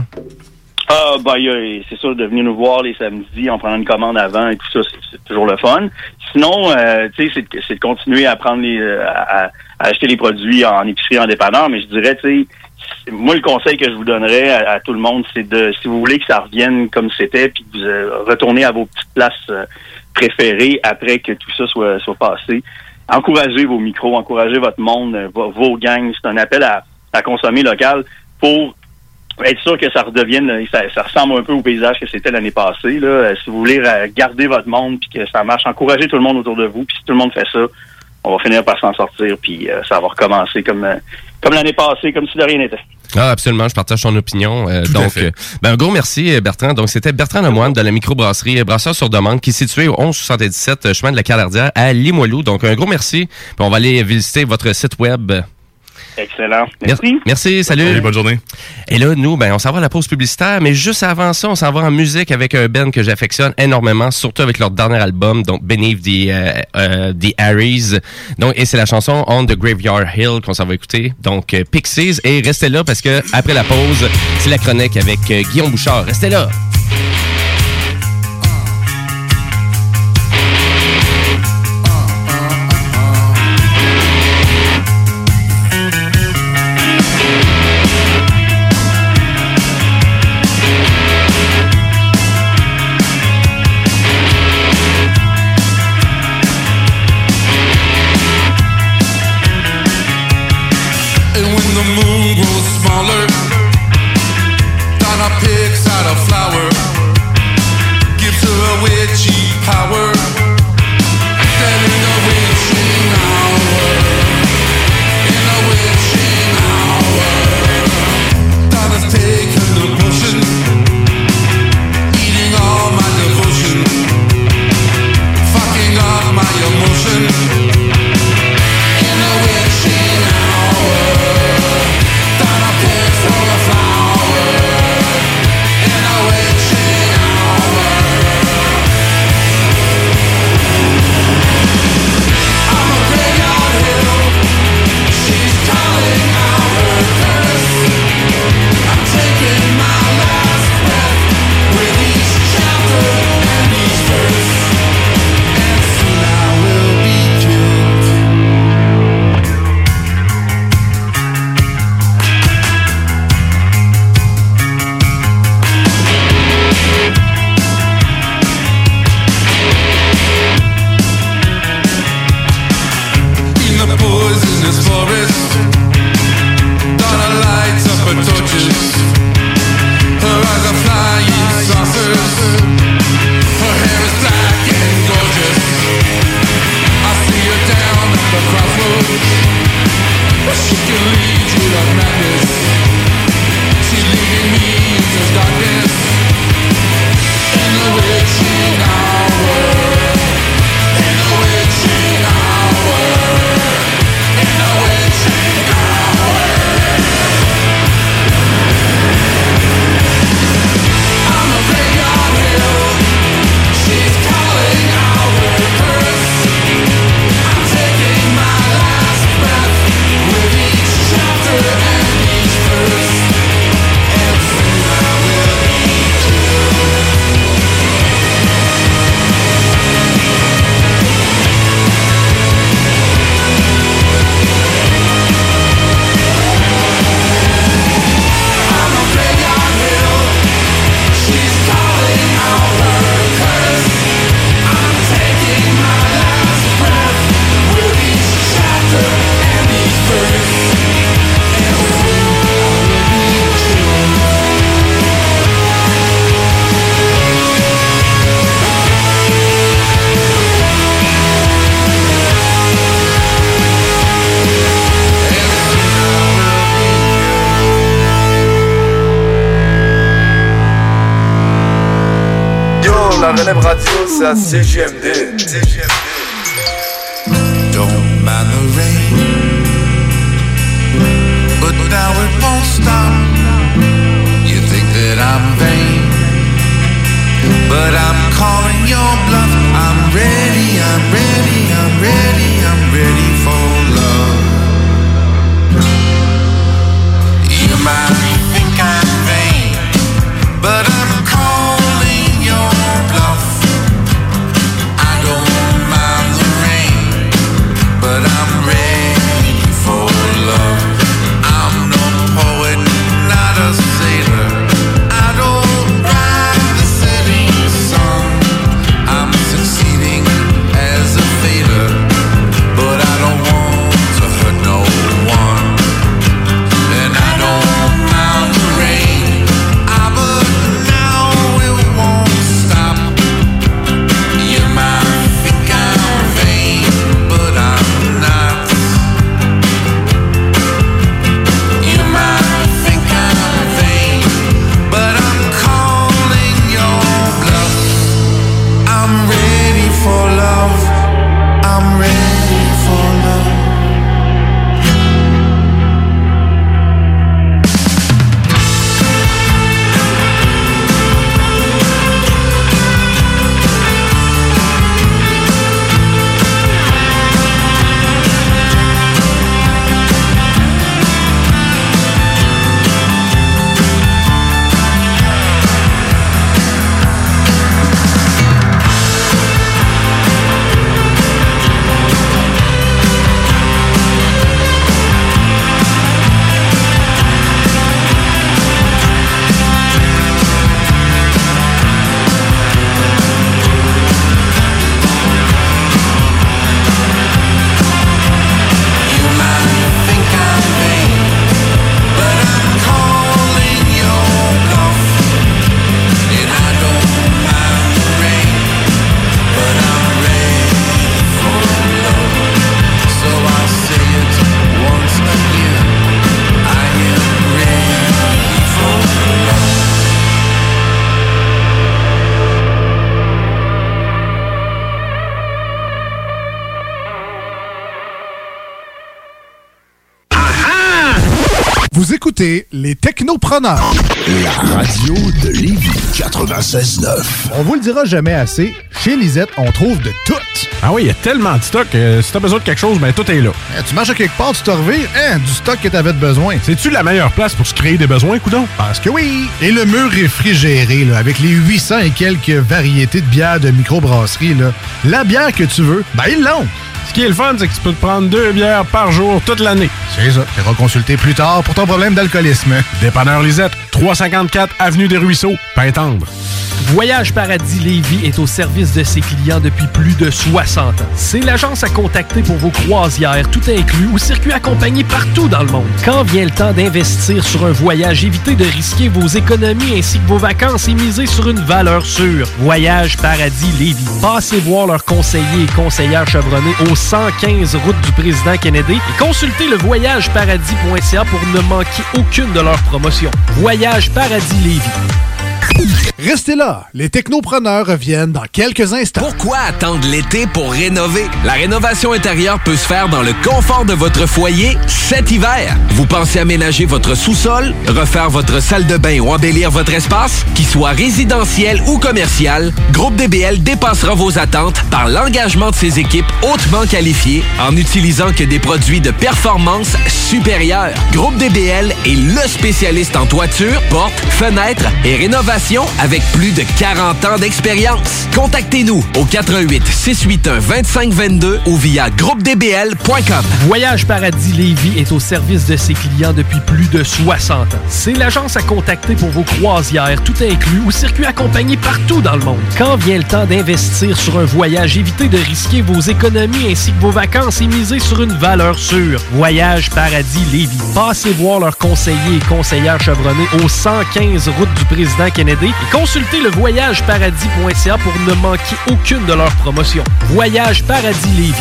Ah, ben, euh, c'est sûr, de venir nous voir les samedis en prenant une commande avant et tout ça, c'est, c'est toujours le fun. Sinon, euh, tu sais, c'est, c'est de continuer à prendre les, à, à acheter les produits en épicerie, en dépanneur. Mais je dirais, tu sais, moi, le conseil que je vous donnerais à, à tout le monde, c'est de, si vous voulez que ça revienne comme c'était, puis que vous euh, retournez à vos petites places euh, préférées après que tout ça soit, soit passé, encouragez vos micros, encouragez votre monde, euh, vos, vos gangs. C'est un appel à, à consommer local pour être sûr que ça redevienne, ça, ça ressemble un peu au paysage que c'était l'année passée. Là. Euh, si vous voulez euh, garder votre monde puis que ça marche, encouragez tout le monde autour de vous. Puis si tout le monde fait ça, on va finir par s'en sortir, puis euh, ça va recommencer comme euh, comme l'année passée, comme si de rien n'était. Ah, absolument, je partage ton opinion. Euh, donc, euh, ben, un gros merci, Bertrand. Donc, c'était Bertrand Lemoine de la microbrasserie Brasseur sur demande, qui est située au onze soixante-dix-sept chemin de la Calardière à Limoilou. Donc, un gros merci. Puis on va aller visiter votre site web. Excellent. Merci. Merci, salut. Salut, bonne journée. Et là, nous, ben, on s'en va à la pause publicitaire, mais juste avant ça, on s'en va en musique avec un band que j'affectionne énormément, surtout avec leur dernier album, donc Beneath the, euh, euh, the Aries. Donc, et c'est la chanson On the Graveyard Hill qu'on s'en va écouter. Donc, euh, Pixies. Et restez là parce que après la pause, c'est la chronique avec euh, Guillaume Bouchard. Restez là. Smaller, Donna picks out a flower. la relève radio, c'est à C J M D. Don't mind the rain, but now it won't stop. You think that I'm vain, but I'm calling your bluff. I'm ready, I'm ready, I'm ready, I'm ready for love. You might think I'm vain, but I'm calling your bluff. I don't mind the rain, but I'm ready for love. I'm no poet, not a sailor. I don't write the setting sun. I'm succeeding as a failure, but I don't want to hurt no one. And I don't mind the rain, ah, but now it won't stop. You might think I'm vain, but I'm not. You might think I'm vain, but I'm calling your bluff. I'm ready for love. I'm ready for love. Vous écoutez les Technopreneurs. La radio de Lévis quatre-vingt-seize neuf. On vous le dira jamais assez, chez Lisette, on trouve de tout. Ah oui, il y a tellement de stock. Euh, si t'as besoin de quelque chose, ben tout est là. Eh, tu marches à quelque part, tu te revires, hein, du stock que t'avais de besoin. C'est-tu la meilleure place pour se créer des besoins, coudon? Parce que oui! Et le mur réfrigéré, là, avec les huit cents et quelques variétés de bières de microbrasserie, là, la bière que tu veux, ben ils l'ont. Ce qui est le fun, c'est que tu peux te prendre deux bières par jour toute l'année. C'est ça. Tu iras consulter plus tard pour ton problème d'alcoolisme. Dépanneur Lisette, trois cent cinquante-quatre Avenue des Ruisseaux, Pintendre. Voyage Paradis Lévis est au service de ses clients depuis plus de soixante ans. C'est l'agence à contacter pour vos croisières, tout inclus, ou circuits accompagnés partout dans le monde. Quand vient le temps d'investir sur un voyage, évitez de risquer vos économies ainsi que vos vacances et misez sur une valeur sûre. Voyage Paradis Lévis. Passez voir leurs conseillers et conseillères chevronnés au cent quinze route du Président Kennedy et consultez le voyage paradis point c a pour ne manquer aucune de leurs promotions. Voyage Paradis Lévis. Restez là, les Technopreneurs reviennent dans quelques instants. Pourquoi attendre l'été pour rénover? La rénovation intérieure peut se faire dans le confort de votre foyer cet hiver. Vous pensez aménager votre sous-sol, refaire votre salle de bain ou embellir votre espace? Qu'il soit résidentiel ou commercial, Groupe D B L dépassera vos attentes par l'engagement de ses équipes hautement qualifiées en utilisant que des produits de performance supérieure. Groupe D B L est le spécialiste en toiture, portes, fenêtres et rénovation avec plus de quarante ans d'expérience. Contactez-nous au quatre un huit, six huit un, deux cinq deux deux ou via groupe d b l point com. Voyage Paradis Lévis est au service de ses clients depuis plus de soixante ans. C'est l'agence à contacter pour vos croisières, tout inclus, ou circuits accompagnés partout dans le monde. Quand vient le temps d'investir sur un voyage, évitez de risquer vos économies ainsi que vos vacances et misez sur une valeur sûre. Voyage Paradis Lévis. Passez voir leurs conseillers et conseillères chevronnés au cent quinze route du Président Kennedy et consultez le voyage paradis point c a pour ne manquer aucune de leurs promotions. Voyage Paradis Lévis.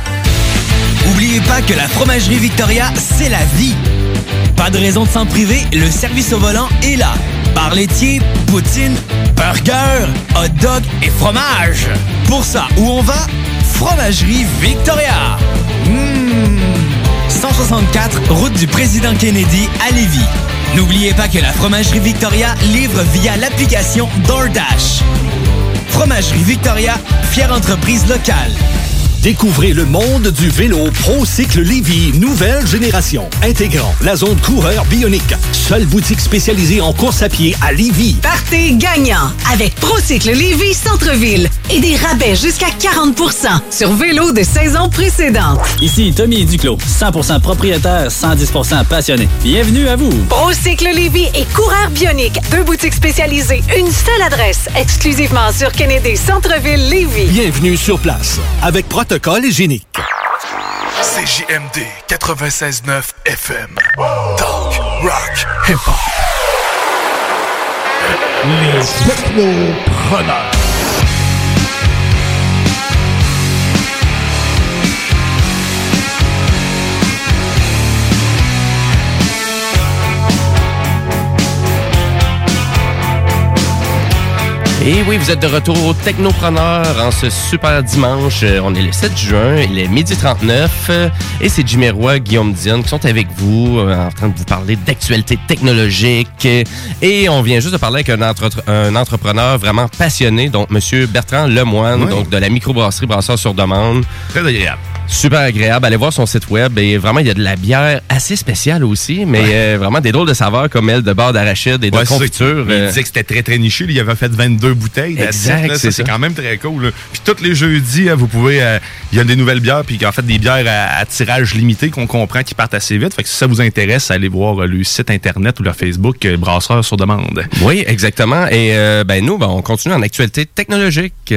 N'oubliez pas que la Fromagerie Victoria, c'est la vie. Pas de raison de s'en priver, le service au volant est là. Bar laitier, poutine, burger, hot dog et fromage. Pour ça, où on va? Fromagerie Victoria. Mmh. cent soixante-quatre, route du Président Kennedy à Lévis. N'oubliez pas que la Fromagerie Victoria livre via l'application DoorDash. Fromagerie Victoria, fière entreprise locale. Découvrez le monde du vélo ProCycle Lévis, nouvelle génération, intégrant la zone coureur bionique. Seule boutique spécialisée en course à pied à Lévis. Partez gagnant avec ProCycle Lévis Centre-Ville et des rabais jusqu'à quarante pour cent sur vélo de saison précédente. Ici Tommy Duclos, cent pour cent propriétaire, cent dix pour cent passionné. Bienvenue à vous. ProCycle Lévis et coureur bionique, deux boutiques spécialisées, une seule adresse, exclusivement sur Kennedy Centre-Ville Lévis. Bienvenue sur place avec protocole hygiénique. C J M D quatre-vingt-seize neuf F M. Talk, rock, hip-hop. Les technopreneurs. Et oui, vous êtes de retour au Technopreneur en ce super dimanche. On est le sept juin, il est midi trente-neuf et c'est Jimmy Roy, Guillaume Dionne qui sont avec vous en train de vous parler d'actualité technologique. Et on vient juste de parler avec un, entre- un entrepreneur vraiment passionné, donc M. Bertrand Lemoine, oui. donc de la microbrasserie Brasseur sur demande. Très agréable. Super agréable. Allez voir son site web et vraiment, il y a de la bière assez spéciale aussi, mais ouais. euh, vraiment des drôles de saveurs comme elle, de beurre d'arachide et de ouais, confiture. Il disait que c'était très, très niché. Il avait fait vingt-deux bouteilles. Exact, là, c'est ça, ça. C'est quand même très cool. Là. Puis tous les jeudis, vous pouvez... Euh, il y a des nouvelles bières, puis en fait, des bières à, à tirage limité qu'on comprend qui partent assez vite. Fait que si ça vous intéresse, allez voir euh, le site Internet ou leur Facebook euh, Brasseur sur demande. Oui, exactement. Et euh, ben nous, ben, on continue en actualité technologique.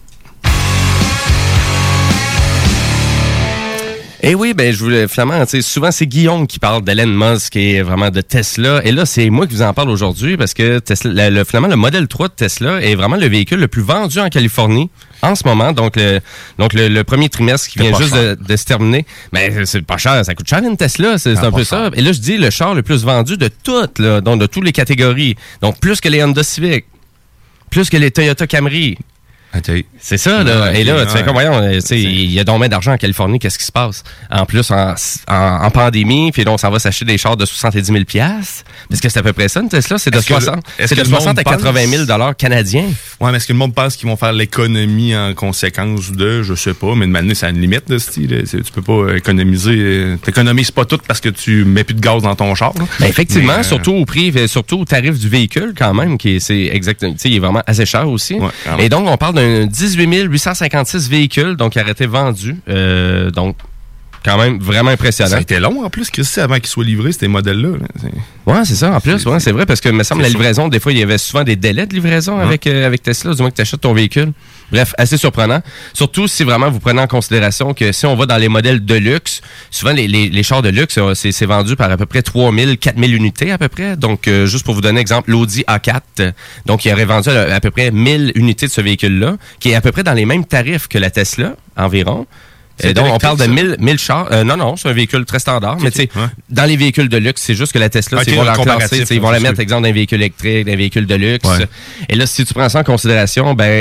Et oui, ben je voulais finalement, tu sais, souvent c'est Guillaume qui parle d'Elon Musk et vraiment de Tesla. Et là, c'est moi qui vous en parle aujourd'hui parce que Tesla, le, le, finalement, le modèle trois de Tesla est vraiment le véhicule le plus vendu en Californie en ce moment. Donc, le, donc le, le premier trimestre qui vient juste de, de se terminer. Mais c'est pas cher, ça coûte cher une Tesla, c'est, c'est un peu cher. Ça. Et là, je dis le char le plus vendu de toutes, là, donc de toutes les catégories. Donc, plus que les Honda Civic, plus que les Toyota Camry. Okay. C'est ça, là. Ouais, et là, ouais, tu fais comme, voyons, tu sais, il y a donc bien d'argent en Californie, qu'est-ce qui se passe? En plus, en, en, en pandémie, puis donc, ça va s'acheter des chars de soixante-dix mille dollars. Parce que c'est à peu près ça, une Tesla, c'est de est-ce soixante, le, est-ce c'est de soixante à quatre-vingt mille dollars canadiens. Ouais, mais est-ce que le monde pense qu'ils vont faire l'économie en conséquence de, je sais pas, mais de manière, c'est à une limite, de style. Tu peux pas économiser, t'économises pas tout parce que tu mets plus de gaz dans ton char. Ben, effectivement, mais, euh... surtout au prix, surtout au tarif du véhicule, quand même, qui est, c'est exactement, tu sais, il est vraiment assez cher aussi. Ouais, et donc, on parle d'un dix-huit mille huit cent cinquante-six véhicules, donc, qui auraient été vendus. Euh, donc, quand même, vraiment impressionnant. Ça a été long, en plus, que c'est avant qu'ils soient livrés, ces modèles-là. Là. C'est... Ouais, c'est ça, en plus. C'est, ouais, c'est vrai, parce que, me semble, la livraison, des fois, il y avait souvent des délais de livraison ouais. avec, euh, avec Tesla, du moins que tu achètes ton véhicule. Bref, assez surprenant. Surtout si vraiment vous prenez en considération que si on va dans les modèles de luxe, souvent les, les, les chars de luxe, c'est, c'est vendu par à peu près trois mille, quatre mille unités à peu près. Donc, euh, juste pour vous donner un exemple, l'Audi A quatre, donc il aurait vendu à, à peu près mille unités de ce véhicule-là, qui est à peu près dans les mêmes tarifs que la Tesla, environ. Et donc, on parle de mille, mille chars. Euh, non, non, c'est un véhicule très standard. Okay, mais tu sais, ouais. dans les véhicules de luxe, c'est juste que la Tesla, okay, ils vont la classer, ils vont la mettre, exemple, d'un véhicule électrique, d'un véhicule de luxe. Ouais. Et là, si tu prends ça en considération, ben,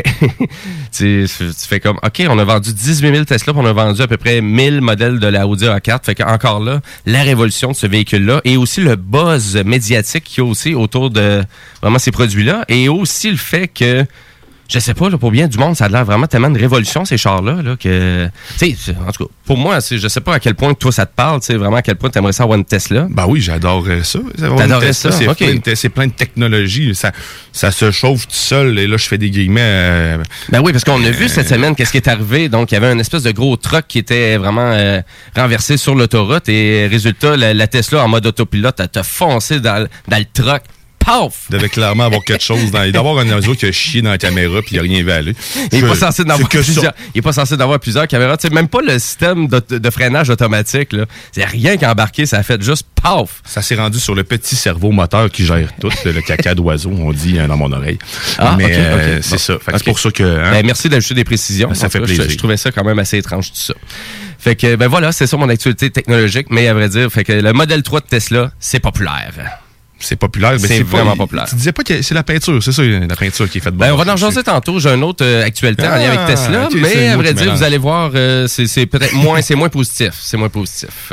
tu, tu fais comme, OK, on a vendu dix-huit mille Tesla, puis on a vendu à peu près mille modèles de la Audi A quatre. Fait qu'encore là, la révolution de ce véhicule-là et aussi le buzz médiatique qu'il y a aussi autour de vraiment ces produits-là et aussi le fait que je sais pas, là, pour bien du monde, ça a l'air vraiment tellement de révolution, ces chars-là, là, que, tu sais, en tout cas, pour moi, c'est, je sais pas à quel point toi, ça te parle, tu sais, vraiment à quel point tu aimerais ça avoir une Tesla. Ben oui, j'adorerais ça. T'adorerais ça? C'est, okay. plein de, c'est plein de technologies. Ça, ça se chauffe tout seul, et là, je fais des guillemets. Euh, ben oui, parce qu'on a euh, vu cette semaine qu'est-ce qui est arrivé. Donc, il y avait une espèce de gros truck qui était vraiment euh, renversé sur l'autoroute, et résultat, la, la Tesla en mode autopilote, elle t'a foncé dans, dans le truck. Paf! Il devait clairement avoir quelque chose dans. Il doit avoir un oiseau qui a chié dans la caméra puis il n'y a rien vu aller. Il n'est pas censé d'avoir plusieurs. Il est pas censé d'avoir plusieurs caméras. Tu sais, même pas le système de, de freinage automatique, là. C'est rien qui a embarqué, ça a fait juste paf! Ça s'est rendu sur le petit cerveau moteur qui gère tout, le caca d'oiseau, on dit hein, dans mon oreille. Ah, mais okay, euh, okay. c'est bon. ça. Fait que okay. c'est pour ça que. Hein, ben, merci d'ajouter des précisions. Ben, ça fait cas, plaisir. Je, je trouvais ça quand même assez étrange tout ça. Fait que ben voilà, c'est ça mon actualité technologique, mais à vrai dire, fait que le modèle trois de Tesla, c'est populaire. C'est populaire, mais c'est, c'est vraiment pas, populaire. Tu disais pas que c'est la peinture, c'est ça, la peinture qui est faite ben, bon. on va en jaser tantôt. J'ai une autre euh, actualité ah, en lien avec Tesla, okay, mais à vrai dire, vous allez voir, euh, c'est, c'est peut-être moins, c'est moins positif. C'est moins positif.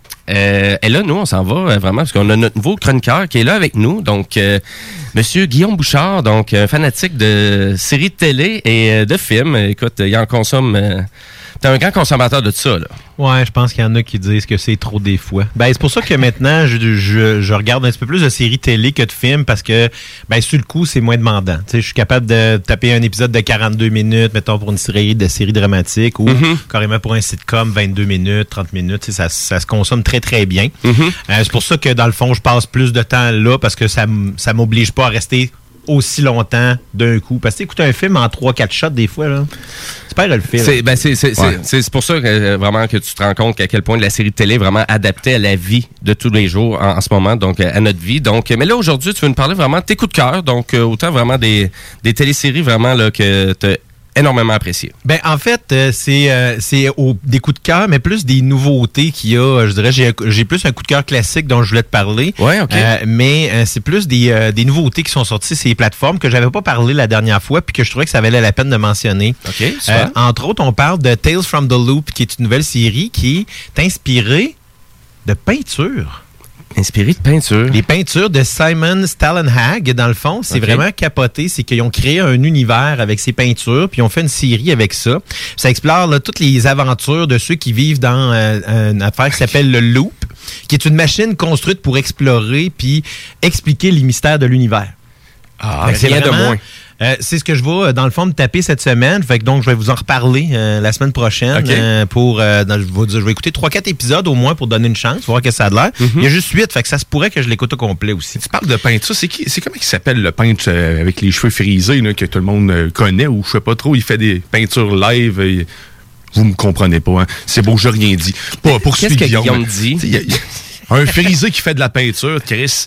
Euh, et là, nous, on s'en va euh, vraiment parce qu'on a notre nouveau chroniqueur qui est là avec nous. Donc, euh, Monsieur Guillaume Bouchard, donc un fanatique de séries de télé et euh, de films. Écoute, il en consomme... Euh, T'es un grand consommateur de ça, là. Ouais, je pense qu'il y en a qui disent que c'est trop des fois. Ben, c'est pour ça que maintenant, je, je, je regarde un petit peu plus de séries télé que de films parce que, ben, sur le coup, c'est moins demandant. Tu sais, je suis capable de taper un épisode de quarante-deux minutes, mettons, pour une série de séries dramatiques ou mm-hmm. carrément pour un sitcom, vingt-deux minutes, trente minutes. Tu sais, ça, ça se consomme très, très bien. Mm-hmm. Euh, c'est pour ça que, dans le fond, je passe plus de temps là parce que ça, ça m'oblige pas à rester aussi longtemps d'un coup. Parce que écouter un film en trois quatre shots, des fois, là, tu perds le film. C'est, ben c'est, c'est, ouais. c'est, c'est pour ça que, euh, vraiment que tu te rends compte qu'à quel point la série de télé est vraiment adaptée à la vie de tous les jours en, en ce moment, donc à notre vie. Donc, mais là, aujourd'hui, tu veux nous parler vraiment de tes coups de cœur. Donc, euh, autant vraiment des, des téléséries vraiment là, que tu énormément apprécié. Ben en fait, euh, c'est euh, c'est au, des coups de cœur, mais plus des nouveautés qu'il y a. Je dirais, j'ai, j'ai plus un coup de cœur classique dont je voulais te parler. Ouais, ok. Euh, mais euh, c'est plus des, euh, des nouveautés qui sont sorties sur les plateformes que j'avais pas parlé la dernière fois, puis que je trouvais que ça valait la peine de mentionner. Ok. Euh, entre autres, on parle de Tales from the Loop, qui est une nouvelle série qui est inspirée de peinture. Inspiré de peinture. Les peintures de Simon Stallenhag, dans le fond, c'est okay. vraiment capoté. C'est qu'ils ont créé un univers avec ces peintures, puis ils ont fait une série avec ça. Ça explore là, toutes les aventures de ceux qui vivent dans euh, une affaire qui s'appelle le Loop, qui est une machine construite pour explorer puis expliquer les mystères de l'univers. Ah, c'est rien vraiment, de moins. Euh, c'est ce que je vais, dans le fond, me taper cette semaine. Fait que donc, je vais vous en reparler euh, la semaine prochaine. Okay. Euh, pour, euh, dans, je, vais, je vais écouter trois quatre épisodes au moins pour donner une chance, voir que ça a de l'air. Mm-hmm. Il y a juste huit, fait que ça se pourrait que je l'écoute au complet aussi. Tu parles de peinture, c'est qui, c'est comment il s'appelle le peintre euh, avec les cheveux frisés là, que tout le monde euh, connaît ou je sais pas trop, il fait des peintures live. Et, vous me comprenez pas, hein? C'est beau, je rien dit. Pas pour Qu'est-ce que Guillaume, Guillaume dit? Y a, y a, un frisé qui fait de la peinture, Chris.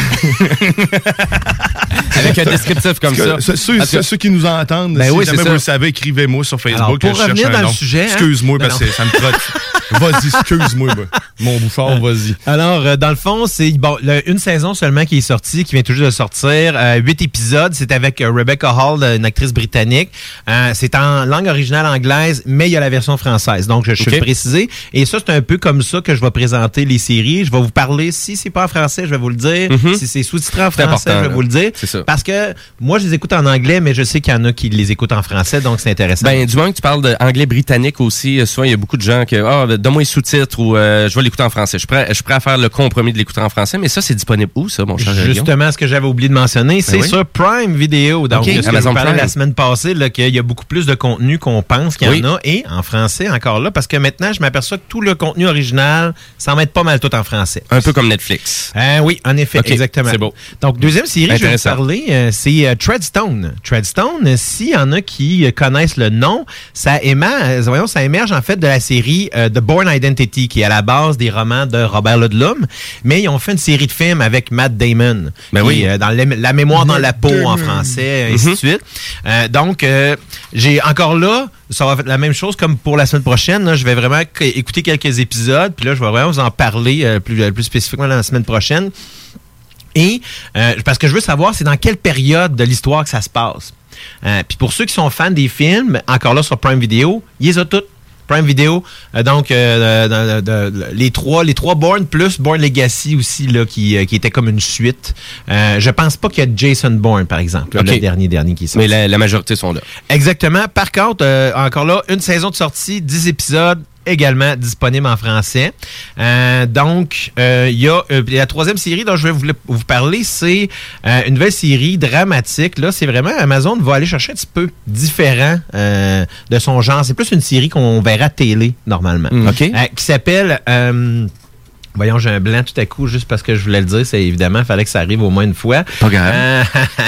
Avec un descriptif comme que, ça. Ceux, ceux, ceux qui nous entendent, ben si oui, jamais vous le savez, écrivez-moi sur Facebook. Alors, pour revenir dans le sujet... Excuse-moi, hein? parce que ça me trotte. Vas-y, excuse-moi, ben. Mon bouffard, vas-y. Alors, euh, dans le fond, c'est bon, le, une saison seulement qui est sortie, qui vient tout juste de sortir. Euh, huit épisodes. C'est avec euh, Rebecca Hall, une actrice britannique. Euh, c'est en langue originale anglaise, mais il y a la version française. Donc, je, je okay. vais le préciser. Et ça, c'est un peu comme ça que je vais présenter les séries. Je vais vous parler, si c'est pas en français, je vais vous le dire. Mm-hmm. Si c'est sous-titré en français, je vais là. vous le dire. C'est ça. Parce que moi, je les écoute en anglais, mais je sais qu'il y en a qui les écoutent en français, donc c'est intéressant. Ben, du moment que tu parles d'anglais britannique aussi, souvent, il y a beaucoup de gens qui, ah, oh, donne-moi les sous-titres ou euh, je vais l'écouter en français. Je suis prêt, je suis prêt à faire le compromis de l'écouter en français, mais ça, c'est disponible où, ça, mon cher Justement, Guillaume? Ce que j'avais oublié de mentionner, c'est ben oui. sur Prime Video. Donc, okay. ce que je vous parlais la semaine passée, là, qu'il y a beaucoup plus de contenu qu'on pense qu'il y oui. en a, et en français encore là, parce que maintenant, je m'aperçois que tout le contenu original, ça en met pas mal tout en français. Un peu comme Netflix. Euh, oui, en effet, okay. exactement. C'est beau. Donc, deuxième série, je vais vous parler, euh, c'est euh, Treadstone. Treadstone, euh, s'il y en a qui euh, connaissent le nom, ça émerge, voyons, ça émerge en fait de la série euh, The Bourne Identity, qui est à la base des romans de Robert Ludlum, mais ils ont fait une série de films avec Matt Damon, ben qui, oui. euh, dans la, la mémoire dans la peau en français, ainsi mm-hmm. de suite. Euh, donc, euh, j'ai encore là, ça va faire la même chose comme pour la semaine prochaine. Là, je vais vraiment écouter quelques épisodes, puis là, je vais vraiment vous en parler euh, plus, plus spécifiquement la semaine prochaine. Et euh, parce que je veux savoir, c'est dans quelle période de l'histoire que ça se passe. Euh, puis pour ceux qui sont fans des films, encore là sur Prime Video, ils les ont toutes. Prime Video, euh, donc euh, de, de, de, les trois, les trois Bourne plus Bourne Legacy aussi là, qui, euh, qui était comme une suite. Euh, je pense pas qu'il y a Jason Bourne par exemple, là, okay. le dernier dernier qui est sorti. Mais la, la majorité sont là. Exactement. Par contre, euh, encore là, une saison de sortie, dix épisodes. Également disponible en français. Euh, donc, il euh, y a euh, la troisième série dont je vais vous, vous parler, c'est euh, une nouvelle série dramatique. Là, c'est vraiment Amazon va aller chercher un petit peu différent euh, de son genre. C'est plus une série qu'on verra à télé normalement. Mmh. Okay. Euh, qui s'appelle... Euh, Voyons, j'ai un blanc tout à coup, juste parce que je voulais le dire. C'est évidemment, il fallait que ça arrive au moins une fois. Pas grave. Euh,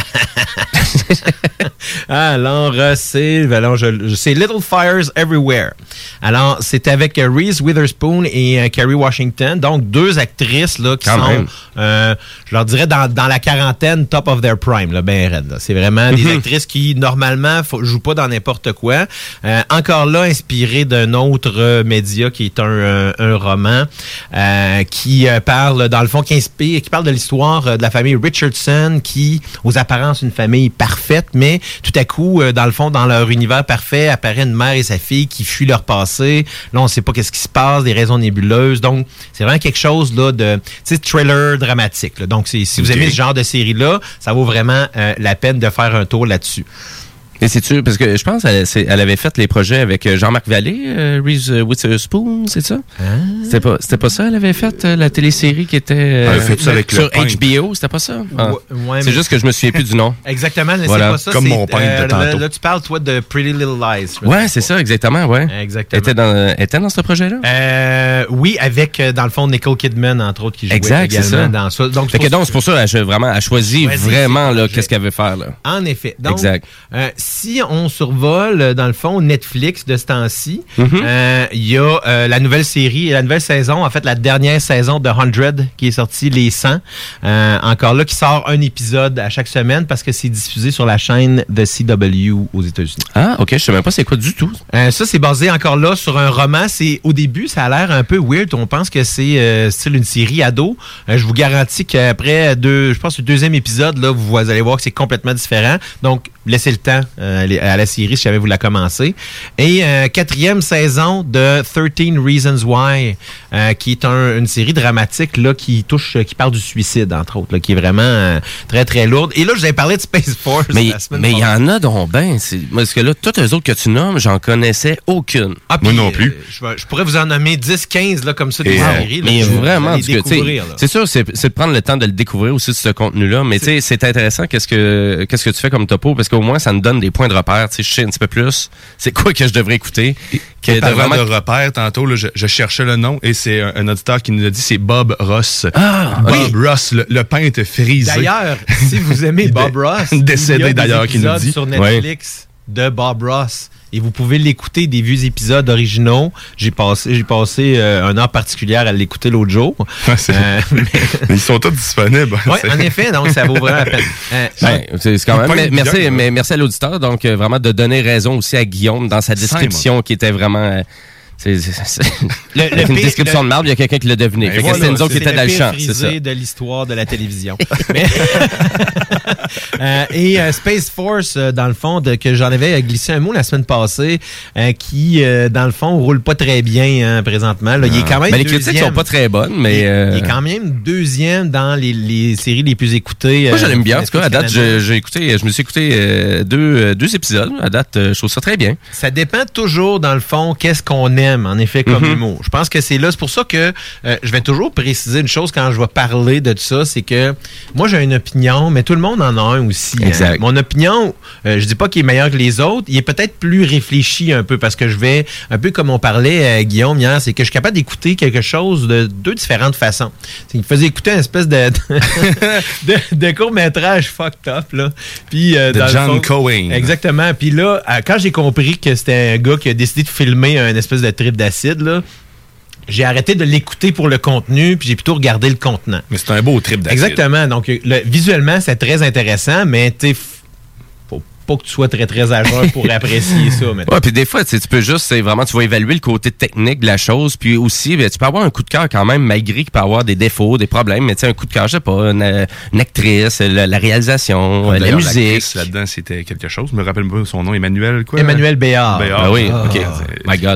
alors, c'est, alors je, c'est Little Fires Everywhere. Alors, c'est avec uh, Reese Witherspoon et uh, Kerry Washington. Donc, deux actrices là, qui Quand sont, euh, je leur dirais, dans, dans la quarantaine, top of their prime. Là, ben raide, là. C'est vraiment mm-hmm. des actrices qui, normalement, ne jouent pas dans n'importe quoi. Euh, encore là, inspiré d'un autre euh, média qui est un, un, un roman. Euh, euh, qui euh, parle, dans le fond, qui inspire, qui parle de l'histoire euh, de la famille Richardson, qui, aux apparences, une famille parfaite, mais tout à coup, euh, dans le fond, dans leur univers parfait, apparaît une mère et sa fille qui fuient leur passé. Là, on ne sait pas qu'est-ce qui se passe, des raisons nébuleuses. Donc, c'est vraiment quelque chose là de, tu sais, thriller dramatique. Là. Donc, c'est, si vous Okay. aimez ce genre de série-là, ça vaut vraiment euh, la peine de faire un tour là-dessus. Et c'est-tu, parce que je pense qu'elle elle avait fait les projets avec Jean-Marc Vallée, euh, Reese Witherspoon, c'est ça? Ah. C'était pas, c'était pas ça, elle avait fait euh, la télésérie qui était euh, elle a fait ça avec sur le H B O, c'était pas ça? Ah. Ouais, ouais, c'est mais... juste que je me souviens plus du nom. Exactement, mais voilà. c'est pas ça. Comme c'est, mon peintre euh, de tantôt. Là, là, tu parles, toi, de Pretty Little Lies. Ouais, c'est ça, exactement, ouais. Exactement. Elle était dans, elle était dans ce projet-là? Euh, oui, avec, euh, dans le fond, Nicole Kidman, entre autres, qui jouait exact, également c'est ça. dans ça. Donc, fait que donc, c'est pour ça qu'elle vraiment, elle choisit Choisis vraiment là, qu'est-ce qu'elle veut faire. Là. En effet. Donc, exact. Euh, si on survole, dans le fond, Netflix de ce temps-ci, il Mm-hmm. euh, y a euh, la nouvelle série, la nouvelle saison, en fait, la dernière saison de cent qui est sortie, Les cent. Euh, encore là, qui sort un épisode à chaque semaine parce que c'est diffusé sur la chaîne The C W aux États-Unis. Ah, OK, je sais même pas c'est quoi du tout. Euh, ça, c'est basé encore là sur un roman. C'est au début, ça a l'air un peu weird. On pense que c'est euh, style une série ado. Euh, je vous garantis qu'après deux, je pense le deuxième épisode, là, vous allez voir que c'est complètement différent. Donc, laissez le temps euh, à la série si jamais vous la commencez. Et euh, quatrième saison de thirteen Reasons Why, euh, qui est un, une série dramatique là qui touche, qui parle du suicide entre autres, là, qui est vraiment euh, très très lourde. Et là, je vous avais parlé de Space Force. Mais la semaine mais il y en a dont ben, c'est parce que là, toutes les autres que tu nommes, j'en connaissais aucune. Ah, moi non plus. Euh, je, vais, je pourrais vous en nommer dix quinze là comme ça des Et, séries. Là, mais je, vraiment, du découvrir. C'est sûr, c'est, c'est de prendre le temps de le découvrir aussi ce contenu-là. Mais tu sais, c'est intéressant. Qu'est-ce que qu'est-ce que tu fais comme topo parce qu'au moins ça nous donne des points de repère. Tu sais, je sais un petit peu plus. C'est quoi que je devrais écouter. Que de vraiment... de repère, tantôt, là, je, je cherchais le nom et c'est un, un auditeur qui nous a dit c'est Bob Ross. Ah, Bob oui. Ross, le, le peintre frisé. D'ailleurs, si vous aimez Bob Ross, décédé il y a d'ailleurs qui nous dit sur Netflix ouais. de Bob Ross. Et vous pouvez l'écouter des vieux épisodes originaux. J'ai passé, j'ai passé euh, un heure particulière à l'écouter l'autre jour. Ouais, euh, mais... Ils sont tous disponibles. Oui, en effet, donc ça vaut vraiment la peine. Euh, ben, c'est, c'est quand même. Mais, merci, bien, mais merci à l'auditeur, donc euh, vraiment de donner raison aussi à Guillaume dans sa description Simon. Qui était vraiment. Euh, C'est, c'est, c'est... Le, le une pire, description le... de marbre, il y a quelqu'un qui l'a deviné. Fait voilà, que c'était nous autres qui étaient dans le champ. C'est ça. De l'histoire de la télévision. Mais... euh, et euh, Space Force, euh, dans le fond, de, que j'en avais glissé un mot la semaine passée, euh, qui, euh, dans le fond, roule pas très bien hein, présentement. Là, ah. Il est quand même ben, les critiques sont pas très bonnes, mais... Il, euh... il est quand même deuxième dans les, les séries les plus écoutées. Moi, je l'aime bien. En tout cas, à date, je, j'ai écouté, je me suis écouté euh, deux, deux épisodes. À date, euh, je trouve ça très bien. Ça dépend toujours, dans le fond, qu'est-ce qu'on aime, en effet, comme mm-hmm. humour. Je pense que c'est là. C'est pour ça que euh, je vais toujours préciser une chose quand je vais parler de ça, c'est que moi, j'ai une opinion, mais tout le monde en a un aussi. Exact. Hein. Mon opinion, euh, je dis pas qu'il est meilleur que les autres, il est peut-être plus réfléchi un peu parce que je vais, un peu comme on parlait, euh, Guillaume, hier, c'est que je suis capable d'écouter quelque chose de deux différentes façons. C'est qu'il me faisait écouter une espèce de, de, de court-métrage fucked up, là. Puis, euh, de dans John le fond, Cohen. Exactement. Puis là, quand j'ai compris que c'était un gars qui a décidé de filmer un espèce de trip d'acide, là, j'ai arrêté de l'écouter pour le contenu, puis j'ai plutôt regardé le contenant. Mais c'est un beau trip d'acide. Exactement. Donc, le, visuellement, c'est très intéressant, mais tu sais, pas que tu sois très, très âgeur pour apprécier ça. Ouais, puis des fois, tu peux juste, c'est vraiment, tu vas évaluer le côté technique de la chose, puis aussi, bien, tu peux avoir un coup de cœur quand même, malgré qu'il peut avoir des défauts, des problèmes, mais tu sais, un coup de cœur, je sais pas, une, une actrice, la, la réalisation, la musique. Là-dedans, c'était quelque chose. Je me rappelle pas son nom, Emmanuel, quoi? Emmanuel Béard. Béard. Ah oui, oh. OK. My God.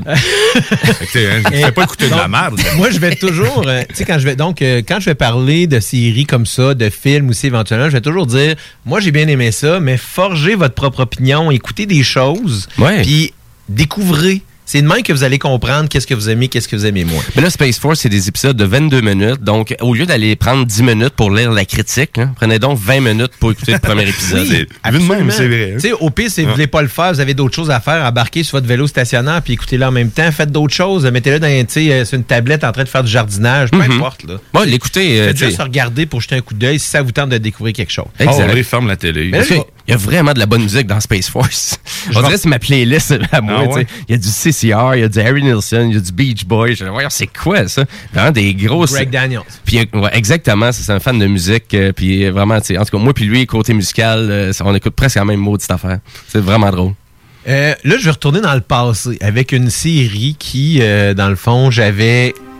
Je ne fais pas écouter de la merde. Moi, je vais toujours, euh, tu sais, quand je vais, donc, euh, quand je vais parler de séries comme ça, de films aussi, éventuellement, je vais toujours dire, moi, j'ai bien aimé ça, mais forgez votre propre opinion, écoutez des choses, ouais. Puis découvrez. C'est de même que vous allez comprendre qu'est-ce que vous aimez, qu'est-ce que vous aimez moins. Mais là, Space Force, c'est des épisodes de vingt-deux minutes. Donc, au lieu d'aller prendre dix minutes pour lire la critique, hein, prenez donc vingt minutes pour écouter le premier épisode. Oui, absolument. C'est vrai. Hein? Au pire, si vous ne voulez pas le faire, vous avez d'autres choses à faire, embarquez sur votre vélo stationnaire puis écoutez-le en même temps. Faites d'autres choses. Mettez-le dans, sur une tablette en train de faire du jardinage. Peu mm-hmm. importe. Là. Ouais, l'écoutez. Euh, Faites juste regarder pour jeter un coup d'œil si ça vous tente de découvrir quelque chose. Exact. Oh, ferme la télé. Là, il y a vraiment de la bonne musique dans Space Force. On dirait que c'est ma playlist à moi. Ah, ouais. Il y a du C C R, il y a du Harry Nilsson, il y a du Beach Boy. Je voyons, c'est quoi ça? Vraiment des grosses. Greg Daniels. Puis, ouais, exactement, c'est un fan de musique. Euh, puis vraiment, en tout cas, moi puis lui, côté musical, euh, on écoute presque la même maudite affaire. C'est vraiment drôle. Euh, là, je vais retourner dans le passé avec une série qui, euh, dans le fond, j'avais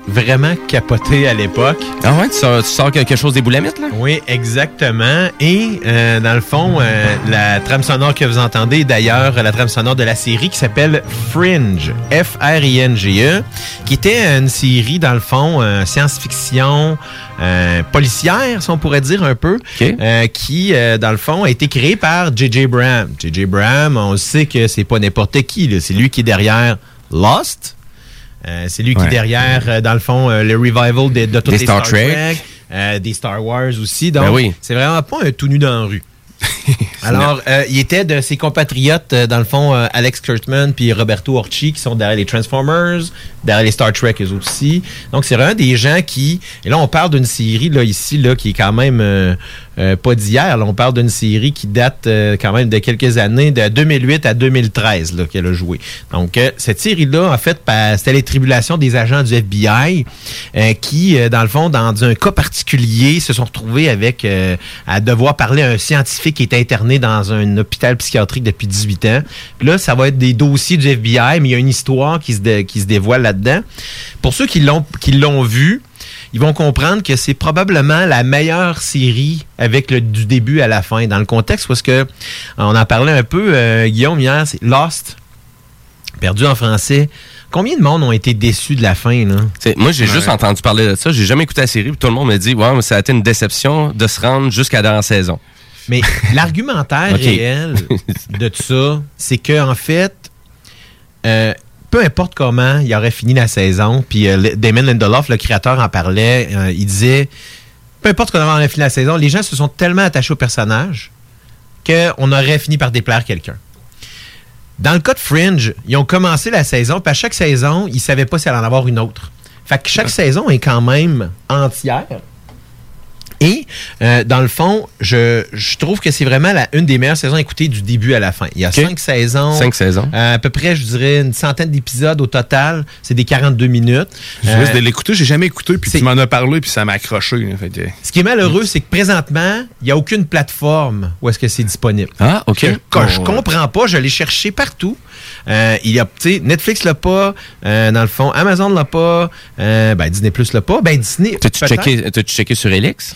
vraiment capoté à l'époque. Ah ouais, tu sors, tu sors quelque chose des boulamites, là? Oui, exactement. Et euh, dans le fond, euh, la trame sonore que vous entendez est d'ailleurs la trame sonore de la série qui s'appelle Fringe, F R I N G E, qui était une série, dans le fond, euh, science-fiction euh, policière, si on pourrait dire un peu, okay. euh, qui, euh, dans le fond, a été créé par J J. Abrams. J J. Abrams, on sait que c'est pas n'importe qui, là. C'est lui qui est derrière Lost. Euh, c'est lui qui ouais. est derrière, euh, dans le fond, euh, le revival de, de toutes des les Star, Star Trek, Trek euh, des Star Wars aussi. Donc, ben oui. c'est vraiment pas un tout nu dans la rue. Alors, euh, il était de ses compatriotes, euh, dans le fond, euh, Alex Kurtzman puis Roberto Orci, qui sont derrière les Transformers, derrière les Star Trek eux aussi. Donc, c'est vraiment des gens qui... Et là, on parle d'une série, là, ici, là, qui est quand même euh, euh, pas d'hier. Là, on parle d'une série qui date euh, quand même de quelques années, de deux mille huit à deux mille treize, là, qu'elle a joué. Donc, euh, cette série-là, en fait, c'était les tribulations des agents du F B I euh, qui, euh, dans le fond, dans un cas particulier, se sont retrouvés avec euh, à devoir parler à un scientifique qui est interné dans un hôpital psychiatrique depuis dix-huit ans. Puis là, ça va être des dossiers du F B I, mais il y a une histoire qui se, dé, qui se dévoile là-dedans. Pour ceux qui l'ont, qui l'ont vu, ils vont comprendre que c'est probablement la meilleure série avec le, du début à la fin. Dans le contexte, parce que on en parlait un peu, euh, Guillaume, hier, c'est Lost, perdu en français. Combien de monde ont été déçus de la fin, là? T'sais, moi, j'ai ouais. juste entendu parler de ça. J'ai jamais écouté la série, puis tout le monde me dit, ouais, ça a été une déception de se rendre jusqu'à la dernière saison. Mais l'argumentaire okay. réel de tout ça, c'est que en fait, euh, peu importe comment il aurait fini la saison, puis euh, Damon Lindelof, le créateur, en parlait, euh, il disait, peu importe comment on aurait fini la saison, les gens se sont tellement attachés au personnage qu'on aurait fini par déplaire quelqu'un. Dans le cas de Fringe, ils ont commencé la saison, puis à chaque saison, ils ne savaient pas s'il allait en avoir une autre. Fait que chaque saison est quand même entière. Et, euh, dans le fond, je, je trouve que c'est vraiment la, une des meilleures saisons à écouter du début à la fin. Il y a okay. cinq saisons. Cinq saisons. Euh, à peu près, je dirais, une centaine d'épisodes au total. C'est des quarante-deux minutes. Je euh, de l'écouter, j'ai jamais écouté, puis tu m'en as parlé, puis ça m'a accroché. Là, fait que... Ce qui est malheureux, c'est que présentement, il n'y a aucune plateforme où est-ce que c'est disponible. Ah, OK. Je, oh. je comprends pas, je l'ai cherché partout. Euh, il y a, tu sais, Netflix l'a pas, euh, dans le fond, Amazon l'a pas, euh, ben Disney Plus l'a pas, ben Disney. T'as-tu checké, t'as-tu checké sur Elix?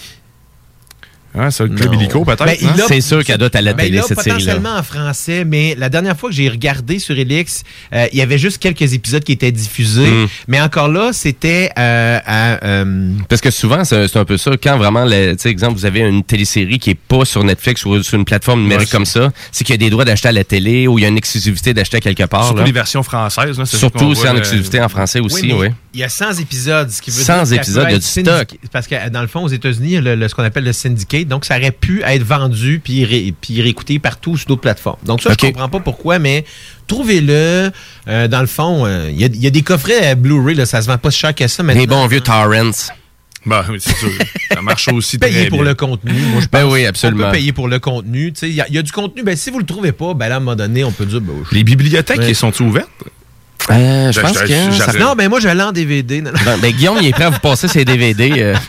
Ah, c'est le club illico, peut-être. Ben, hein? C'est sûr qu'elle doit être à la ben, télé, cette série-là. Potentiellement en français, mais la dernière fois que j'ai regardé sur Elix, euh, il y avait juste quelques épisodes qui étaient diffusés. Mm. Mais encore là, c'était euh, à... Euh... Parce que souvent, c'est, c'est un peu ça. Quand vraiment, tu sais, exemple, vous avez une télésérie qui est pas sur Netflix ou sur une plateforme numérique ouais, comme ça, c'est qu'il y a des droits d'acheter à la télé ou il y a une exclusivité d'acheter à quelque part. Surtout là. les versions françaises. Là, c'est Surtout c'est en exclusivité en français aussi, oui. Il y a cent épisodes, ce qui veut cent dire épisodes, il y a du stock. Parce que dans le fond, aux États-Unis, le, le, ce qu'on appelle le syndicate, donc ça aurait pu être vendu puis, ré, puis réécouté partout sur d'autres plateformes. Donc ça, okay. je comprends pas pourquoi, mais trouvez-le. Euh, dans le fond, il euh, y, y a des coffrets Blu-ray, là, ça se vend pas si cher que ça maintenant. Les bons vieux torrents. Ben, c'est sûr. Ça marche aussi très payer bien. pour le contenu. Moi, je pense ben oui, absolument. On peut payer pour le contenu. Il y, y a du contenu. Ben, si vous le trouvez pas, ben là, à un moment donné, on peut dire... Ben, les bibliothèques, ouais. sont-ils ouvertes? Euh, je ben, pense que... Ça... Non, ben moi, je vais aller en D V D. Non, non. Ben, ben, Guillaume, il est prêt à vous passer ses D V D. Euh...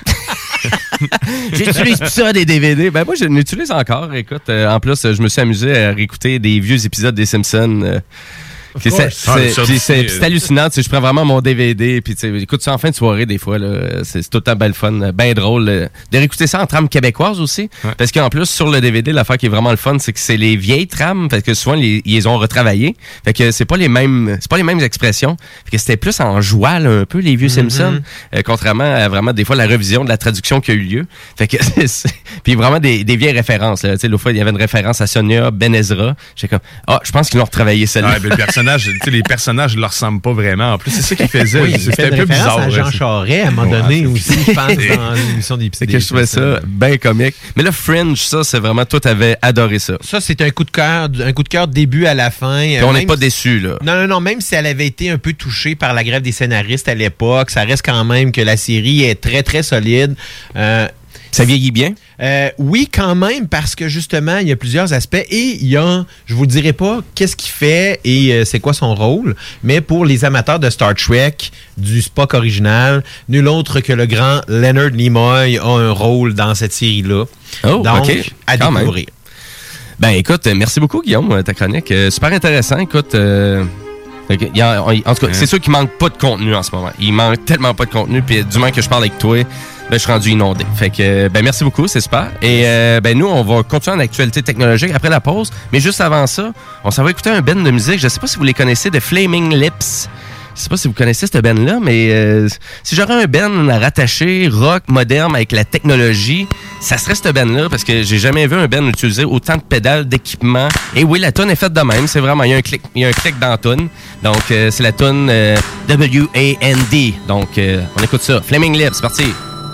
J'utilise plus ça des D V D. Ben moi, je l'utilise encore. Écoute, euh, en plus, je me suis amusé à réécouter des vieux épisodes des Simpsons. Euh, c'est, c'est, ah, c'est, c'est, c'est hallucinant. Je prends vraiment mon D V D. Puis écoute ça en fin de soirée des fois. Là, c'est, c'est tout le temps belle fun, bien drôle. De réécouter ça en trame québécoise aussi. Ouais. Parce qu'en plus, sur le D V D, l'affaire qui est vraiment le fun, c'est que c'est les vieilles trames. Parce que souvent, les, ils les ont retravaillées. Fait que c'est pas les mêmes, c'est pas les mêmes expressions. Fait que c'était plus en joie, là, un peu, les vieux mm-hmm. Simpsons. Euh, contrairement à vraiment, des fois, la revision de la traduction qui a eu lieu. Fait que c'est, c'est... Puis vraiment des, des vieilles références. Là. L'autre fois, il y avait une référence à Sonia Ben Ezra. J'étais comme, ah, je pense qu'ils l'ont retravaillé celle-là. Ouais, les personnages ne leur ressemblent pas vraiment. En plus, c'est ça qu'ils faisaient. Oui, c'était un peu bizarre. À Jean Charest, à un moment donné, ouais, aussi, je pense, dans l'émission des C'est que je trouvais ça bien comique. Mais là, Fringe, ça, c'est vraiment, toi, t'avais adoré ça. Ça, c'est un coup de cœur, un coup de cœur début à la fin. Puis on n'est pas déçus, là. Non, non, non, même si elle avait été un peu touchée par la grève des scénaristes à l'époque, ça reste quand même que la série est très, très solide. Euh, Ça vieillit bien? Euh, oui, quand même, parce que justement, il y a plusieurs aspects. Et il y a, je vous le dirai pas, qu'est-ce qu'il fait et euh, c'est quoi son rôle. Mais pour les amateurs de Star Trek, du Spock original, nul autre que le grand Leonard Nimoy a un rôle dans cette série-là. Oh, Donc, OK. à quand découvrir. Même. Ben, écoute, merci beaucoup, Guillaume, ta chronique. Euh, super intéressant. Écoute... Euh... Fait que, y a, on, en tout cas, c'est sûr qu'il manque pas de contenu en ce moment. Il manque tellement pas de contenu, puis du moment que je parle avec toi, ben, je suis rendu inondé. Fait que, ben, merci beaucoup, c'est super. Et euh, ben, nous, on va continuer en actualité technologique après la pause. Mais juste avant ça, on s'en va écouter un band de musique. Je sais pas si vous les connaissez, de Flaming Lips. Je sais pas si vous connaissez cette band-là, mais euh, si j'aurais un band à rattacher rock moderne avec la technologie, ça serait cette band-là, parce que j'ai jamais vu un band utiliser autant de pédales, d'équipement. Et oui, la tune est faite de même. C'est vraiment, il y a un clic, il y a un clic dans la tune. Donc, euh, c'est la tune euh, W A N D. Donc, euh, on écoute ça. Flaming Lips, c'est parti.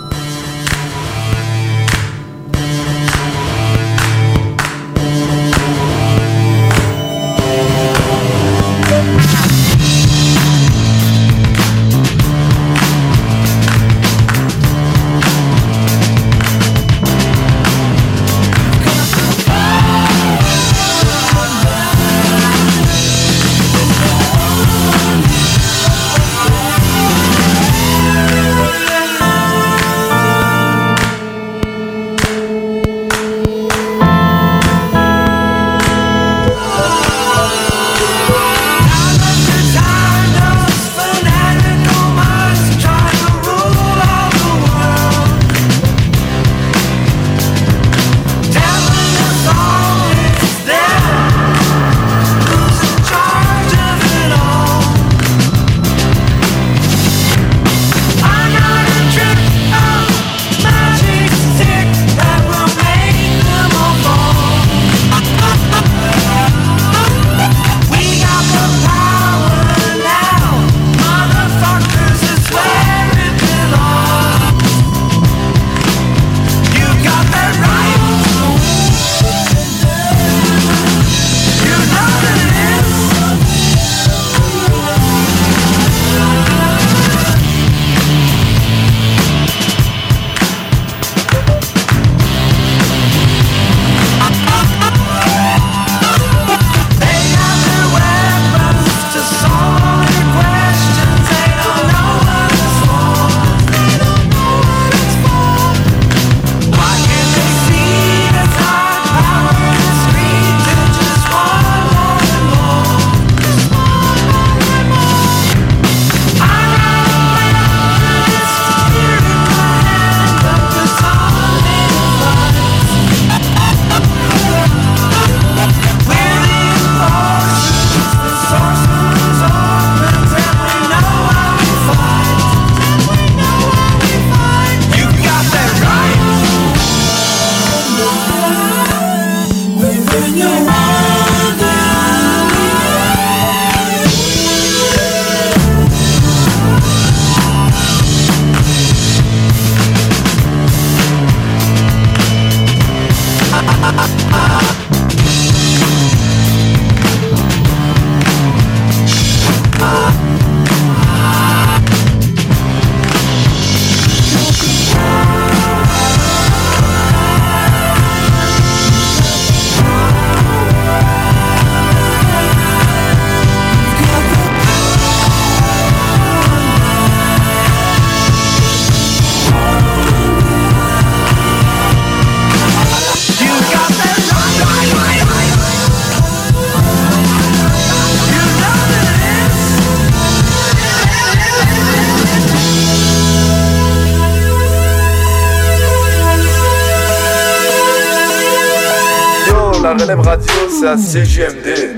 La relève radio, c'est à C G M D.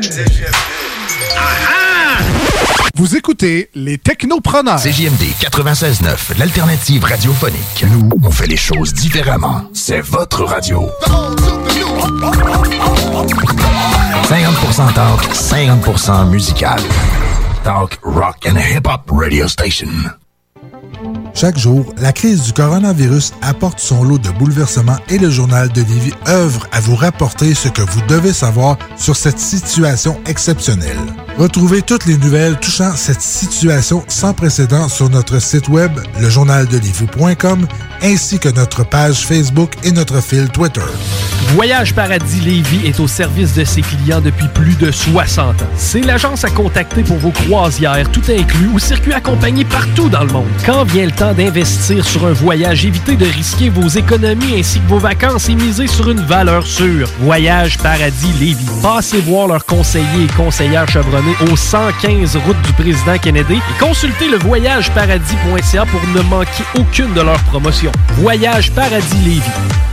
Vous écoutez les Technopreneurs. C J M D quatre-vingt-seize neuf, l'alternative radiophonique. Nous, on fait les choses différemment. C'est votre radio. cinquante pour cent talk, cinquante pour cent musical. Talk, rock and hip-hop radio station. Chaque jour, la crise du coronavirus apporte son lot de bouleversements et le Journal de Lévis œuvre à vous rapporter ce que vous devez savoir sur cette situation exceptionnelle. Retrouvez toutes les nouvelles touchant cette situation sans précédent sur notre site web, le journal de lévis point com, ainsi que notre page Facebook et notre fil Twitter. Voyage Paradis Lévis est au service de ses clients depuis plus de soixante ans. C'est l'agence à contacter pour vos croisières, tout inclus, ou circuits accompagnés partout dans le monde. Quand vient le temps d'investir sur un voyage, évitez de risquer vos économies ainsi que vos vacances et misez sur une valeur sûre. Voyage Paradis Lévis. Passez voir leurs conseillers et conseillères chevronnés au cent quinze route du Président Kennedy et consultez le voyage paradis point c a pour ne manquer aucune de leurs promotions. Voyage Paradis Lévis.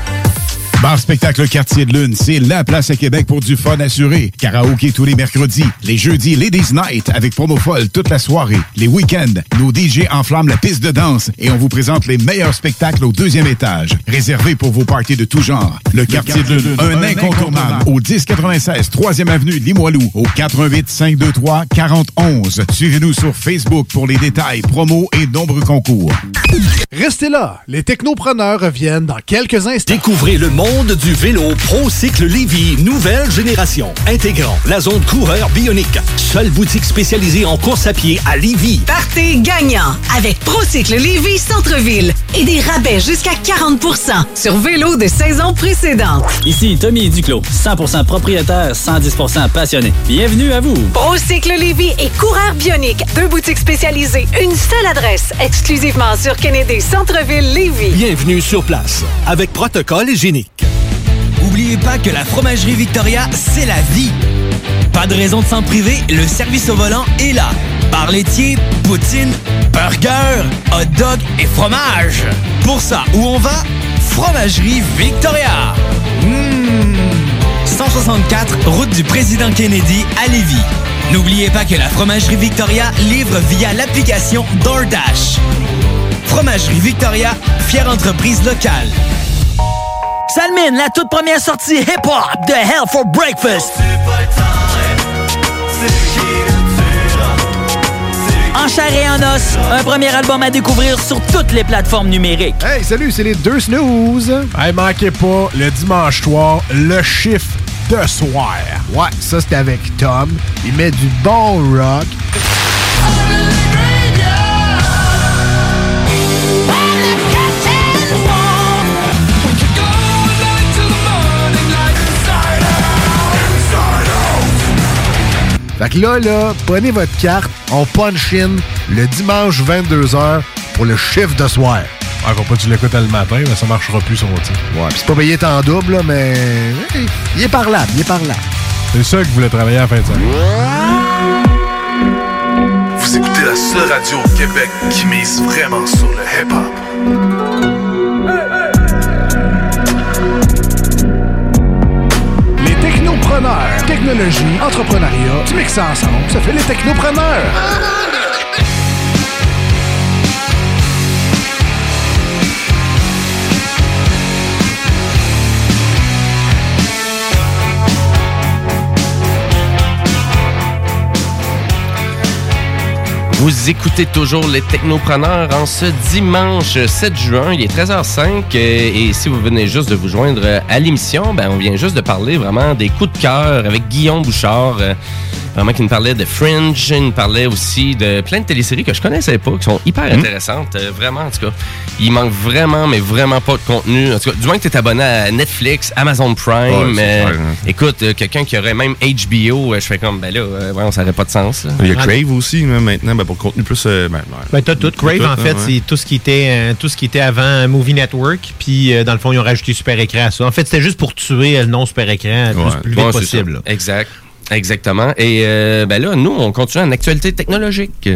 Bar Spectacle Quartier de Lune, c'est la place à Québec pour du fun assuré. Karaoké tous les mercredis. Les jeudis, Ladies Night avec promo folle toute la soirée. Les week-ends, nos D J enflamment la piste de danse et on vous présente les meilleurs spectacles au deuxième étage. Réservé pour vos parties de tout genre. Le, le Quartier de Lune, un, un incontournable. Au dix quatre-vingt-seize, troisième avenue Limoilou, au quatre un huit, cinq deux trois, quatre zéro un un. Suivez-nous sur Facebook pour les détails, promos et nombreux concours. Restez là, les technopreneurs reviennent dans quelques instants. Découvrez le monde du vélo ProCycle Lévy, nouvelle génération, intégrant la zone coureur bionique. Seule boutique spécialisée en course à pied à Lévy. Partez gagnant avec ProCycle Lévy Centre-Ville et des rabais jusqu'à quarante pour cent sur vélo de saison précédente. Ici Tommy Duclos, cent pour cent propriétaire, cent dix pour cent passionné. Bienvenue à vous. ProCycle Lévy et coureur bionique, deux boutiques spécialisées, une seule adresse, exclusivement sur Kennedy Centre-Ville Lévy. Bienvenue sur place avec protocole hygiénique. Oubliez pas que la Fromagerie Victoria, c'est la vie. Pas de raison de s'en priver, le service au volant est là. Bar laitier, poutine, burger, hot dog et fromage. Pour ça, où on va? Fromagerie Victoria. Mmh. cent soixante-quatre, route du Président Kennedy à Lévis. N'oubliez pas que la Fromagerie Victoria livre via l'application DoorDash. Fromagerie Victoria, fière entreprise locale. Salmine, la toute première sortie hip-hop de Hell for Breakfast. En chair et en os, un premier album à découvrir sur toutes les plateformes numériques. Hey, salut, c'est les deux snooze. Hey, manquez pas, le dimanche soir, le chiffre de soir. Ouais, ça c'est avec Tom. Il met du bon rock. Fait que là, là, prenez votre carte, on punch in le dimanche vingt-deux heures pour le chiffre de soir. Ah, faut pas que tu l'écoutes le matin, mais ça marchera plus son outil. Ouais, pis c'est pas payé en double, là, mais hey, il est parlable, il est parlable. C'est ça que voulait travailler à la fin de semaine. Vous écoutez la seule radio au Québec qui mise vraiment sur le hip-hop. Technopreneurs, technologie, entrepreneuriat, tu mixes ça ensemble, ça fait les technopreneurs. Vous écoutez toujours les Technopreneurs en ce dimanche sept juin, il est treize heures cinq et si vous venez juste de vous joindre à l'émission, ben on vient juste de parler vraiment des coups de cœur avec Guillaume Bouchard, vraiment qui nous parlait de Fringe, il nous parlait aussi de plein de téléséries que je connaissais pas, qui sont hyper mmh. intéressantes, vraiment en tout cas. Il manque vraiment, mais vraiment pas de contenu. En tout cas, du moins que tu es abonné à Netflix, Amazon Prime, ouais, euh, clair, hein. Écoute, euh, quelqu'un qui aurait même H B O, euh, je fais comme, ben là, euh, ouais, ça n'aurait pas de sens. Là. Il y a Crave aussi, là, maintenant, ben, pour le contenu plus... Euh, ben, ben t'as tout. Crave, tout, en fait, ouais. c'est tout ce qui était euh, tout ce qui était avant Movie Network, puis euh, dans le fond, ils ont rajouté Super Écran à ça. En fait, c'était juste pour tuer le nom Super Écran le ouais. plus, plus vite ouais, possible. Là. Exact. Exactement. Et euh, ben là, nous, on continue en actualité technologique.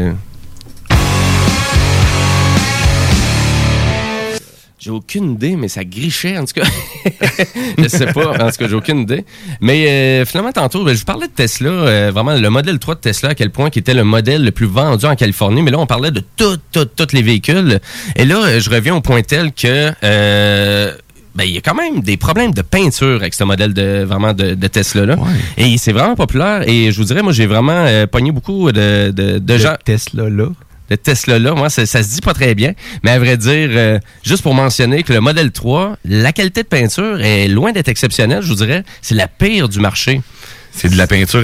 J'ai aucune idée, mais ça grichait, en tout cas. Je sais pas, en tout cas, j'ai aucune idée. Mais euh, finalement, tantôt, ben, je vous parlais de Tesla, euh, vraiment, le modèle trois de Tesla, à quel point qui était le modèle le plus vendu en Californie. Mais là, on parlait de tous, tous, tous les véhicules. Et là, je reviens au point tel que... Euh, ben, il y a quand même des problèmes de peinture avec ce modèle de vraiment de, de Tesla-là. Ouais. Et c'est vraiment populaire. Et je vous dirais, moi, j'ai vraiment euh, pogné beaucoup de, de, de gens... Tesla-là. Le Tesla-là, moi, ça, ça se dit pas très bien. Mais à vrai dire, euh, juste pour mentionner que le modèle trois, la qualité de peinture est loin d'être exceptionnelle, je vous dirais. C'est la pire du marché. C'est de la peinture à l'eau.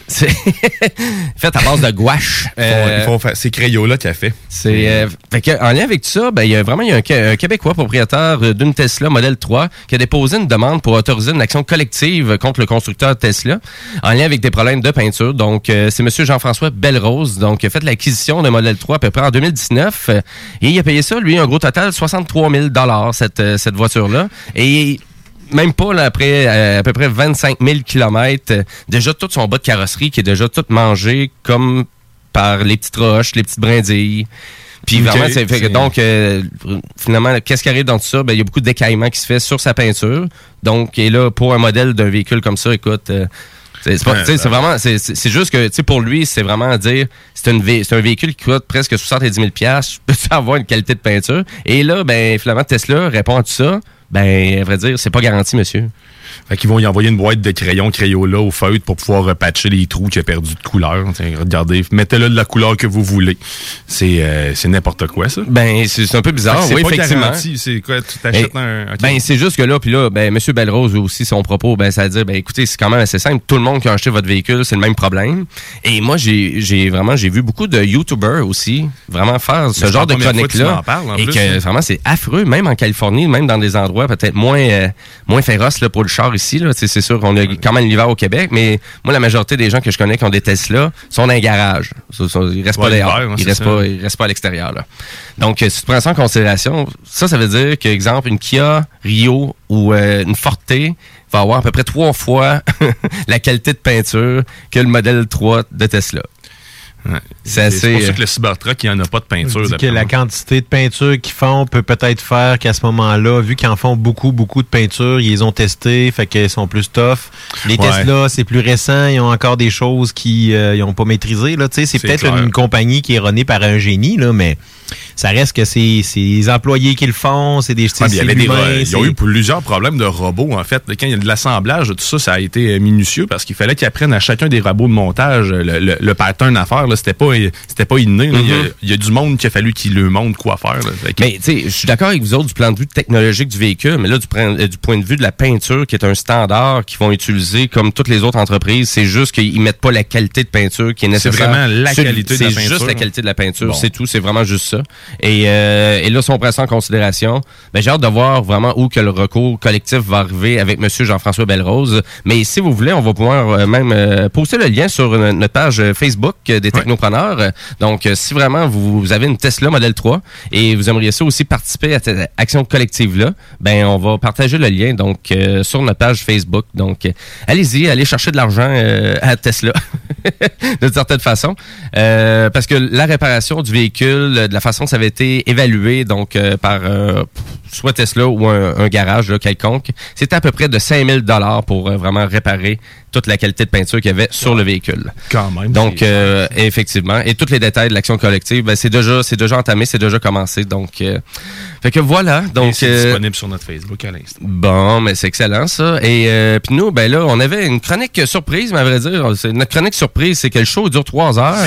C'est fait à base de gouache. Euh, ils font faire, c'est Crayola qui a fait. C'est, euh, fait que, en lien avec tout ça, ben, il y a vraiment il y a un, un Québécois propriétaire d'une Tesla Model trois qui a déposé une demande pour autoriser une action collective contre le constructeur Tesla en lien avec des problèmes de peinture. Donc, euh, c'est M. Jean-François Belrose, donc, qui a fait l'acquisition de Model trois à peu près en deux mille dix-neuf. Euh, et il a payé ça, lui, un gros total de soixante-trois mille dollars, cette, euh, cette voiture-là. Et même pas là, après euh, à peu près vingt-cinq mille kilomètres, euh, déjà tout son bas de carrosserie qui est déjà tout mangé comme par les petites roches, les petites brindilles. Puis okay, vraiment, c'est, fait que donc, euh, finalement, qu'est-ce qui arrive dans tout ça? Ben, il y a beaucoup de décaillement qui se fait sur sa peinture. Donc, et là, pour un modèle d'un véhicule comme ça, écoute... Euh, C'est, c'est, pas, euh, c'est vraiment, c'est, c'est juste que, tu sais, pour lui, c'est vraiment à dire, c'est, une vé- c'est un véhicule qui coûte presque soixante-dix mille dollars, peux-tu avoir une qualité de peinture? Et là, ben, finalement, Tesla répond à tout ça, ben, à vrai dire, c'est pas garanti, monsieur. Fait qu'ils vont y envoyer une boîte de crayons Crayola au feutre pour pouvoir repatcher les trous qui a perdu de couleur. T'sais, regardez, mettez-le de la couleur que vous voulez. C'est, euh, c'est n'importe quoi, ça. Ben, c'est, c'est un peu bizarre, c'est oui, pas effectivement. Garanti, c'est quoi, tu t'achètes ben, un... Okay. Ben, c'est juste que là, puis là, ben, M. Belrose aussi, son propos, ben, ça veut dire, ben, écoutez, c'est quand même assez simple. Tout le monde qui a acheté votre véhicule, c'est le même problème. Et moi, j'ai, j'ai vraiment, j'ai vu beaucoup de YouTubers aussi, vraiment faire ce Mais genre de chronique-là. Parles, et plus, que, hein. vraiment, c'est affreux, même en Californie, même dans des endroits peut-être moins, euh, moins féroces, là, pour le char ici, là. C'est sûr qu'on a quand même l'hiver au Québec, mais moi, la majorité des gens que je connais qui ont des Tesla sont dans un garage. Ils restent pas ouais, dehors. Hein, ils restent pas, ils restent pas à l'extérieur, là. Donc, si tu prends ça en considération, ça, ça veut dire que, exemple, une Kia Rio ou euh, une Forte va avoir à peu près trois fois la qualité de peinture que le modèle trois de Tesla. Ouais. C'est, c'est, assez, c'est pour ça que le Cybertruck, il n'y en a pas de peinture. Que la quantité de peinture qu'ils font peut peut-être faire qu'à ce moment-là, vu qu'ils en font beaucoup, beaucoup de peinture, ils les ont testés, fait qu'ils sont plus tough. Les ouais. Tesla, c'est plus récent, ils ont encore des choses qu'ils n'ont euh, pas maîtrisées. Là. C'est, c'est peut-être clair. Une compagnie qui est erronée par un génie, là, mais ça reste que c'est, c'est les employés qui le font, c'est des ah, il y avait des, humains, Ils ont eu plusieurs problèmes de robots, en fait. Quand il y a de l'assemblage, tout ça, ça a été minutieux parce qu'il fallait qu'ils apprennent à chacun des robots de montage le, le, le pattern à faire. Là, c'était pas c'était pas inné. Mm-hmm. Il, y a, il y a du monde qui a fallu qu'il leur montre quoi faire. Là. Mais tu sais, je suis d'accord avec vous autres du plan de vue technologique du véhicule, mais là, du, du point de vue de la peinture, qui est un standard qu'ils vont utiliser comme toutes les autres entreprises, c'est juste qu'ils mettent pas la qualité de peinture qui est nécessaire. C'est vraiment la c'est, qualité de la peinture. C'est juste la qualité de la peinture, bon. C'est tout. C'est vraiment juste ça. Et, euh, et là, si on prend ça en considération, ben, j'ai hâte de voir vraiment où que le recours collectif va arriver avec M. Jean-François Belrose. Mais si vous voulez, on va pouvoir euh, même euh, poster le lien sur notre page Facebook euh, des technopreneurs. Ouais. Donc, euh, si vraiment vous, vous avez une Tesla Model trois et vous aimeriez ça aussi participer à cette action collective-là, ben on va partager le lien donc euh, sur notre page Facebook. Donc, euh, allez-y, allez chercher de l'argent euh, à Tesla, d'une certaine façon. Euh, parce que la réparation du véhicule, de la façon que ça avait été évalué donc euh, par euh, soit Tesla ou un, un garage là, quelconque, c'était à peu près de cinq mille dollars pour euh, vraiment réparer toute la qualité de peinture qu'il y avait sur le véhicule. Quand même. Donc, euh, effectivement. Et tous les détails de l'action collective, ben, c'est déjà, c'est déjà entamé, c'est déjà commencé. Donc, euh, fait que voilà. Donc, et c'est euh, disponible sur notre Facebook à l'instant. Bon, mais c'est excellent, ça. Et euh, puis nous, ben là, on avait une chronique surprise, mais à vrai dire, c'est, notre chronique surprise, c'est que le show dure trois heures.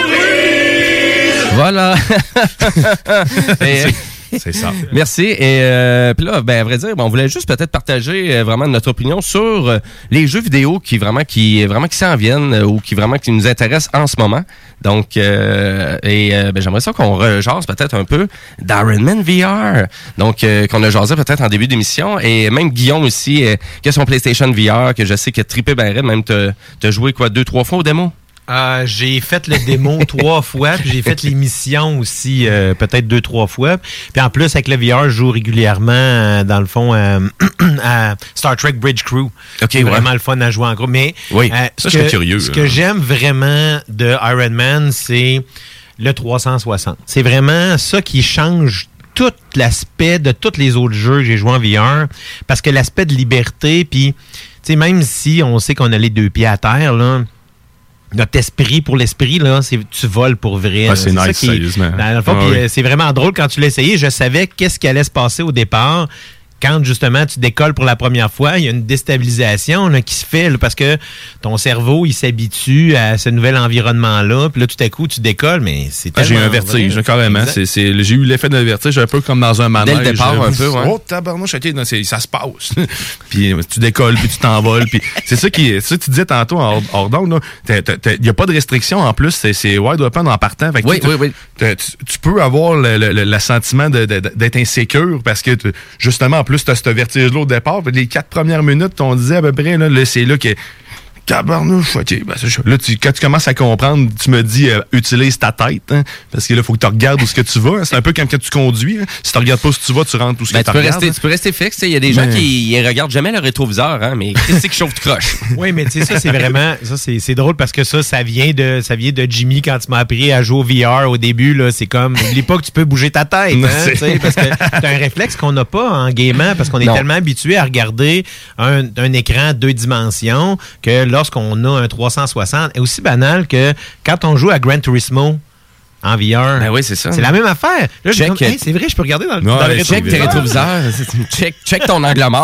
Surprise! Voilà. Et, c'est ça. Merci. Et euh, puis là, ben à vrai dire, ben, on voulait juste peut-être partager euh, vraiment notre opinion sur euh, les jeux vidéo qui vraiment qui vraiment qui s'en viennent euh, ou qui vraiment qui nous intéressent en ce moment. Donc euh, et euh, ben, j'aimerais ça qu'on rejase peut-être un peu d'Iron Man V R. Donc euh, qu'on a jasé peut-être en début d'émission et même Guillaume aussi euh, qui a son PlayStation V R que je sais qu'il a trippé ben raide, même t'as, t'as joué quoi deux trois fois au démo. Euh, j'ai fait le démo trois fois, puis j'ai fait les missions aussi euh, peut-être deux, trois fois. Puis en plus, avec le V R, je joue régulièrement, euh, dans le fond, euh, à Star Trek Bridge Crew. Okay, c'est ouais. vraiment le fun à jouer en groupe. Mais oui, euh, ça, ce je que, suis curieux. Ce là. que j'aime vraiment de Iron Man, c'est le trois cent soixante. C'est vraiment ça qui change tout l'aspect de tous les autres jeux que j'ai joué en V R. Parce que l'aspect de liberté, puis, tu sais, même si on sait qu'on a les deux pieds à terre, là, notre esprit pour l'esprit, là, c'est tu voles pour vrai. Ah, c'est, c'est nice, qui, sérieusement. Dans le fond, ah, oui. C'est vraiment drôle quand tu l'as essayé. Je savais qu'est-ce qui allait se passer au départ. quand justement tu décolles pour la première fois, il y a une déstabilisation là, qui se fait là, parce que ton cerveau, il s'habitue à ce nouvel environnement-là. Puis là, tout à coup, tu décolles, mais c'est Ah, tellement j'ai eu un vertige, vrai. carrément. C'est, c'est, j'ai eu l'effet d'un vertige un peu comme dans un manège. Dès le départ, un peu, ouais. Oh, tabarnouche, ok, non, c'est, ça se passe. Puis tu décolles, puis tu t'envoles. Puis c'est ça qui, c'est ça que tu disais tantôt en hors d'onde, il n'y a pas de restriction en plus. C'est, c'est wide open en partant. Fait que Oui, tu, oui, oui. Tu, tu peux avoir le, le, le, le sentiment de, de, d'être insécure parce que tu, justement, en plus, tu as ce vertige-là au départ. Les quatre premières minutes, on disait à peu près, là, là c'est là que. Tabarnouche, ok. Ben, c'est, là, tu, quand tu commences à comprendre, tu me dis, euh, utilise ta tête, hein, parce que là, il faut que tu regardes où ce que tu vas. Hein. C'est un peu comme quand tu conduis. Hein. Si tu regardes pas où tu vas, tu rentres où ce Ben, que tu tu peux regardes. rester, tu peux rester fixe. Il y a des gens Ben. qui ils regardent jamais le rétroviseur, hein, mais qu'est-ce que chauffe de croche? Oui, mais tu sais, ça, c'est vraiment. Ça, c'est, c'est drôle parce que ça, ça vient de ça vient de Jimmy quand tu m'as appris à jouer au V R au début. Là, c'est comme, n'oublie pas que tu peux bouger ta tête. Hein, C'est- tu sais, parce que c'est un réflexe qu'on n'a pas en gamant parce qu'on est Non. tellement habitué à regarder un, un écran à deux dimensions que lorsqu'on a un trois cent soixante, est aussi banal que quand on joue à Gran Turismo en V R. Ben oui, c'est ça. C'est la même affaire. Là, je Check. dis, hey, c'est vrai, je peux regarder dans, le- Non, dans le ouais, Check tes rétroviseur. rétroviseurs. check, check ton angle mort.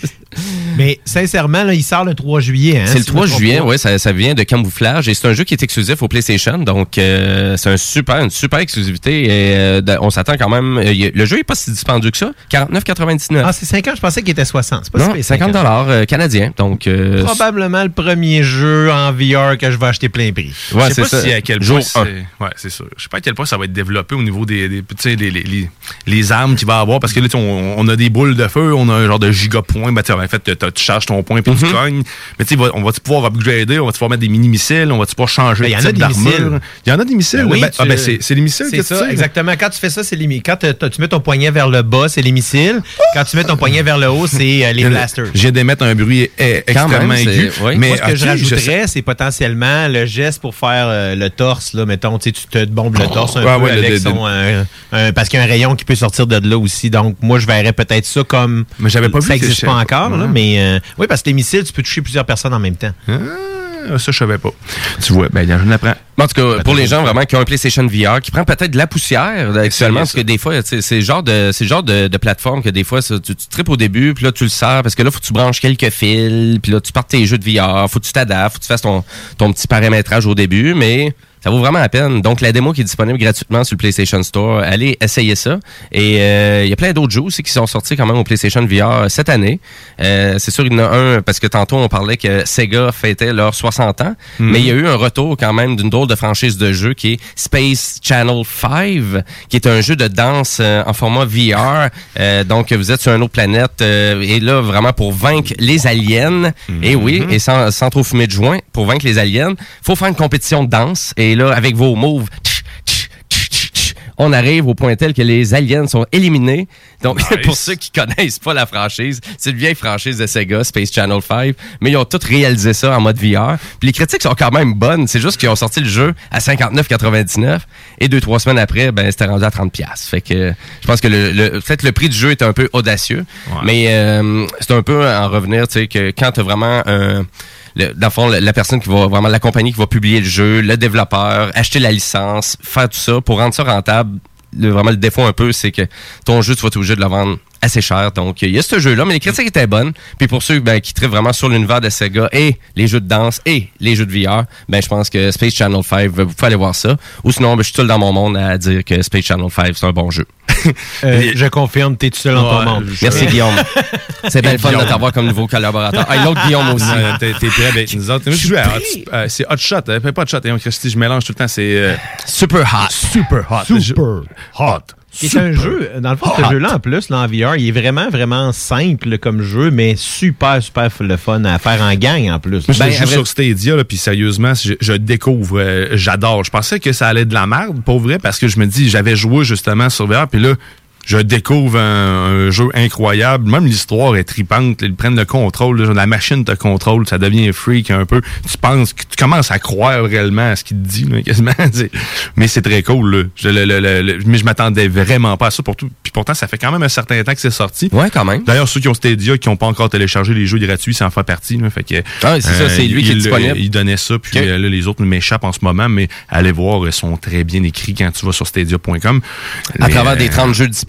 Mais sincèrement, là, il sort le trois juillet. Hein, C'est le si trois je me trompe juillet, pas. ouais, ça, ça vient de camouflage et c'est un jeu qui est exclusif au PlayStation, donc euh, c'est un super, une super exclusivité et euh, de- on s'attend quand même. euh, y a- le jeu est pas si dispendieux que ça, quarante-neuf quatre-vingt-dix-neuf. Ah, c'est cinquante, je pensais qu'il était soixante. C'est pas non, si pire, cinquante dollars euh, canadiens, donc euh, Probablement le premier jeu en V R que je vais acheter plein prix. ouais, je sais c'est pas ça. si à quel Jour point c'est... un. Ouais, c'est sûr. Je sais pas à quel point ça va être développé au niveau des, des tu sais, les, les, les, les armes qu'il va avoir parce que là, tu sais, on, on a des boules de feu, on a un genre de giga-point. Ben, tu sais, en fait, t'as- tu charges ton point puis tu cognes. Mais tu sais, va- on va-tu pouvoir upgrader, on va-tu pouvoir mettre des mini-missiles, on va-tu pouvoir changer Ben, de y en a type des d'armure? missiles. Il y en a des missiles. Ben oui, Ben, tu- ah, ben, c'est, c'est les missiles C'est que tu ça, tires. exactement. Quand tu fais ça, c'est les mi- Quand t'as- t'as- tu mets ton poignet vers le bas, c'est les missiles. Quand tu mets ton poignet vers le haut, c'est euh, les blasters. J'ai d'émettre un bruit eh, Quand extrêmement même, aigu. c'est- oui. Mais Moi, ce que ok, je rajouterais, sais- c'est potentiellement le geste pour faire euh, le torse. Là, mettons, tu sais, tu te bombes le torse un Ouais, peu ouais, le- avec le- son... euh, un- parce qu'il y a un rayon qui peut sortir de là aussi. Donc, moi, je verrais peut-être ça comme... Mais j'avais pas vu ça que n'existe je- pas encore, là, Ouais. mais... euh, oui, parce que les missiles, tu peux toucher plusieurs personnes en même temps. Ah, ça, je savais pas. Tu vois, ben, je l'apprends. En tout cas, pour les gens vraiment qui ont un PlayStation V R, qui prend peut-être de la poussière là, actuellement, parce ça. que des fois, tu sais, c'est le genre de c'est le genre de, de plateforme que des fois, ça, tu, tu tripes au début, puis là, tu le sers, parce que là, faut que tu branches quelques fils, puis là, tu partes tes jeux de V R, faut que tu t'adaptes, faut que tu fasses ton, ton petit paramétrage au début, mais ça vaut vraiment la peine. Donc, la démo qui est disponible gratuitement sur le PlayStation Store, allez essayer ça. Et euh, il y a plein d'autres jeux aussi qui sont sortis quand même au PlayStation V R cette année. Euh, c'est sûr, il y en a un, parce que tantôt, on parlait que Sega fêtait leurs soixante ans, Mhm. mais il y a eu un retour quand même d'une drôle de franchise de jeu qui est Space Channel cinq, qui est un jeu de danse euh, en format V R. Euh, donc, vous êtes sur une autre planète euh, et là, vraiment pour vaincre les aliens. Et oui, et sans, sans trop fumer de joint, pour vaincre les aliens, faut faire une compétition de danse. Et là, avec vos moves, tch, tch, tch, tch, tch, on arrive au point tel que les aliens sont éliminés. Donc, Nice. pour ceux qui connaissent pas la franchise, c'est une vieille franchise de Sega, Space Channel cinq, mais ils ont tous réalisé ça en mode V R. Puis les critiques sont quand même bonnes. C'est juste qu'ils ont sorti le jeu à cinquante-neuf quatre-vingt-dix-neuf et deux, trois semaines après, ben, c'était rendu à trente piastres. Fait que je pense que le, le, peut-être le prix du jeu est un peu audacieux, Ouais. mais euh, c'est un peu en revenir, tu sais, que quand t'as vraiment un... Le, dans le fond, la, la personne qui va vraiment, la compagnie qui va publier le jeu, le développeur, acheter la licence, faire tout ça pour rendre ça rentable. Le, vraiment, le défaut un peu, c'est que ton jeu, tu vas être obligé de le vendre assez cher. Donc, il y a ce jeu-là, mais les critiques étaient bonnes. Puis pour ceux ben, qui trippent vraiment sur l'univers de Sega et les jeux de danse et les jeux de V R, ben je pense que Space Channel cinq, vous pouvez aller voir ça. Ou sinon, ben, je suis seul dans mon monde à dire que Space Channel cinq, c'est un bon jeu. Euh, je confirme, t'es tout seul dans ton Ouais, monde. Merci, Guillaume. C'est bien le fun de Guillaume. t'avoir comme nouveau collaborateur. Ah, l'autre Guillaume aussi. Ouais, t'es, t'es prêt avec nous autres. Moi, je joue à Hot- euh, c'est Hot Shot. Hein, pas Hot Shot. Hein, Christy, je mélange tout le temps. C'est euh, Super hot. Super Hot. Super hot. C'est un jeu, dans le fond, ce jeu-là, en plus, là, en V R, il est vraiment, vraiment simple comme jeu, mais super, super le fun à faire en gang, en plus. Moi, je Ben, joue après- sur Stadia, là, puis sérieusement, je, je découvre, euh, j'adore. Je pensais que ça allait de la merde, pour vrai, parce que je me dis, j'avais joué justement sur V R, puis là, je découvre un, un jeu incroyable. Même l'histoire est tripante. Ils prennent le contrôle. Là, la machine te contrôle. Ça devient freak un peu. Tu penses que tu commences à croire réellement à ce qu'il te dit, là, quasiment. T'sais. Mais c'est très cool. Là. Je, le, le, le, le- mais je m'attendais vraiment pas à ça. Pour tout. Puis pourtant, ça fait quand même un certain temps que c'est sorti. Ouais, quand même. D'ailleurs, ceux qui ont Stadia, qui n'ont pas encore téléchargé les jeux gratuits, ça en fait partie. Là. Fait que, Ah, c'est ça, c'est lui qui est il- disponible. Il donnait ça, puis Ok. euh, là, les autres m'échappent en ce moment, mais allez voir, ils sont très bien écrits quand tu vas sur stadia point com. À Mais, travers des euh, trente jeux disponibles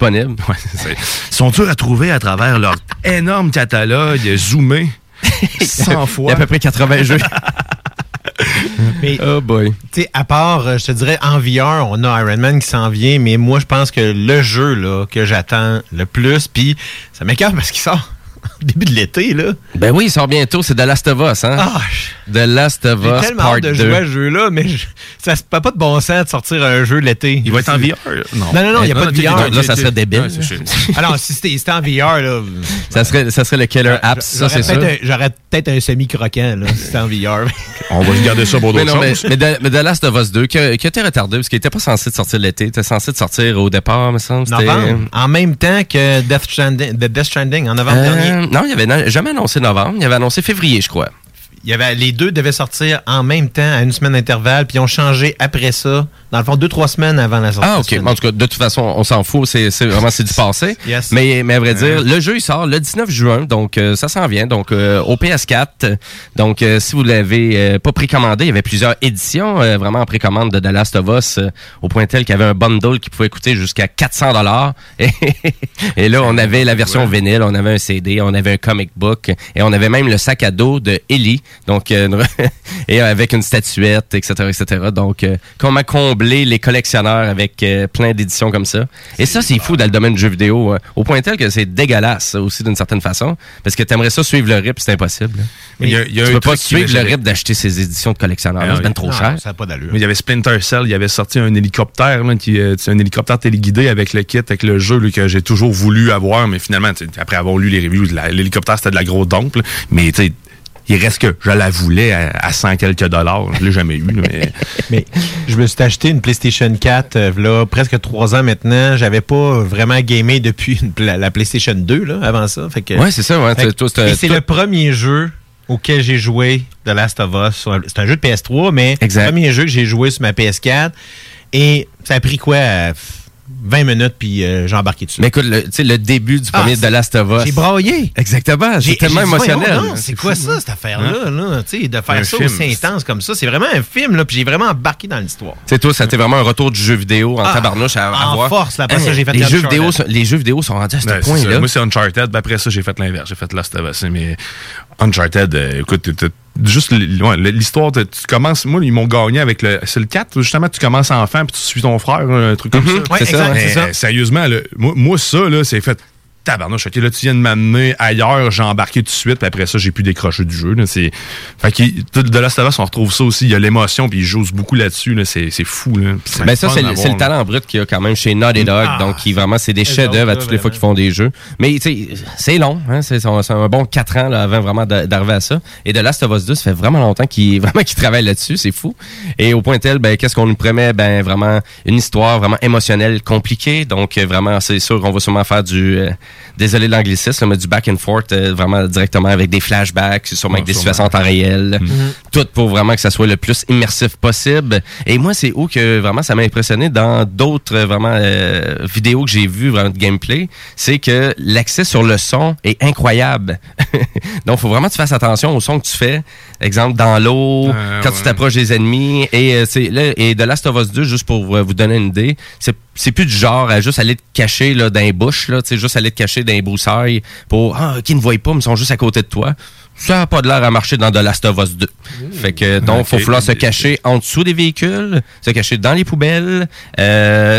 disponibles. Ouais, c'est, ils sont durs à trouver à travers leur énorme catalogue zoomé cent fois. Il y a à peu près quatre-vingts jeux. Mais, oh boy. Tu sais, à part, euh, je te dirais, en V R, on a Iron Man qui s'en vient, mais moi, je pense que le jeu là que j'attends le plus, puis ça m'écarte parce qu'il sort au début de l'été, là. Ben oui, il sort bientôt, c'est The Last of Us, hein? Ah, The Last of Us j'ai tellement Part hâte de deux. jouer à ce jeu-là, mais je, ça se peut pas de bon sens de sortir un jeu l'été. Il va être en V R? Non, non, non, il n'y a non, pas de V R. Là, là, ça serait débile. Alors, si c'était, c'était en V R, là... Ça serait, ça serait le Killer Apps, ça, c'est sûr. Un, j'aurais peut-être un semi-croquant, là, si c'était en V R. On va regarder ça pour d'autres mais non, choses. Mais, mais, The, mais The Last of Us deux, qui a, qui a été retardé, parce qu'il n'était pas censé de sortir l'été. Il était censé de sortir au départ, me semble. Novembre, en même temps que Death Stranding, The Death Stranding, en novembre euh, dernier. Non, il avait jamais annoncé novembre. Il avait annoncé février, je crois. Il y avait, les deux devaient sortir en même temps, à une semaine d'intervalle, puis ils ont changé après ça, dans le fond, deux, trois semaines avant la sortie. Ah, OK. En tout cas, de toute façon, on s'en fout. C'est, c'est vraiment c'est du passé. Yes. Mais, mais à vrai dire, Euh. le jeu, il sort le dix-neuf juin. Donc, euh, ça s'en vient. Donc, euh, au P S quatre. Donc, euh, si vous l'avez euh, pas précommandé, il y avait plusieurs éditions euh, vraiment en précommande de The Last of Us, euh, au point tel qu'il y avait un bundle qui pouvait coûter jusqu'à quatre cents dollars. Et, et là, on avait la version Ouais. vinyle, on avait un C D, on avait un comic book et on avait même le sac à dos de Ellie. Donc, euh, et avec une statuette, et cetera, et cetera. Donc, euh, comment combler les collectionneurs avec euh, plein d'éditions comme ça. Et ça, c'est fou dans le domaine du jeu vidéo, hein, au point tel que c'est dégueulasse aussi d'une certaine façon, parce que t'aimerais ça suivre le rythme, c'est impossible. Mais il y a- il y a tu un peux pas truc qui suivre le m'échappait. rythme d'acheter ces éditions de collectionneurs, Ah là, c'est oui. bien trop Non, cher. Ça n'a pas d'allure. Mais il y avait Splinter Cell, il avait sorti un hélicoptère, là, qui, euh, c'est un hélicoptère téléguidé avec le kit, avec le jeu là, que j'ai toujours voulu avoir, mais finalement, tu sais, après avoir lu les reviews, la- l'hélicoptère c'était de la grosse dompe, là, mais tu sais, il reste que je la voulais à, à cent quelques dollars. Je l'ai jamais eu, là, mais... Mais je me suis acheté une PlayStation quatre, euh, là, presque trois ans maintenant. J'avais pas vraiment gamé depuis une pla- la PlayStation deux, là, avant ça. Fait que, Ouais, c'est ça, ouais. Fait que- Toi, c'est- et c'est toi- le premier jeu auquel j'ai joué, The Last of Us. sur un- C'est un jeu de P S trois, mais Exact. le premier jeu que j'ai joué sur ma P S quatre. Et ça a pris quoi? euh, vingt minutes, puis euh, j'ai embarqué dessus. Mais écoute, le, tu sais, le début du premier Ah, The Last of Us. J'ai braillé. Exactement, J'ai- c'est tellement j'ai dit, voyons émotionnel. donc, c'est quoi fou, ça, hein? cette affaire-là? Là, tu sais, de faire Un ça film. aussi intense comme ça, c'est vraiment un film, là, puis j'ai vraiment embarqué dans l'histoire. Tu sais, toi, ça a été vraiment un retour du jeu vidéo en Ah, tabarnouche à, à en voir. force, là, après ça, j'ai fait les le jeux, Uncharted. vidéo, sont- les jeux vidéo sont rendus à ce Ouais, c'est ça. point-là. Moi, c'est Uncharted. Ben, après ça, j'ai fait l'inverse. J'ai fait Last of Us. Mais Uncharted, euh, écoute, t'as- t'as- juste l- ouais, l'histoire, t'as- tu commences... Moi, ils m'ont gagné avec le... C'est le quatre, justement. Tu commences enfant, puis tu suis ton frère, un truc comme Mhm. ça. Ouais, c'est exact, ça. c'est Mais, ça. euh, Sérieusement, là, moi, moi, ça, là, c'est fait... Tabarnouche, ok, là, tu viens de m'amener ailleurs, j'ai embarqué tout de suite, puis après ça, j'ai pu décrocher du jeu. Là, c'est... Fait que tout de Last of Us, on retrouve ça aussi. Il y a l'émotion, puis ils jouent beaucoup là-dessus. Là, c'est, c'est fou. Là. Puis Ben ça, fun c'est à le, voir, c'est le là. talent brut qu'il y a quand même chez Naughty Dog. Ah, donc, qui vraiment, c'est des eux chefs-d'œuvre à autres, toutes là, les fois qu'ils font des jeux. Mais, tu sais, c'est long. Hein, c'est, c'est un bon quatre ans là, avant vraiment d'a- d'arriver à ça. Et The Last of Us deux, ça fait vraiment longtemps qu'ils, vraiment qu'ils travaillent là-dessus. C'est fou. Et au point tel, ben, qu'est-ce qu'on nous promet? Ben, vraiment, une histoire vraiment émotionnelle, compliquée. Donc, euh, vraiment, c'est sûr qu'on va sûrement faire du... euh, désolé de l'anglicisme, mais du back and forth, euh, vraiment directement avec des flashbacks, sûrement avec Ouais, des sûrement. situations en temps réel. Tout pour vraiment que ça soit le plus immersif possible. Et moi, c'est où que vraiment ça m'a impressionné dans d'autres euh, vraiment euh, vidéos que j'ai vues, vraiment de gameplay, c'est que l'accès sur le son est incroyable. Donc, faut vraiment que tu fasses attention au son que tu fais. Exemple, dans l'eau, Euh, quand ouais. tu t'approches des ennemis. Et, euh, c'est, là, et de Last of Us deux, juste pour euh, vous donner une idée, c'est, c'est plus du genre à juste aller te cacher là, dans les bouches, là, tu sais, juste aller te cacher dans les broussailles pour ah, qui ne voient pas, mais ils sont juste à côté de toi. Ça n'a pas de l'air à marcher dans The Last of Us deux. Fait que, donc, Ok. faut falloir se cacher en dessous des véhicules, se cacher dans les poubelles. Euh,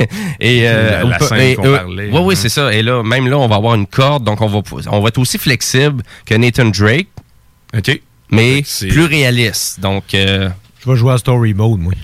et, euh, La- on la peut- scène et, qu'on euh, parlait, ouais, oui, hein. c'est ça. Et là, même là, on va avoir une corde, donc on va, on va être aussi flexible que Nathan Drake, OK. mais C'est- plus réaliste. Donc, euh, Je vais jouer à Story Mode, moi.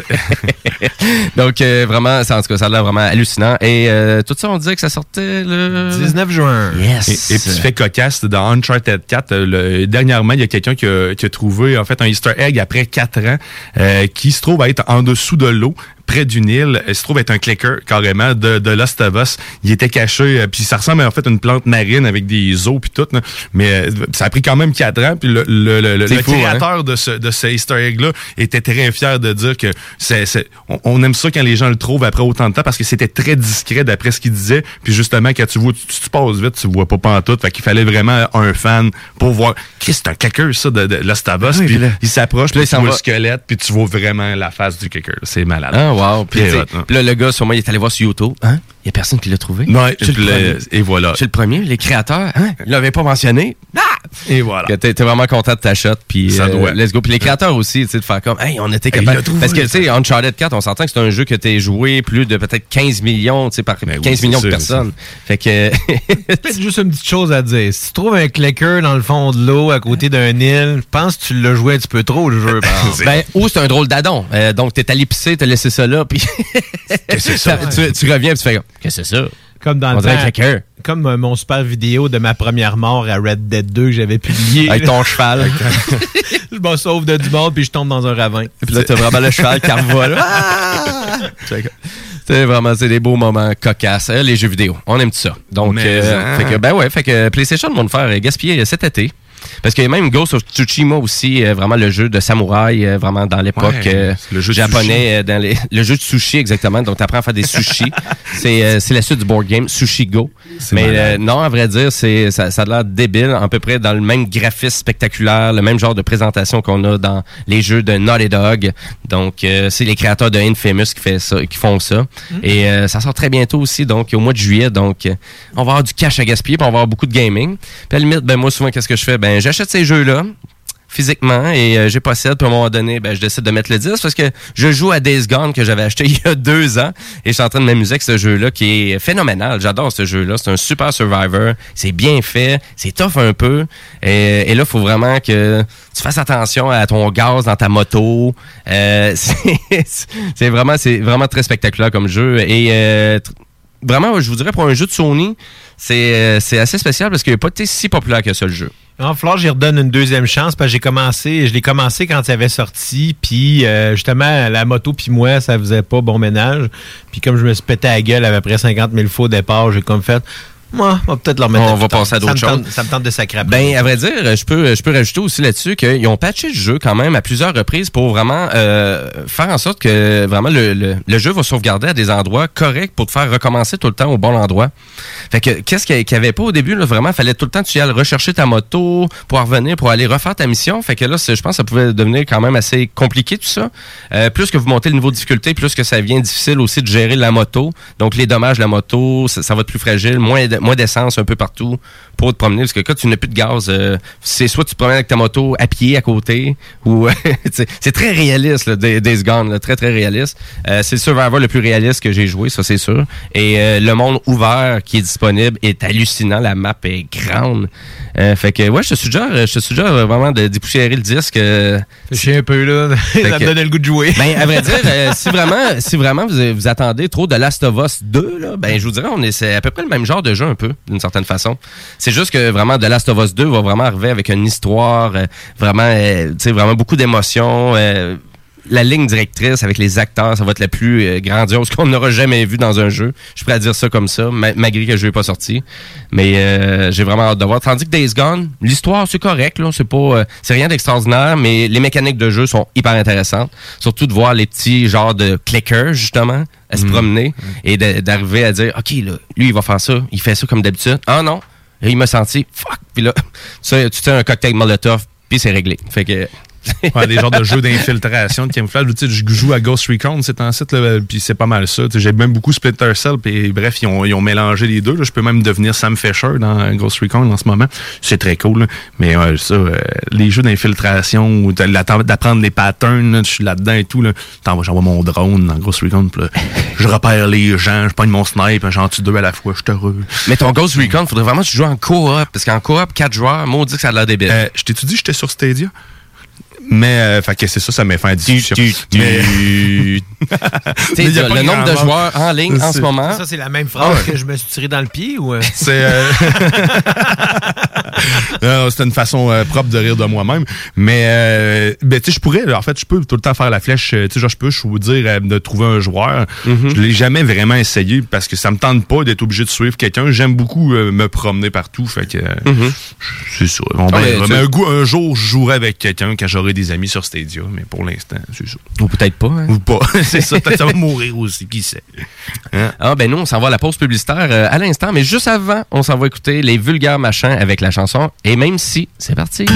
donc euh, vraiment, ça, en tout cas, ça a l'air vraiment hallucinant. Et euh, tout ça, on disait que ça sortait le dix-neuf juin. Yes. Et, et petit fait cocasse, dans Uncharted quatre, euh, le, dernièrement, il y a quelqu'un qui a, qui a trouvé en fait un Easter egg après quatre ans euh, qui se trouve à être en dessous de l'eau, près d'une île. Il se trouve être un clicker carrément de, de Last of Us. Il était caché, euh, puis ça ressemble en fait à une plante marine avec des os puis tout. Là. Mais euh, ça a pris quand même quatre ans. Puis le, le, le, le C'est fou, créateur de ce de ce Easter egg-là était très fier de dire que c'est, c'est on, on aime ça quand les gens le trouvent après autant de temps parce que c'était très discret d'après ce qu'il disait. Puis justement, quand tu vois, tu, tu passes vite, tu vois pas pantoute. Fait qu'il fallait vraiment un fan pour voir. Chris, c'est un clicker, ça, de, de Last of Us. Oui, puis puis là- il s'approche, puis là, puis il tu s'en vois va. le squelette, puis tu vois vraiment la face du clicker. C'est malade. Ah, wow. Puis, Très tu sais, hot, hein. puis là, le gars, sûrement, il est allé voir sur YouTube. Hein? Il n'y a personne qui l'a trouvé. Ouais, Je suis le le- premier. et voilà. Je suis le premier. Les créateurs, hein, ils l'avaient pas mentionné. Ah! Et voilà. Que T'es t'es vraiment content de ta shot, puis Ça euh, doit. let's go. Puis les créateurs aussi, tu sais, de faire comme, hey, on était Hey, il capable. l'a trouvé, Parce que, tu sais, ça. Uncharted quatre, on s'entend que c'est un jeu que t'es joué plus de peut-être quinze millions, tu sais, par Ben oui, quinze c'est millions de sûr, personnes. Fait que, Peut-être juste une petite chose à dire. Si tu trouves un clicker dans le fond de l'eau à côté d'un île, je pense que tu l'as joué un petit peu trop, le jeu. par exemple. ben, ou c'est un drôle d'adon. Euh, donc, t'es allé pisser, t'as laissé ça là, puis Qu'est-ce que c'est ça? tu, tu reviens, puis tu fais comme, qu'est-ce que c'est ça? Comme dans On le dirait un temps- clicker. Comme euh, mon super vidéo de ma première mort à Red Dead deux que j'avais publié. Avec ton cheval. Je me sauve de du monde puis je tombe dans un ravin. Puis là, t'as vraiment le cheval qui revole. Ah! C'est vraiment, c'est des beaux moments cocasses. Euh, les jeux vidéo, on aime tout ça. Donc, Mais, euh, hein. fait que, ben ouais, fait que PlayStation vont le faire euh, gaspiller euh, cet été. Parce qu'il y a même Ghost of Tsushima aussi, euh, vraiment le jeu de samouraï, euh, vraiment dans l'époque Ouais, euh, le jeu de japonais, euh, dans les, le jeu de sushi exactement. Donc, t'apprends à faire des sushis. c'est euh, c'est la suite du board game, Sushi Go. Mais euh, non, à vrai dire, c'est ça, ça a l'air débile, à peu près dans le même graphisme spectaculaire, le même genre de présentation qu'on a dans les jeux de Naughty Dog. Donc, euh, c'est les créateurs de Infamous qui, fait ça, qui font ça. Et euh, ça sort très bientôt aussi, donc au mois de juillet. Donc, euh, on va avoir du cash à gaspiller, puis on va avoir beaucoup de gaming. Puis à la limite, ben moi, souvent, qu'est-ce que je fais? Ben, j'achète ces jeux-là physiquement et euh, j'ai possède, puis à un moment donné, ben, je décide de mettre le disque parce que je joue à Days Gone que j'avais acheté il y a deux ans et je suis en train de m'amuser avec ce jeu-là qui est phénoménal. J'adore ce jeu-là. C'est un super Survivor. C'est bien fait. C'est tough un peu. Et, et là, il faut vraiment que tu fasses attention à ton gaz dans ta moto. Euh, c'est, c'est vraiment, c'est vraiment très spectaculaire comme jeu et euh, tr- vraiment, je vous dirais, pour un jeu de Sony, c'est, euh, c'est assez spécial parce qu'il n'a pas été si populaire que ça, le jeu. En Flore, j'y redonne une deuxième chance parce que j'ai commencé, je l'ai commencé quand il avait sorti, puis euh, justement, la moto puis moi, ça faisait pas bon ménage. Puis comme je me suis pété la gueule à peu près cinquante mille fois au départ, j'ai comme fait, moi, on va peut-être leur mettre On un va piton. passer à d'autres Ça me choses. tente- Ça me tente de sacrer après. Ben, à vrai dire, je peux, je peux rajouter aussi là-dessus qu'ils ont patché le jeu quand même à plusieurs reprises pour vraiment euh, faire en sorte que vraiment le, le, le jeu va sauvegarder à des endroits corrects pour te faire recommencer tout le temps au bon endroit. Fait que qu'est-ce qu'il n'y avait pas au début, là, vraiment, fallait tout le temps que tu y ailles rechercher ta moto pour en revenir, pour aller refaire ta mission. Fait que là, c'est- je pense que ça pouvait devenir quand même assez compliqué tout ça. Euh, plus que vous montez le niveau de difficulté, plus que ça devient difficile aussi de gérer la moto. Donc les dommages de la moto, ça, ça va être plus fragile, moins, de- moins d'essence un peu partout pour te promener. Parce que quand tu n'as plus de gaz, euh, c'est soit tu te promènes avec ta moto à pied à côté, ou c'est c'est très réaliste, là, Day- Days Gone, là, très très réaliste. Euh, c'est le Survivor le plus réaliste que j'ai joué, ça c'est sûr. Et euh, le monde ouvert qui est disponible est hallucinant, la map est grande. Euh, fait que ouais, je te suggère, je te suggère vraiment de dépoussiérer le disque. Euh, Je sais un peu là, ça me donnait le goût de jouer. Ben, à vrai dire, euh, si vraiment, si vraiment vous, vous attendez trop de Last of Us deux, là, ben, je vous dirais, on est, c'est à peu près le même genre de jeu un peu, d'une certaine façon. C'est juste que vraiment, The Last of Us deux va vraiment arriver avec une histoire, euh, vraiment, euh, tu sais, vraiment beaucoup d'émotions, euh, la ligne directrice avec les acteurs, ça va être la plus euh, grandiose qu'on n'aura jamais vu dans un jeu. Je suis prêt à dire ça comme ça, ma- malgré que le jeu n'est pas sorti. Mais euh, j'ai vraiment hâte de voir. Tandis que Days Gone, l'histoire, c'est correct, là. C'est pas, euh, c'est rien d'extraordinaire, mais les mécaniques de jeu sont hyper intéressantes. Surtout de voir les petits genres de clickers, justement, à se Mm. promener et de- d'arriver à dire, OK, là, lui, il va faire ça, il fait ça comme d'habitude. Ah non, et il m'a senti, fuck. Puis là, tu sais, tu sais, un cocktail Molotov, puis c'est réglé. Fait que... Ouais, des genres de jeux d'infiltration, de camouflage. Tu sais, je joue à Ghost Recon, c'est un site, là, puis c'est pas mal ça. Tu sais, j'ai même beaucoup Splinter Cell, puis bref, ils ont, ils ont mélangé les deux. Là. Je peux même devenir Sam Fisher dans Ghost Recon en ce moment. C'est très cool. Là. Mais euh, ça, euh, les jeux d'infiltration, ou de- d'apprendre les patterns, là, je suis là-dedans et tout. Là. T'en vas, j'envoie mon drone dans Ghost Recon, puis là, je repère les gens, je pogne mon snipe, j'en tue deux à la fois, je suis heureux. Mais ton Ghost Recon, faudrait vraiment que tu joues en coop, parce qu'en coop, quatre joueurs, maudit que ça a l'air débile. Euh, je t'ai-tu dit que j'étais sur Stadia? Mais, euh, fait que c'est ça, ça met fin à la discussion. Tu- tu- Mais- T'sais, Mais y a le pas nombre de grand joueurs en ligne en C'est- ce moment. Ça, c'est la même phrase Ah ouais. que je me suis tiré dans le pied ou. euh? C'est euh... non, c'est une façon euh, propre de rire de moi-même. Mais euh, ben, tu sais, je pourrais, en fait, je peux tout le temps faire la flèche. Tu sais, genre, je peux, je vous dire euh, de trouver un joueur. Mm-hmm. Je l'ai jamais vraiment essayé parce que ça me tente pas d'être obligé de suivre quelqu'un. J'aime beaucoup euh, me promener partout. Fait que euh, Mm-hmm. c'est ça. Bon, ben, Ah, mais mais tu- un, goût- un jour, je jouerai avec quelqu'un quand j'aurai des amis sur Stadia. Mais pour l'instant, c'est ça. Ou peut-être pas. Hein? Ou pas. C'est ça. Peut-être ça va mourir aussi. Qui sait? Hein? Ah ben nous, on s'en va à la pause publicitaire euh, à l'instant, mais juste avant, on s'en va écouter les vulgaires machins avec la chanson. Et même si, c'est parti.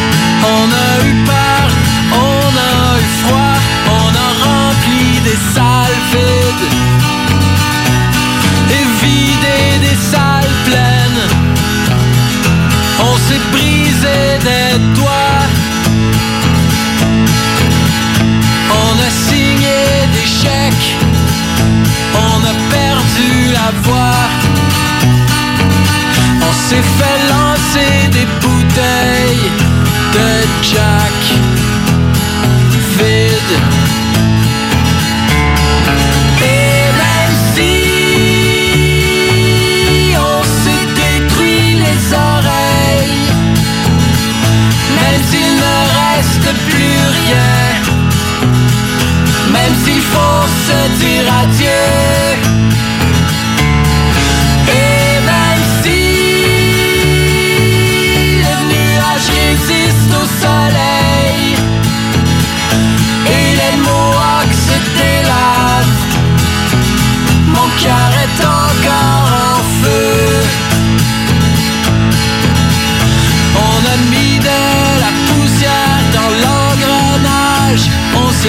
On a eu peur, on a eu froid, on a rempli des salles.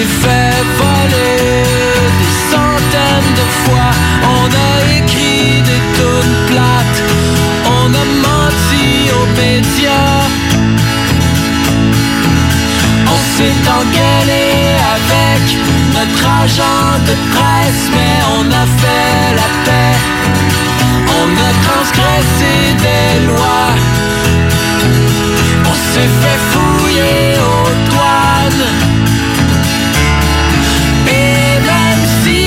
s'est fait voler des centaines de fois. On a écrit des tunes plates, on a menti aux médias. On s'est engueulé avec notre agent de presse, mais on a fait la paix. On a transgressé des lois. On s'est fait fouiller aux douanes. Et même si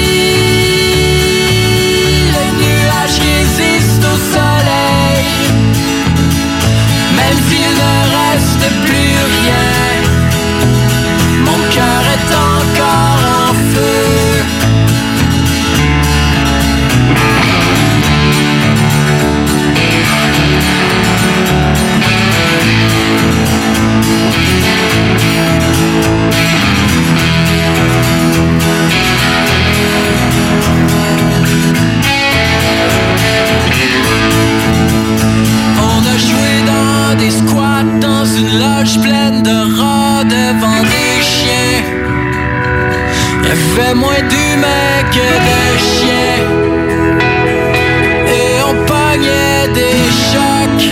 les nuages résistent au soleil, même s'il ne reste plus rien, mon cœur est encore en feu. On a joué dans des squats, dans une loge pleine de rats devant des chiens. Y'avait moins d'humains que de chiens. Et on pognait des chocs.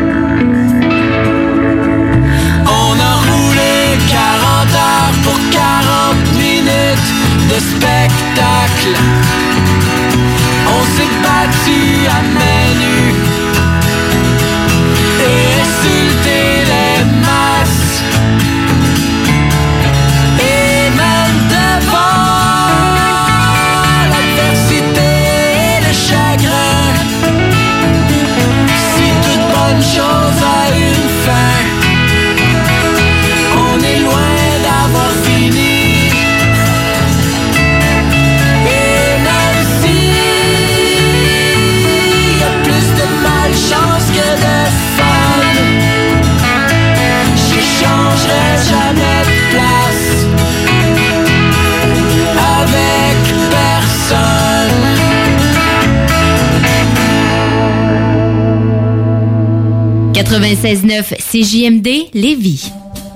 On a roulé quarante heures pour quarante minutes de spectacle. On s'est battu à main nue et insulté les masses. Et même devant l'adversité et le chagrin, si toute bonne chose a une fin, on est loin d'avoir fini. Et même si y a plus de malchance que de fun, j'échangerai jamais de place avec personne. quatre-vingt-seize neuf C J M D Lévis.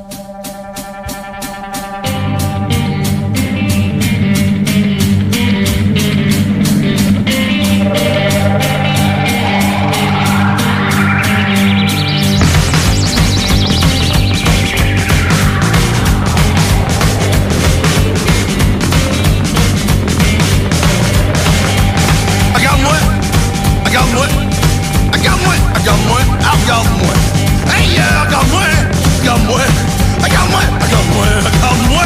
Regarde-moi, regarde-moi, regarde-moi, regarde-moi, regarde-moi. Hey, euh, regarde-moi, regarde-moi, regarde-moi, regarde-moi, regarde-moi.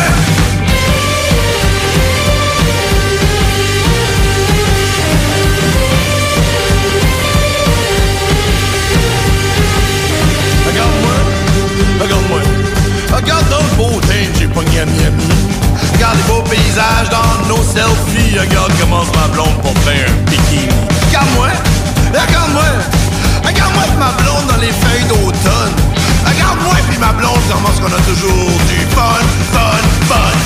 Regarde-moi, regarde-moi, regarde notre beauté, j'ai pogné à Miami. Regarde les beaux paysages dans nos selfies. Regarde comment ma blonde pour faire un bikini. Regarde-moi, regarde-moi, regarde-moi pis ma blonde dans les feuilles d'automne. Regarde-moi pis ma blonde comment est-ce qu'on a toujours du fun, fun, fun.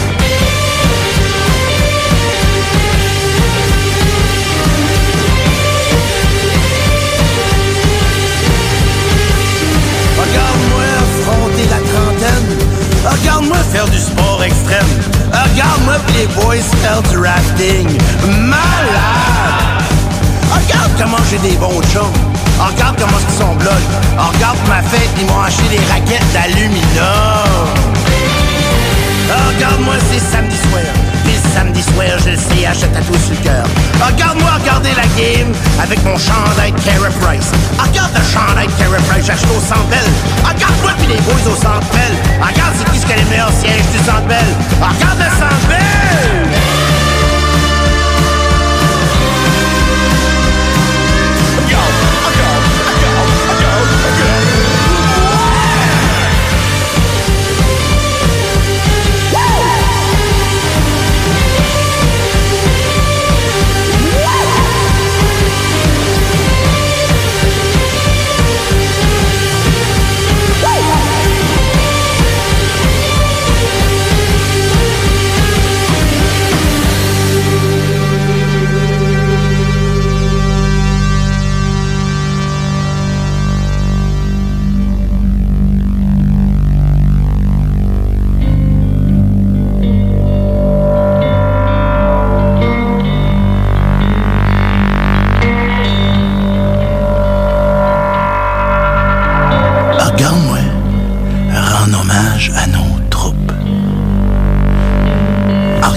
Regarde-moi affronter la trentaine. Regarde-moi faire du sport extrême. Regarde-moi pis les boys faire du rafting. Malade! Regarde comment j'ai des bons chums. Regarde comment ils sont blogs. Regarde ma fête, ils m'ont acheté des raquettes d'aluminium. Regarde-moi, c'est samedi soir. Puis samedi soir, je le sais, achète à tout sur le cœur. Regarde-moi regarder la game avec mon chandail Carey Price. Regarde le chandail Carey Price, j'ai acheté au Centre Bell. Regarde-moi puis les boys au Centre Bell. Regarde c'est qui ce qui a les meilleurs sièges du Centre Bell. Regarde le Centre Bell.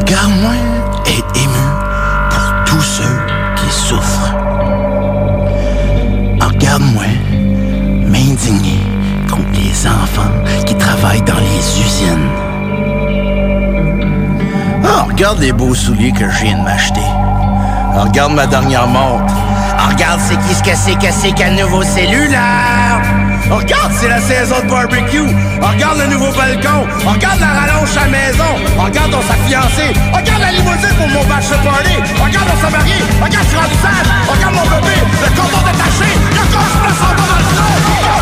Regarde-moi être ému pour tous ceux qui souffrent. Regarde-moi m'indigner contre les enfants qui travaillent dans les usines. Oh, regarde les beaux souliers que je viens de m'acheter. Oh, regarde ma dernière montre. Oh, regarde c'est qui ce que c'est que c'est qu'un nouveau cellulaire. Oh, regarde, c'est la saison de barbecue. Oh, regarde le nouveau balcon. Oh, regarde la rallonge à la maison. Oh, regarde on s'est fiancé. Oh, regarde la limousine pour mon bachelor party. Oh, regarde on s'est marié. Oh, regarde je suis rendu sale. Oh, regarde mon bébé. Le cordon détaché. Le corps se place en bas dans le front.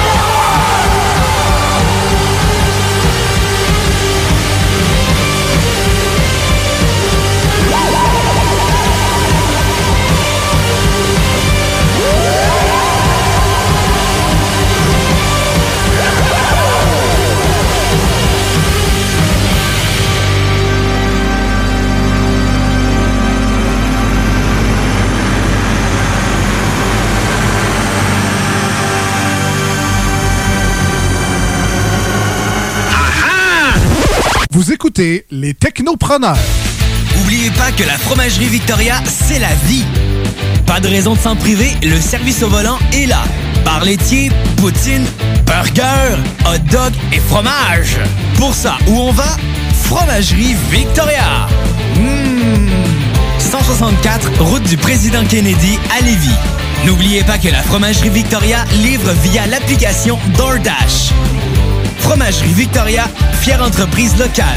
Vous écoutez les Technopreneurs. N'oubliez pas que la Fromagerie Victoria, c'est la vie. Pas de raison de s'en priver, le service au volant est là. Bar laitier, poutine, burger, hot dog et fromage. Pour ça, où on va? Fromagerie Victoria. Mmh. cent soixante-quatre, route du Président Kennedy à Lévis. N'oubliez pas que la Fromagerie Victoria livre via l'application DoorDash. Fromagerie Victoria, fière entreprise locale.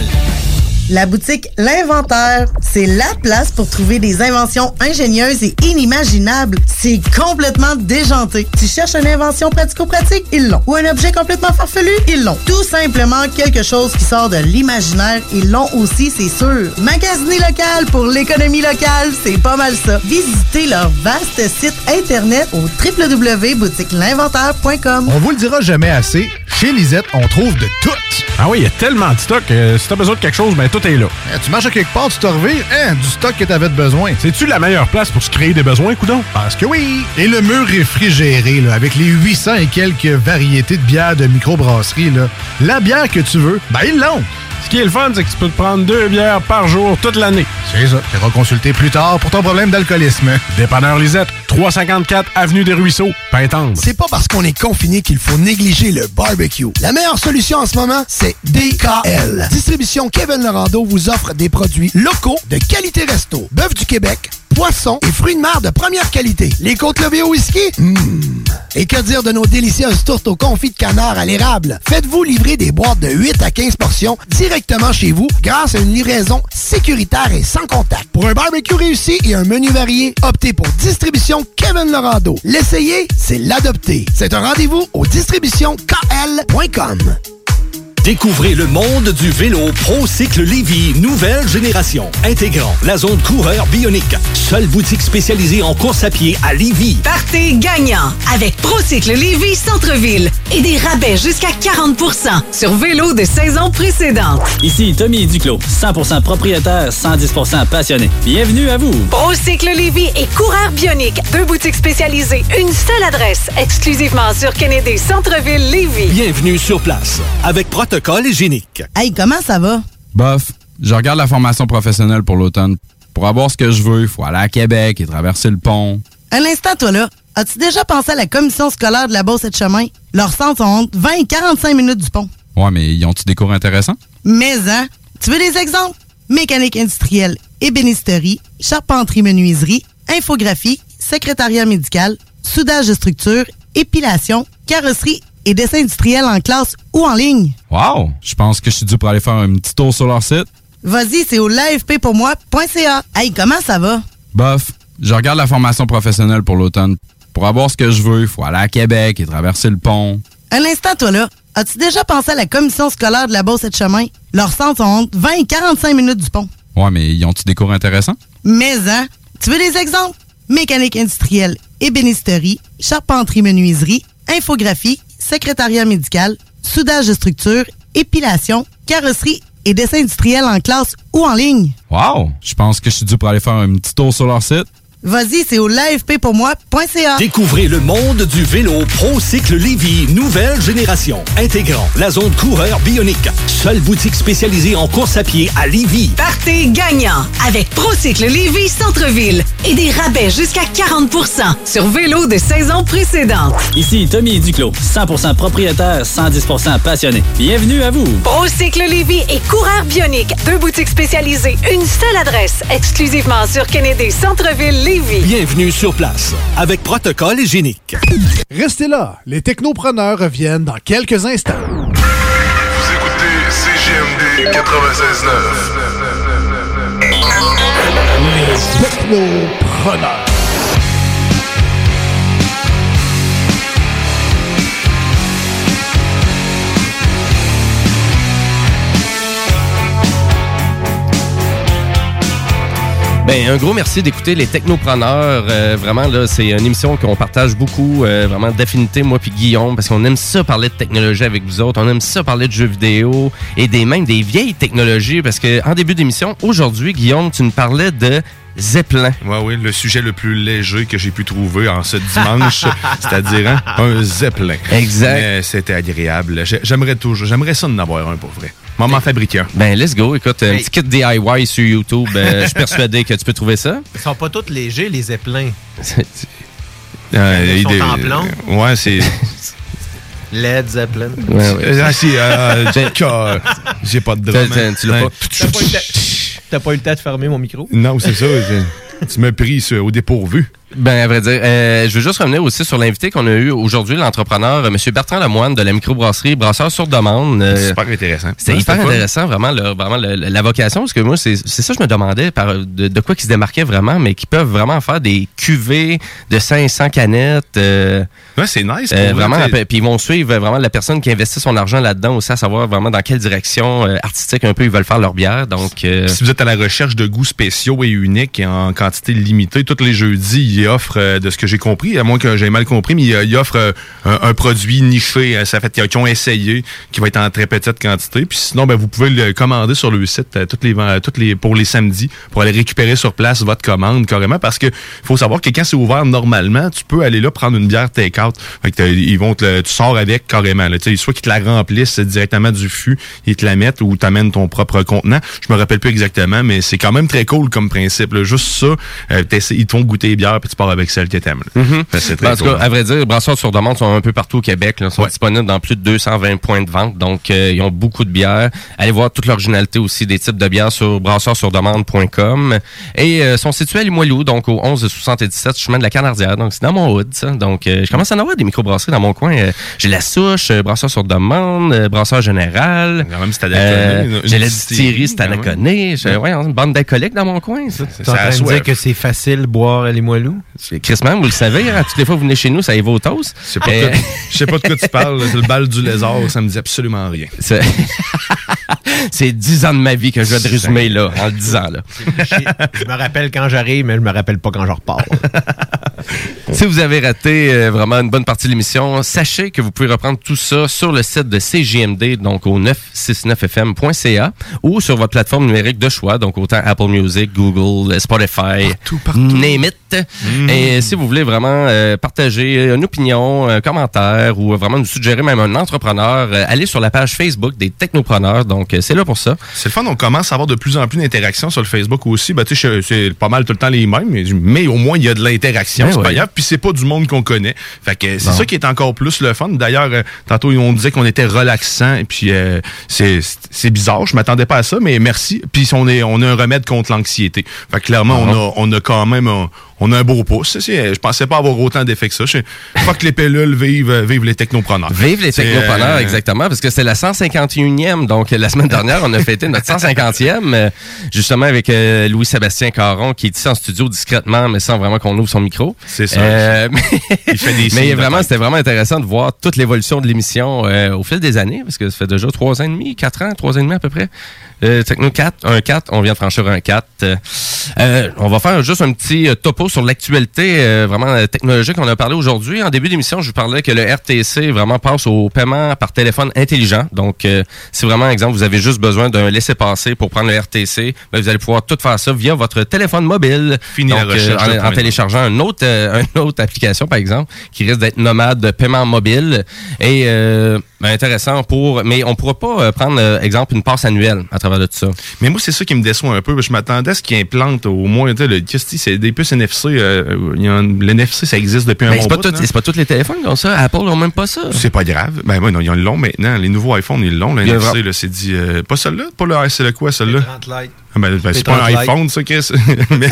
La boutique L'Inventaire, c'est la place pour trouver des inventions ingénieuses et inimaginables. C'est complètement déjanté. Tu cherches une invention pratico-pratique? Ils l'ont. Ou un objet complètement farfelu? Ils l'ont. Tout simplement quelque chose qui sort de l'imaginaire? Ils l'ont aussi, c'est sûr. Magasiner local pour l'économie locale, c'est pas mal ça. Visitez leur vaste site internet au w w w point boutique l'inventaire point com. On vous le dira jamais assez, chez Lisette, on trouve de tout. Ah oui, il y a tellement de stock. Euh, si t'as besoin de quelque chose, ben tout est là. Eh, tu marches à quelque part, tu te revires, hein, du stock que t'avais besoin. C'est-tu la meilleure place pour se créer des besoins, coudonc? Parce que oui! Et le mur réfrigéré, là, avec les huit cents et quelques variétés de bières de microbrasserie, là, la bière que tu veux, ben ils l'ont! Ce qui est le fun, c'est que tu peux te prendre deux bières par jour toute l'année. C'est ça. Tu iras consulter plus tard pour ton problème d'alcoolisme. Dépanneur Lisette, trois cent cinquante-quatre Avenue des Ruisseaux, Pintendre. C'est pas parce qu'on est confiné qu'il faut négliger le barbecue. La meilleure solution en ce moment, c'est D K L. Distribution Kevin Lorando vous offre des produits locaux de qualité resto. Bœuf du Québec, poissons et fruits de mer de première qualité. Les côtes levées au whisky? Mmh. Et que dire de nos délicieuses tourtes au confit de canard à l'érable? Faites-vous livrer des boîtes de huit à quinze portions directement chez vous grâce à une livraison sécuritaire et sans contact. Pour un barbecue réussi et un menu varié, optez pour Distribution Kevin Lorando. L'essayer, c'est l'adopter. C'est un rendez-vous au distribution k l point com. Découvrez le monde du vélo ProCycle Lévy, nouvelle génération, intégrant la zone coureur bionique. Seule boutique spécialisée en course à pied à Lévy. Partez gagnant avec ProCycle Lévy Centre-Ville et des rabais jusqu'à quarante pour cent sur vélo de saison précédente. Ici Tommy Duclos, cent pour cent propriétaire, cent dix pour cent passionné. Bienvenue à vous. ProCycle Lévy et Coureur Bionique, deux boutiques spécialisées, une seule adresse, exclusivement sur Kennedy Centre-Ville Lévy. Bienvenue sur place avec protocole hygiénique. Hey, comment ça va? Bof, je regarde la formation professionnelle pour l'automne. Pour avoir ce que je veux, il faut aller à Québec et traverser le pont. Un instant, toi là. As-tu déjà pensé à la commission scolaire de la Beauce et de Chemin? Leurs centres sont entre vingt et quarante-cinq minutes du pont. Ouais, mais ils ont-tu des cours intéressants? Mais, hein? Tu veux des exemples? Mécanique industrielle, ébénisterie, charpenterie-menuiserie, infographie, secrétariat médical, soudage de structure, épilation, carrosserie et dessin industriel en classe ou en ligne. Wow! Je pense que je suis dû pour aller faire un petit tour sur leur site. Vas-y, c'est au l'A F P pour moi point C A. Hey, comment ça va? Bof, je regarde la formation professionnelle pour l'automne. Pour avoir ce que je veux, il faut aller à Québec et traverser le pont. Un instant, toi là. As-tu déjà pensé à la commission scolaire de la Beauce et de Chemin? Leurs centres sont entre vingt et quarante-cinq minutes du pont. Ouais, mais ils ont-tu des cours intéressants? Mais, hein? Tu veux des exemples? Mécanique industrielle, ébénisterie, charpenterie-menuiserie, infographie, secrétariat médical, soudage de structure, épilation, carrosserie et dessin industriel en classe ou en ligne. Wow! Je pense que je suis dû pour aller faire un petit tour sur leur site. Vas-y, c'est au live p pour moi point c a. Découvrez le monde du vélo ProCycle Lévy, nouvelle génération. Intégrant la zone coureur bionique. Seule boutique spécialisée en course à pied à Lévy. Partez gagnant avec ProCycle Lévy Centre-Ville et des rabais jusqu'à quarante pour cent sur vélo de saison précédente. Ici Tommy Duclos, cent pour cent propriétaire, cent dix pour cent passionné. Bienvenue à vous. ProCycle Lévy et Coureur Bionique, deux boutiques spécialisées, une seule adresse, exclusivement sur Kennedy Centre-Ville Lévy. Bienvenue sur place avec protocole hygiénique. Restez là, les technopreneurs reviennent dans quelques instants. Vous écoutez C G M D quatre-vingt-seize neuf. Les technopreneurs. Ben, un gros merci d'écouter les technopreneurs. Euh, vraiment, là, c'est une émission qu'on partage beaucoup, euh, vraiment d'affinité, moi puis Guillaume, parce qu'on aime ça parler de technologie avec vous autres. On aime ça parler de jeux vidéo et des même des vieilles technologies, parce que en début d'émission, aujourd'hui, Guillaume, tu nous parlais de Zeppelin. Oui, oui, le sujet le plus léger que j'ai pu trouver en ce dimanche, c'est-à-dire hein, un Zeppelin. Exact. Mais c'était agréable. J'aimerais toujours, j'aimerais ça d'en avoir un pour vrai. Maman fabricant. Ben, let's go. Écoute, un petit kit D I Y sur YouTube. Euh, je suis persuadé que tu peux trouver ça. Ils sont pas tous légers, les Zeppelins. Euh, Ils sont des, en plomb. Ouais, c'est... Led Zeppelin. Ouais, ouais. Ah, si, euh, j'ai pas de drum. T'as, tu l'as pas. T'as pas, eu le temps- T'as pas eu le temps de fermer mon micro? Non, c'est ça. Tu m'as pris ça, au dépourvu. Ben, à vrai dire, euh, je veux juste revenir aussi sur l'invité qu'on a eu aujourd'hui, l'entrepreneur, M. Bertrand Lemoine de la microbrasserie Brasseur sur demande. Euh, super intéressant. C'était ouais, hyper c'était intéressant, vraiment, le, vraiment le, la vocation, parce que moi, c'est, c'est ça que je me demandais, par, de, de quoi qui se démarquait vraiment, mais qui peuvent vraiment faire des cuvées de cinq cents canettes. Euh, ouais, c'est nice. Euh, vraiment, vrai, puis ils vont suivre vraiment la personne qui investit son argent là-dedans aussi, à savoir vraiment dans quelle direction euh, artistique un peu ils veulent faire leur bière. Donc, euh, si vous êtes à la recherche de goûts spéciaux et uniques et en quantité limitée, tous les jeudis, ils offrent, euh, de ce que j'ai compris, à moins que j'ai mal compris, mais ils offrent euh, un, un produit niché, euh, ça fait qu'ils ont essayé, qui va être en très petite quantité. Puis sinon, ben, vous pouvez le commander sur le site euh, toutes les, euh, toutes les, pour les samedis, pour aller récupérer sur place votre commande carrément, parce que faut savoir que quand c'est ouvert normalement, tu peux aller là prendre une bière take-out. Fait que ils vont te, tu sors avec carrément. Là, soit qu'ils te la remplissent directement du fût, ils te la mettent, ou t'amènes ton propre contenant. Je me rappelle plus exactement, mais c'est quand même très cool comme principe. Là. Juste ça, euh, ils te font goûter les bières, puis tu pars avec celle que t'aimes. Mm-hmm. C'est très ben, en tout cool. cas, à vrai dire, Brasseurs sur demande sont un peu partout au Québec. Ils sont ouais. disponibles dans plus de deux cent vingt points de vente. Donc, euh, ils ont beaucoup de bières. Allez voir toute l'originalité aussi des types de bières sur brasseurs sur demande point com. Et euh, sont situés à Limoilou, donc au onze soixante-dix-sept, chemin de la Canardière. Donc, c'est dans mon hood, ça. Donc, euh, je commence à en avoir des microbrasseries dans mon coin. Euh, j'ai la Souche, euh, Brasseurs sur demande, euh, Brasseur Général. Quand même, c'est à euh, J'ai la distillerie, c'est à la connaît. J'ai ouais, une bande d'alcooliques dans mon coin. Ça. Tu es en train de dire que c'est facile de boire à Limoilou? Chris, même, vous le savez, hein, toutes les fois que vous venez chez nous, ça y va au toast. Je sais pas, euh... je sais pas de quoi tu parles. C'est le bal du lézard, ça me dit absolument rien. C'est, c'est dix ans de ma vie que je vais te résumer là, en dix ans. Là. Je me rappelle quand j'arrive, mais je me rappelle pas quand je repars. Si vous avez raté euh, vraiment une bonne partie de l'émission, sachez que vous pouvez reprendre tout ça sur le site de C J M D, donc au neuf cent soixante-neuf F M point C A, ou sur votre plateforme numérique de choix, donc autant Apple Music, Google, Spotify, partout, partout. name it. Mmh. Et si vous voulez vraiment euh, partager une opinion, un commentaire, ou vraiment nous suggérer même un entrepreneur, euh, allez sur la page Facebook des Technopreneurs, donc euh, c'est là pour ça. C'est le fun, on commence à avoir de plus en plus d'interactions sur le Facebook aussi. Ben, tu sais, c'est pas mal tout le temps les mêmes, mais, mais au moins il y a de l'interaction, ben c'est ouais. pas grave. Puis c'est pas du monde qu'on connaît. Fait que c'est bon. Ça qui est encore plus le fun. D'ailleurs, euh, tantôt on disait qu'on était relaxant, et puis euh, c'est, c'est bizarre, je m'attendais pas à ça, mais merci. Puis on est on a un remède contre l'anxiété. Fait que clairement, ah. on a on a quand même un, on a un beau pouce. C'est, je pensais pas avoir autant d'effets que ça. Je crois que les pilules vivent, vivent les technopreneurs. Vive les technopreneurs, euh... exactement, parce que c'est la cent cinquante et unième. Donc, la semaine dernière, on a fêté notre cent cinquantième, justement avec euh, Louis-Sébastien Caron, qui est ici en studio discrètement, mais sans vraiment qu'on ouvre son micro. C'est ça. Euh, mais il fait des mais vraiment, c'était vraiment intéressant de voir toute l'évolution de l'émission euh, au fil des années, parce que ça fait déjà trois ans et demi, quatre ans, trois ans et demi à peu près. Euh, Techno quatre, un quatre, on vient de franchir un quatre. Euh, euh, on va faire juste un petit euh, topo sur l'actualité euh, vraiment euh, technologique qu'on a parlé aujourd'hui. En début d'émission, je vous parlais que le R T C vraiment passe au paiement par téléphone intelligent. Donc, euh, si vraiment, exemple, vous avez juste besoin d'un laissez-passer pour prendre le R T C, ben, vous allez pouvoir tout faire ça via votre téléphone mobile. Fini Donc, la recherche. euh, en, en téléchargeant une autre, euh, une autre application, par exemple, qui risque d'être nomade de paiement mobile. Et euh, ben, intéressant pour... Mais on ne pourra pas euh, prendre, euh, exemple, une passe annuelle à travers de tout ça. Mais moi, c'est ça qui me déçoit un peu. Je m'attendais à ce qu'ils implantent au moins, tu sais, le c'est des puces N F C. Euh, y a un, le N F C, ça existe depuis un ben, bon c'est pas bout. tout, c'est pas tous les téléphones qui ont ça. Apple n'ont même pas ça. C'est pas grave. Ben oui, non, ils l'ont maintenant. Les nouveaux iPhones, ils l'ont. Le N F C, là, c'est dit... Euh, pas celle-là? Pas le... C'est le quoi, celle-là? Ben, ben, c'est pas un iPhone, ça, Chris. Mais,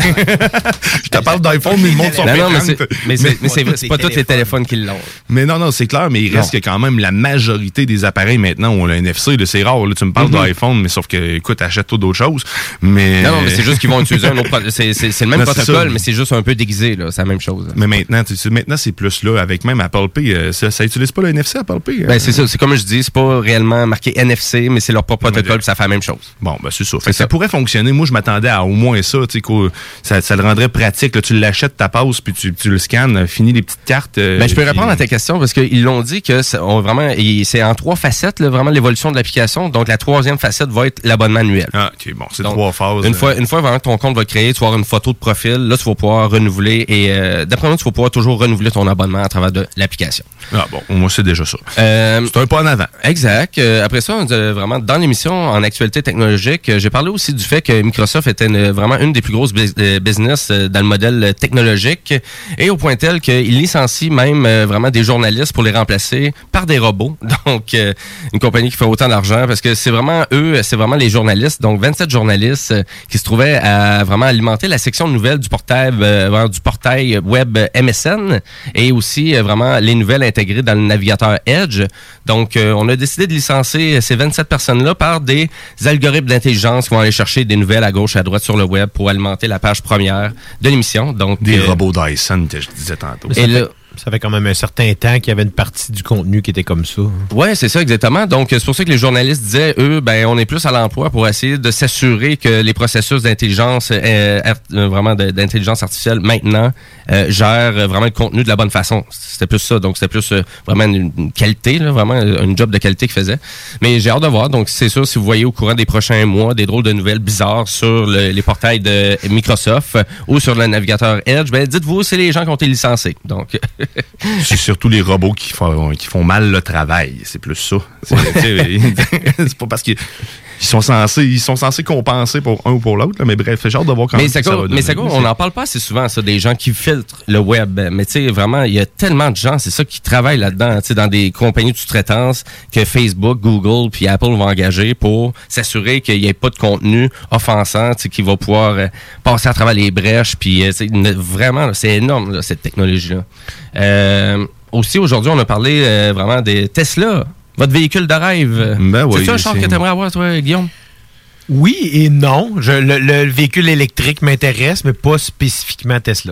je te parle d'iPhone, mais le monde sont non, non, mais c'est, mais c'est, mais c'est, c'est pas tous les téléphones qui l'ont. Mais non, non, c'est clair, mais il reste que quand même la majorité des appareils maintenant ont le N F C. Là, c'est rare. Là, tu me parles mm-hmm. d'iPhone, mais sauf que, écoute, achète-toi d'autres choses. Mais... Non, non, mais c'est juste qu'ils vont utiliser un autre... Pro... C'est, c'est, c'est le même ben, protocole, mais c'est juste un peu déguisé. Là. C'est la même chose. Mais maintenant, tu sais, maintenant c'est plus là. Avec même Apple Pay, euh, ça, ça utilise pas le N F C, Apple Pay? Euh... Ben, c'est ça. C'est comme je dis, c'est pas réellement marqué N F C, mais c'est leur propre protocole, puis ça fait la même chose. Bon, ben, c'est ça. Fait que ça pourrait fonctionner. Moi, je m'attendais à au moins ça, tu sais, ça, ça le rendrait pratique. Là, tu l'achètes, ta passe, puis tu, tu le scannes, fini les petites cartes. Euh, ben, je peux puis... répondre à ta question parce qu'ils l'ont dit que c'est, on, vraiment, c'est en trois facettes, là, vraiment l'évolution de l'application. Donc, la troisième facette va être l'abonnement annuel. Ah, ok, bon, c'est donc, trois phases. Une euh... fois, une fois vraiment que ton compte va créer, tu vas avoir une photo de profil. Là, tu vas pouvoir renouveler et euh, d'après moi, tu vas pouvoir toujours renouveler ton abonnement à travers de l'application. Ah bon, moi, c'est déjà ça. Euh, c'est un pas en avant. Exact. Euh, après ça, euh, vraiment, dans l'émission en actualité technologique, euh, j'ai parlé aussi du fait que Microsoft était une, vraiment une des plus grosses business dans le modèle technologique et au point tel qu'il licencie même euh, vraiment des journalistes pour les remplacer par des robots. Donc, euh, une compagnie qui fait autant d'argent parce que c'est vraiment eux, c'est vraiment les journalistes. Donc, vingt-sept journalistes euh, qui se trouvaient à vraiment alimenter la section de nouvelles du portail, euh, du portail web M S N et aussi euh, vraiment les nouvelles intégrées dans le navigateur Edge. Donc, euh, on a décidé de licencier ces vingt-sept personnes-là par des algorithmes d'intelligence qui vont aller chercher des nouvelles à gauche et à droite sur le web pour alimenter la page première de l'émission. Donc des euh, robots Dyson que je disais tantôt. Et là, ça fait quand même un certain temps qu'il y avait une partie du contenu qui était comme ça. Ouais, c'est ça exactement. Donc c'est pour ça que les journalistes disaient eux, ben on est plus à l'emploi pour essayer de s'assurer que les processus d'intelligence euh, euh, vraiment de, d'intelligence artificielle maintenant euh, gèrent vraiment le contenu de la bonne façon. C'était plus ça. Donc c'était plus euh, vraiment une, une qualité, là, vraiment un job de qualité qu'ils faisaient. Mais j'ai hâte de voir. Donc c'est sûr si vous voyez au courant des prochains mois des drôles de nouvelles bizarres sur le, les portails de Microsoft ou sur le navigateur Edge, ben dites-vous c'est les gens qui ont été licenciés. Donc c'est surtout les robots qui font, qui font mal le travail. C'est plus ça. C'est, c'est pas parce qu'ils ils sont censés ils sont censés compenser pour un ou pour l'autre. Là, mais bref, j'ai hâte de voir quand mais même ça, ça va Mais ça, on n'en parle pas assez souvent, ça, des gens qui filtrent le web. Mais tu sais, vraiment, il y a tellement de gens, c'est ça, qui travaillent là-dedans, tu sais, dans des compagnies de sous-traitance que Facebook, Google puis Apple vont engager pour s'assurer qu'il n'y ait pas de contenu offensant, tu sais, qui va pouvoir euh, passer à travers les brèches. Puis, euh, vraiment, là, c'est énorme, là, cette technologie-là. Euh, aussi, aujourd'hui, on a parlé euh, vraiment des Tesla. Votre véhicule de rêve. Ben oui, c'est ça un char que tu aimerais avoir, toi, Guillaume? Oui et non. Je, le, le véhicule électrique m'intéresse, mais pas spécifiquement Tesla.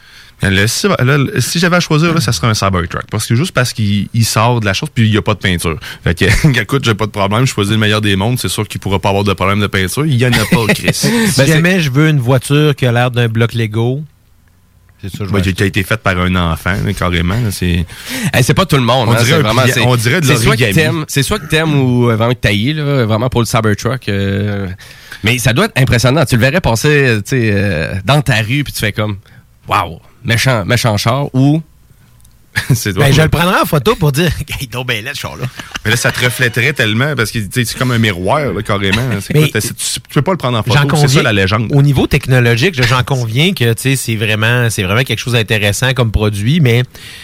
Le, si, là, si j'avais à choisir, là, ça serait un Cybertruck. Parce que juste parce qu'il il sort de la chose, puis il n'y a pas de peinture. Fait que, écoute, j'ai pas de problème, je choisis le meilleur des mondes, c'est sûr qu'il ne pourra pas avoir de problème de peinture. Il n'y en a pas, Chris. Si ben, jamais c'est... je veux une voiture qui a l'air d'un bloc Lego, c'est ça, je ouais, qui a été faite par un enfant, là, carrément. Là, c'est... Hey, c'est pas tout le monde. On, hein, dirait, c'est vraiment, c'est, c'est, on dirait de c'est soit que t'aimes, c'est soit que t'aimes ou euh, vraiment que t'ailles, là, vraiment pour le Cybertruck. Euh, mais ça doit être impressionnant. Tu le verrais passer euh, dans ta rue puis tu fais comme waouh, méchant, méchant char ou. c'est ben, je le prendrais en photo pour dire il est donc bien laid, ce char-là. Mais là, ça te reflèterait tellement parce que c'est comme un miroir, là, carrément. C'est mais, quoi, tu, tu peux pas le prendre en photo, conviens, c'est ça la légende. Au niveau technologique, j'en conviens que c'est vraiment, c'est vraiment quelque chose d'intéressant comme produit, mais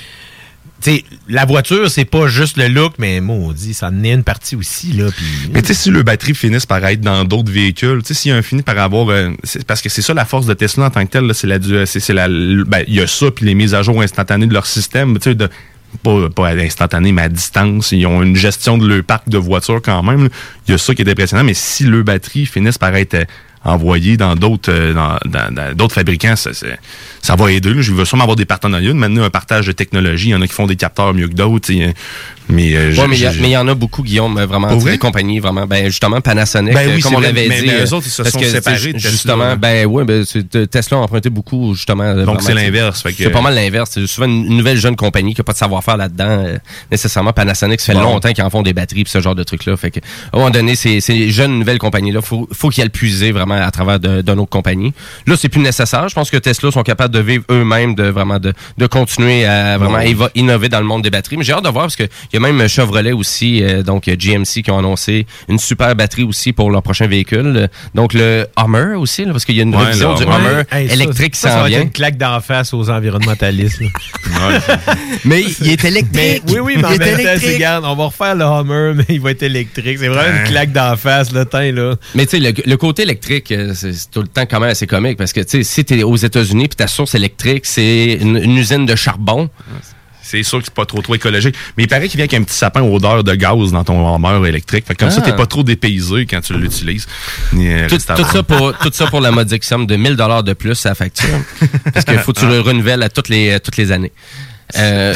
t'sais, la voiture, c'est pas juste le look, mais maudit, ça en est une partie aussi. Là, pis, mais tu sais, si le batterie finisse par être dans d'autres véhicules, tu sais, s'il y a un fini par avoir... Euh, c'est, parce que c'est ça la force de Tesla en tant que telle, là, c'est la... C'est, c'est la ben, il y a ça, puis les mises à jour instantanées de leur système, tu sais, de... Pas, pas instantané, mais à distance. Ils ont une gestion de leur parc de voitures quand même. Il y a ça qui est impressionnant, mais si le batterie finisse par être... Euh, envoyé dans d'autres euh, dans, dans, dans d'autres fabricants, ça, ça, ça va aider. Là. Je veux sûrement avoir des partenariats. Maintenant, un partage de technologie. Il y en a qui font des capteurs mieux que d'autres. Mais euh, ouais, mais il y en a beaucoup, Guillaume, vraiment, des compagnies, vraiment, ben justement, Panasonic, ben oui, comme on l'avait mais, dit. Mais eux autres, ils se sont que, séparés. Justement, Tesla, ben oui, ben, Tesla a emprunté beaucoup, justement. Donc, c'est l'inverse. C'est que... pas mal l'inverse. C'est souvent une nouvelle jeune compagnie qui n'a pas de savoir-faire là-dedans. Euh, nécessairement, Panasonic, ça fait bon. longtemps qu'ils en font des batteries et ce genre de trucs-là. Fait que, à un moment donné, ces, ces jeunes nouvelles compagnies-là, faut, faut qu'ils aillent puiser vraiment à travers de, de nos compagnies. Là, c'est plus nécessaire. Je pense que Tesla sont capables de vivre eux-mêmes, de vraiment de, de continuer à vraiment ouais. évo- innover dans le monde des batteries. Mais j'ai hâte de voir parce que il y a même Chevrolet aussi, euh, donc G M C qui ont annoncé une super batterie aussi pour leur prochain véhicule. Donc le Hummer aussi, là, parce qu'il y a une ouais, révision du Hummer hey, électrique qui s'en vient. Une claque d'en face aux environnementalistes. ouais. Mais il est électrique. Mais, oui, oui, mais en même temps, c'est, regarde, on va refaire le Hummer, mais il va être électrique. C'est vraiment hein. une claque d'en face, le teint, là. Mais tu sais, le, le côté électrique, c'est, c'est tout le temps quand même assez comique parce que tu sais, si t'es aux États-Unis puis ta source électrique, c'est une, une usine de charbon. C'est sûr que c'est pas trop trop écologique. Mais il paraît qu'il vient avec un petit sapin odeur de gaz dans ton Hummer électrique. Fait que comme ah. ça, t'es pas trop dépaysé quand tu l'utilises. Euh, tout, tout, ça pour, tout ça pour la modique somme de mille dollars de plus à la facture. Parce qu'il faut que tu le renouvelles à toutes les, à toutes les années. Euh...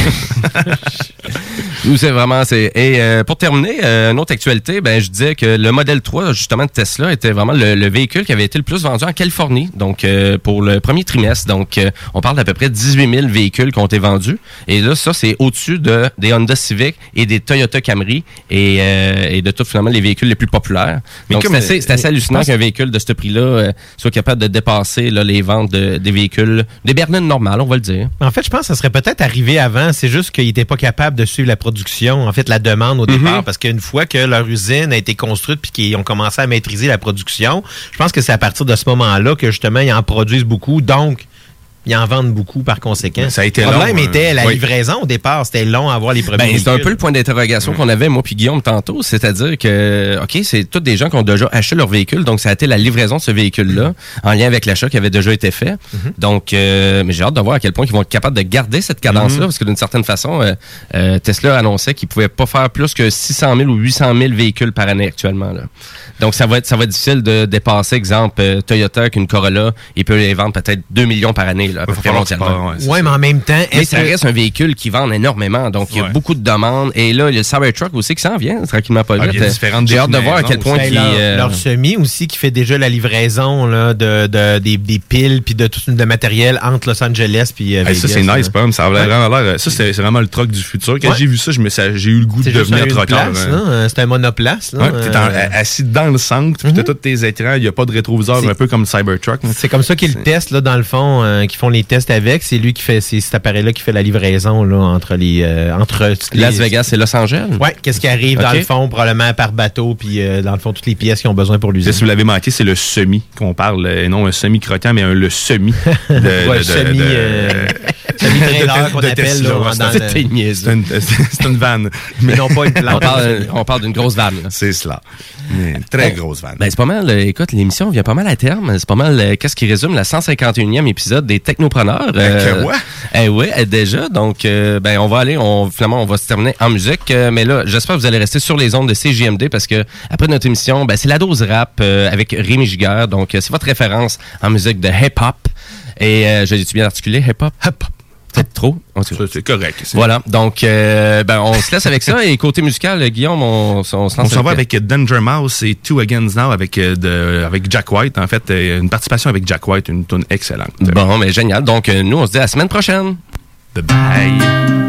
c'est vraiment c'est et euh, pour terminer euh, une autre actualité, ben je disais que le modèle trois justement de Tesla était vraiment le, le véhicule qui avait été le plus vendu en Californie, donc euh, pour le premier trimestre. Donc euh, on parle d'à peu près dix-huit mille véhicules qui ont été vendus et là ça c'est au-dessus de des Honda Civic et des Toyota Camry et, euh, et de tout finalement les véhicules les plus populaires. Mais donc c'est assez, c'est assez hallucinant qu'un véhicule de ce prix-là euh, soit capable de dépasser là, les ventes de, des véhicules des berlines normales, on va le dire. En fait, je pense que ça serait peut-être peut-être arrivé avant, c'est juste qu'ils n'étaient pas capables de suivre la production, en fait, la demande au départ, mm-hmm. parce qu'une fois que leur usine a été construite puis qu'ils ont commencé à maîtriser la production, je pense que c'est à partir de ce moment-là que, justement, ils en produisent beaucoup, donc ils en vendent beaucoup par conséquent. Ça a été le problème long, était la oui. livraison au départ. C'était long à avoir les premiers ben, véhicules. C'est un peu le point d'interrogation mmh. qu'on avait, moi puis Guillaume, tantôt. C'est-à-dire que, OK, c'est tous des gens qui ont déjà acheté leur véhicule, donc ça a été la livraison de ce véhicule-là, mmh. en lien avec l'achat qui avait déjà été fait. Mmh. Donc, euh, mais j'ai hâte de voir à quel point ils vont être capables de garder cette cadence-là, mmh. parce que d'une certaine façon, euh, euh, Tesla annonçait qu'ils pouvaient pas faire plus que six cent mille ou huit cent mille véhicules par année actuellement. Là. Donc, ça va être, ça va être difficile de dépasser, exemple, euh, Toyota qu'une Corolla, il peut les vendre peut-être deux millions par année, là, à peu près mondialement. Ouais, ouais mais en même temps... Mais ça reste un véhicule qui vend énormément, donc il ouais. y a beaucoup de demandes. Et là, il y a le Cybertruck aussi qui s'en vient, tranquillement pas vite. Ah, j'ai hâte de voir à quel point... Ben, qui, leur, euh... leur semi aussi qui fait déjà la livraison là, de, de, des, des piles puis de tout de matériel entre Los Angeles puis euh, hey, ça, c'est nice, pas Ça a ouais. vraiment l'air... Ça, c'est, c'est vraiment le truck du futur. Quand ouais. j'ai vu ça, je me, ça, j'ai eu le goût c'est de devenir trucker. Hein. C'est un monoplace. Là, ouais, euh... t'es en, assis dans le centre, puis mm-hmm. t'as tous tes écrans, il n'y a pas de rétroviseur, c'est... un peu comme le Cybertruck. Là. C'est comme ça qu'ils le testent, là, dans le fond, euh, qu'ils font les tests avec. C'est lui qui fait... C'est cet appareil-là qui fait la livraison là, entre les... Euh, entre les... Las Vegas et Los Angeles? Oui, qu'est-ce qui arrive okay. dans le fond, probablement par bateau, puis euh, dans le fond, toutes les pièces qu'ils ont besoin pour l'usine. Si vous l'avez manqué, c'est le semi qu'on parle, et non un semi-croquant, mais un, le semi. De, ouais, de, semi... De, euh, semi-trailer qu'on appelle. Là, ouais, dans c'est, le... c'est, une, c'est une vanne. Mais non pas une plante. On parle, on parle d'une grosse vanne. Là. C'est cela. Une très ben, grosse vanne. Ben, c'est pas mal. Euh, écoute, l'émission vient pas mal à terme. C'est pas mal. Euh, qu'est-ce qui résume la cent cinquante et unième épisode des Technopreneurs? Euh, ouais. Eh oui, déjà. Donc, euh, ben, on va aller, on, finalement, on va se terminer en musique. Euh, mais là, j'espère que vous allez rester sur les ondes de C J M D parce que après notre émission, ben, c'est la dose rap euh, avec Rémi Giguère. Donc, euh, c'est votre référence en musique de hip-hop. Et euh, je l'ai-tu bien articulé? Hip-hop? Hip-hop. Peut-être trop. Ça, c'est correct. C'est... Voilà. Donc, euh, ben, on se laisse avec ça. Et côté musical, Guillaume, on, on se lance. On s'en va avec Danger Mouse et Two Against Now avec, de, avec Jack White. En fait, une participation avec Jack White, une tune excellente. Bon, mais génial. Donc, nous, on se dit à la semaine prochaine. Bye bye.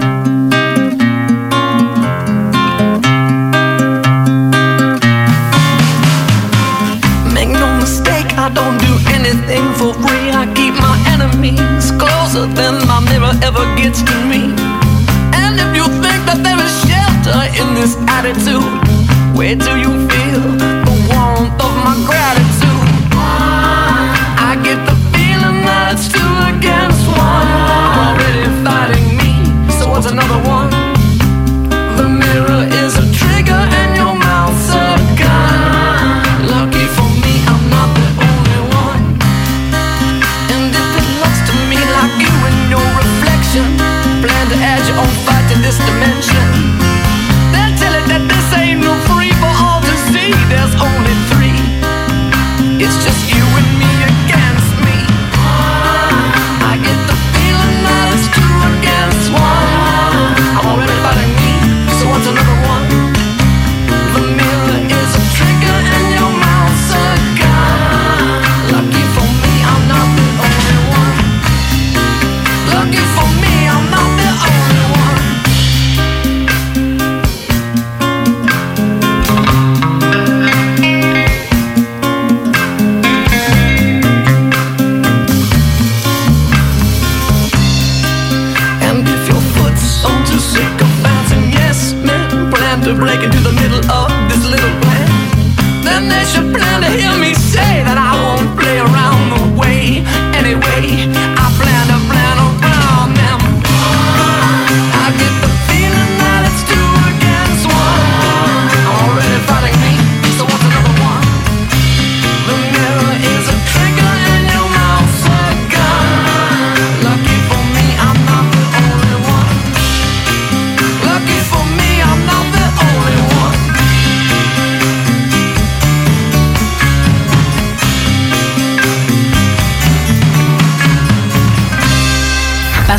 I don't do anything for free. I keep my enemies closer than my mirror ever gets to me. And if you think that there is shelter in this attitude, where do you feel the warmth of my gratitude? I get the feeling that it's two against one. Already fighting me, so what's another one? The mirror is a trigger and your mouth's a gun. Lucky for me, I'm not the only one. And if it looks to me like you and your reflection plan to add your own fight to this dimension, then tell it that this ain't no free for all to see. There's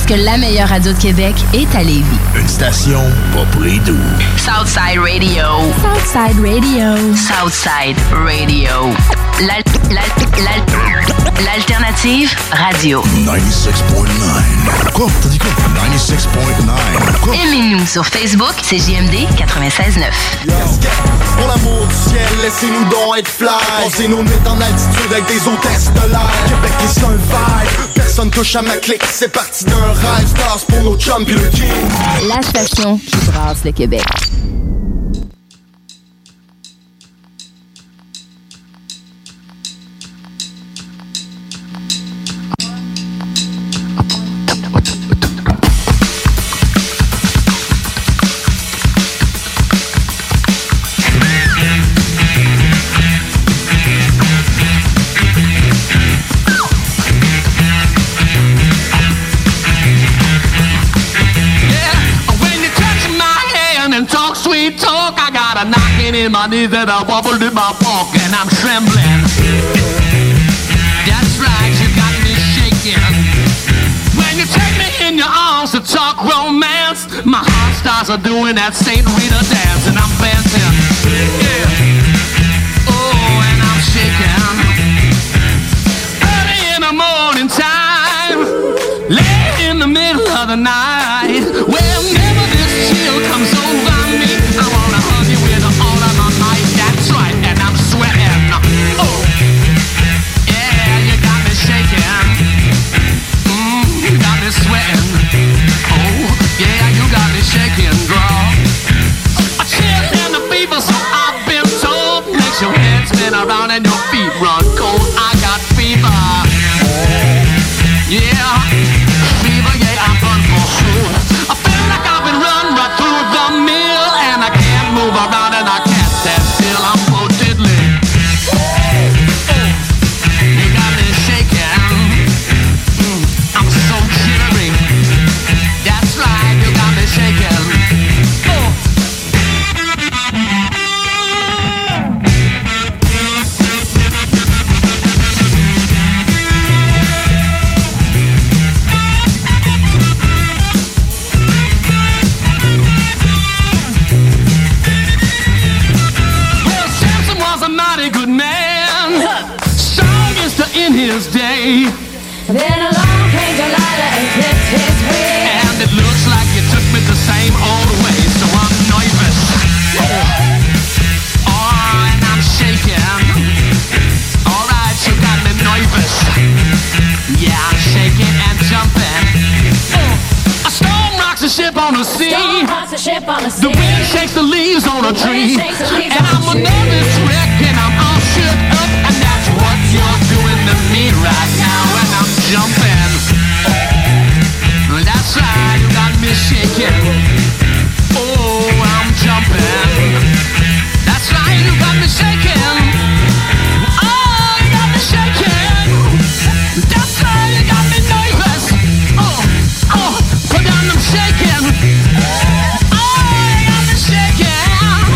que la meilleure radio de Québec est à Lévis. Une station pas près d'où. Southside Radio. Southside Radio. Southside Radio. L'al- l'al- l'al- L'alternative radio. quatre-vingt-seize point neuf. Quoi? T'as dit quoi? quatre-vingt-seize point neuf. Aimez-nous sur Facebook, C J M D quatre-vingt-seize neuf. Pour l'amour du ciel, laissez-nous donc être fly. Pensez-nous mettre en altitude avec des hôtesses de l'air. Québec est un vibe, personne touche à ma clique. C'est parti d'un rêve, stars pour nos chums pis le king. La station qui brasse le Québec. In my knees and I wobbled in my walk and I'm trembling. That's right, you got me shaking. When you take me in your arms to talk romance, my heart starts a doing that Saint Rita dance and I'm dancing. Yeah. Oh, and I'm shaking. Early in the morning time, late in the middle of the night, well, never this chill comes over me. I wanna hug you with all of my might. That's right, and I'm sweating. Oh, yeah, you got me shaking. Mm, you got me sweating. Oh, yeah, you got me shaking, girl. A chill and a fever, so I've been told. Makes your head spin around and your feet run cold. I got fever. Yeah, fever, yeah, I'm run for sure. I feel like I've been run right through the mill, and I can't move around and I can't stand still. I'm so diddly. You got me shaking. Mm, I'm so jittery. That's right, you got me shaking. Oh. Well, Samson was a mighty good man, strongest in his day. Then along came Delilah and clipped his wig. And it looks like you took me the same old way, so I'm nervous. Oh, and I'm shaking. Alright, you got me nervous. Yeah, I'm shaking and jumping. A storm rocks a ship on the sea. The wind shakes the leaves on a tree. And I'm a nervous wreck and I'm all shook up. And that's what you're doing to me right now. And I'm jumping. That's right, you got me shaking. Oh, I'm jumping. That's right, you got me shaking. Oh, you got me shaking. That's right, you got me nervous. Oh, oh, put down them shaking. Oh, you got me shaking.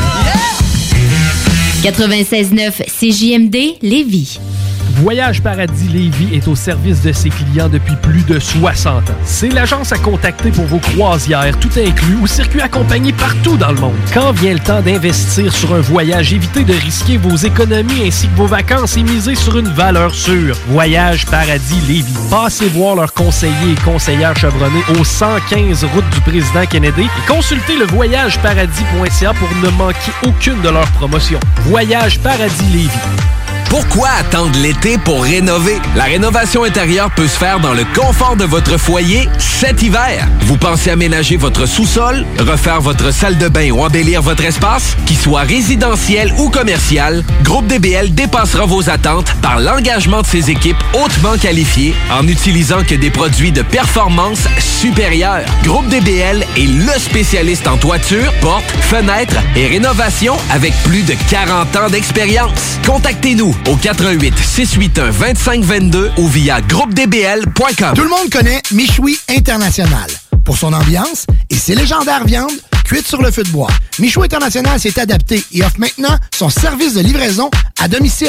Yeah. quatre-vingt-seize neuf C J M D Lévis. Voyage Paradis Lévis est au service de ses clients depuis plus de soixante ans. C'est l'agence à contacter pour vos croisières, tout inclus, ou circuits accompagnés partout dans le monde. Quand vient le temps d'investir sur un voyage, évitez de risquer vos économies ainsi que vos vacances et misez sur une valeur sûre. Voyage Paradis Lévis. Passez voir leurs conseillers et conseillères chevronnés au cent quinze route du Président Kennedy et consultez le voyage paradis point c a pour ne manquer aucune de leurs promotions. Voyage Paradis Lévis. Pourquoi attendre l'été pour rénover? La rénovation intérieure peut se faire dans le confort de votre foyer cet hiver. Vous pensez aménager votre sous-sol, refaire votre salle de bain ou embellir votre espace? Qu'il soit résidentiel ou commercial, Groupe D B L dépassera vos attentes par l'engagement de ses équipes hautement qualifiées en utilisant que des produits de performance supérieure. Groupe D B L est le spécialiste en toiture, portes, fenêtres et rénovation avec plus de quarante ans d'expérience. Contactez-nous au quatre-un-huit, six huit un, vingt-cinq vingt-deux ou via groupe d b l point com. Tout le monde connaît Michoui International pour son ambiance et ses légendaires viandes cuites sur le feu de bois. Michoui International s'est adapté et offre maintenant son service de livraison à domicile.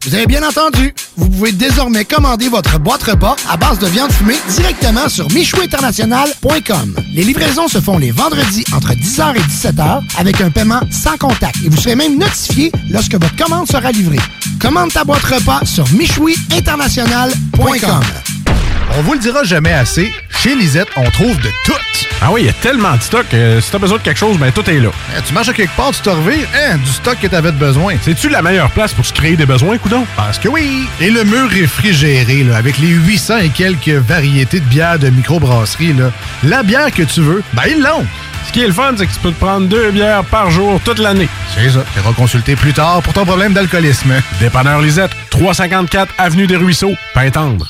Vous avez bien entendu, vous pouvez désormais commander votre boîte repas à base de viande fumée directement sur michoui international point com. Les livraisons se font les vendredis entre dix heures et dix-sept heures avec un paiement sans contact et vous serez même notifié lorsque votre commande sera livrée. Commande ta boîte repas sur michoui international point com. On vous le dira jamais assez, chez Lisette, on trouve de tout. Ah oui, il y a tellement de stock. Euh, si t'as besoin de quelque chose, ben tout est là. Eh, tu marches à quelque part, tu te revires, hein, du stock que t'avais de besoin. C'est-tu la meilleure place pour se créer des besoins, coudon? Parce que oui! Et le mur réfrigéré, là, avec les huit cents et quelques variétés de bières de microbrasserie, là, la bière que tu veux, ben ils l'ont. Ce qui est le fun, c'est que tu peux te prendre deux bières par jour toute l'année. C'est ça. Tu iras consulter plus tard pour ton problème d'alcoolisme. Dépanneur Lisette, trois cent cinquante-quatre Avenue des Ruisseaux, Pintendre.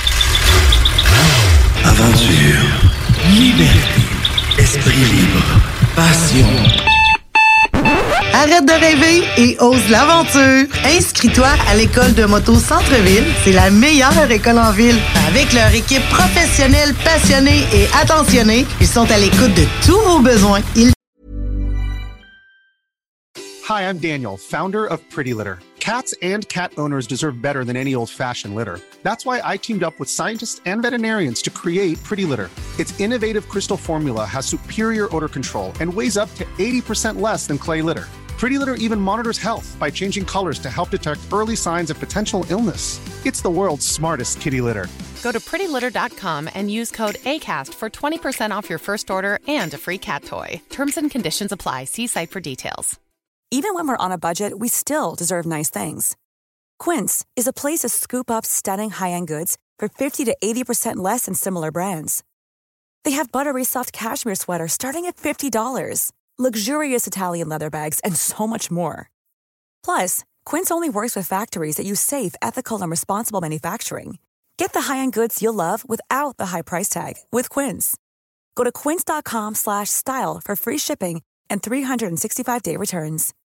Aventure, liberté, esprit libre, passion. Arrête de rêver et ose l'aventure. Inscris-toi à l'école de moto Centre-Ville. C'est la meilleure école en ville. Avec leur équipe professionnelle, passionnée et attentionnée, ils sont à l'écoute de tous vos besoins. Ils... Hi, I'm Daniel, founder of Pretty Litter. Cats and cat owners deserve better than any old-fashioned litter. That's why I teamed up with scientists and veterinarians to create Pretty Litter. Its innovative crystal formula has superior odor control and weighs up to eighty percent less than clay litter. Pretty Litter even monitors health by changing colors to help detect early signs of potential illness. It's the world's smartest kitty litter. Go to pretty litter dot com and use code ACAST for twenty percent off your first order and a free cat toy. Terms and conditions apply. See site for details. Even when we're on a budget, we still deserve nice things. Quince is a place to scoop up stunning high-end goods for fifty to eighty percent less than similar brands. They have buttery soft cashmere sweaters starting at fifty dollars, luxurious Italian leather bags, and so much more. Plus, Quince only works with factories that use safe, ethical, and responsible manufacturing. Get the high-end goods you'll love without the high price tag with Quince. Go to quince dot com slash style for free shipping and three sixty-five day returns.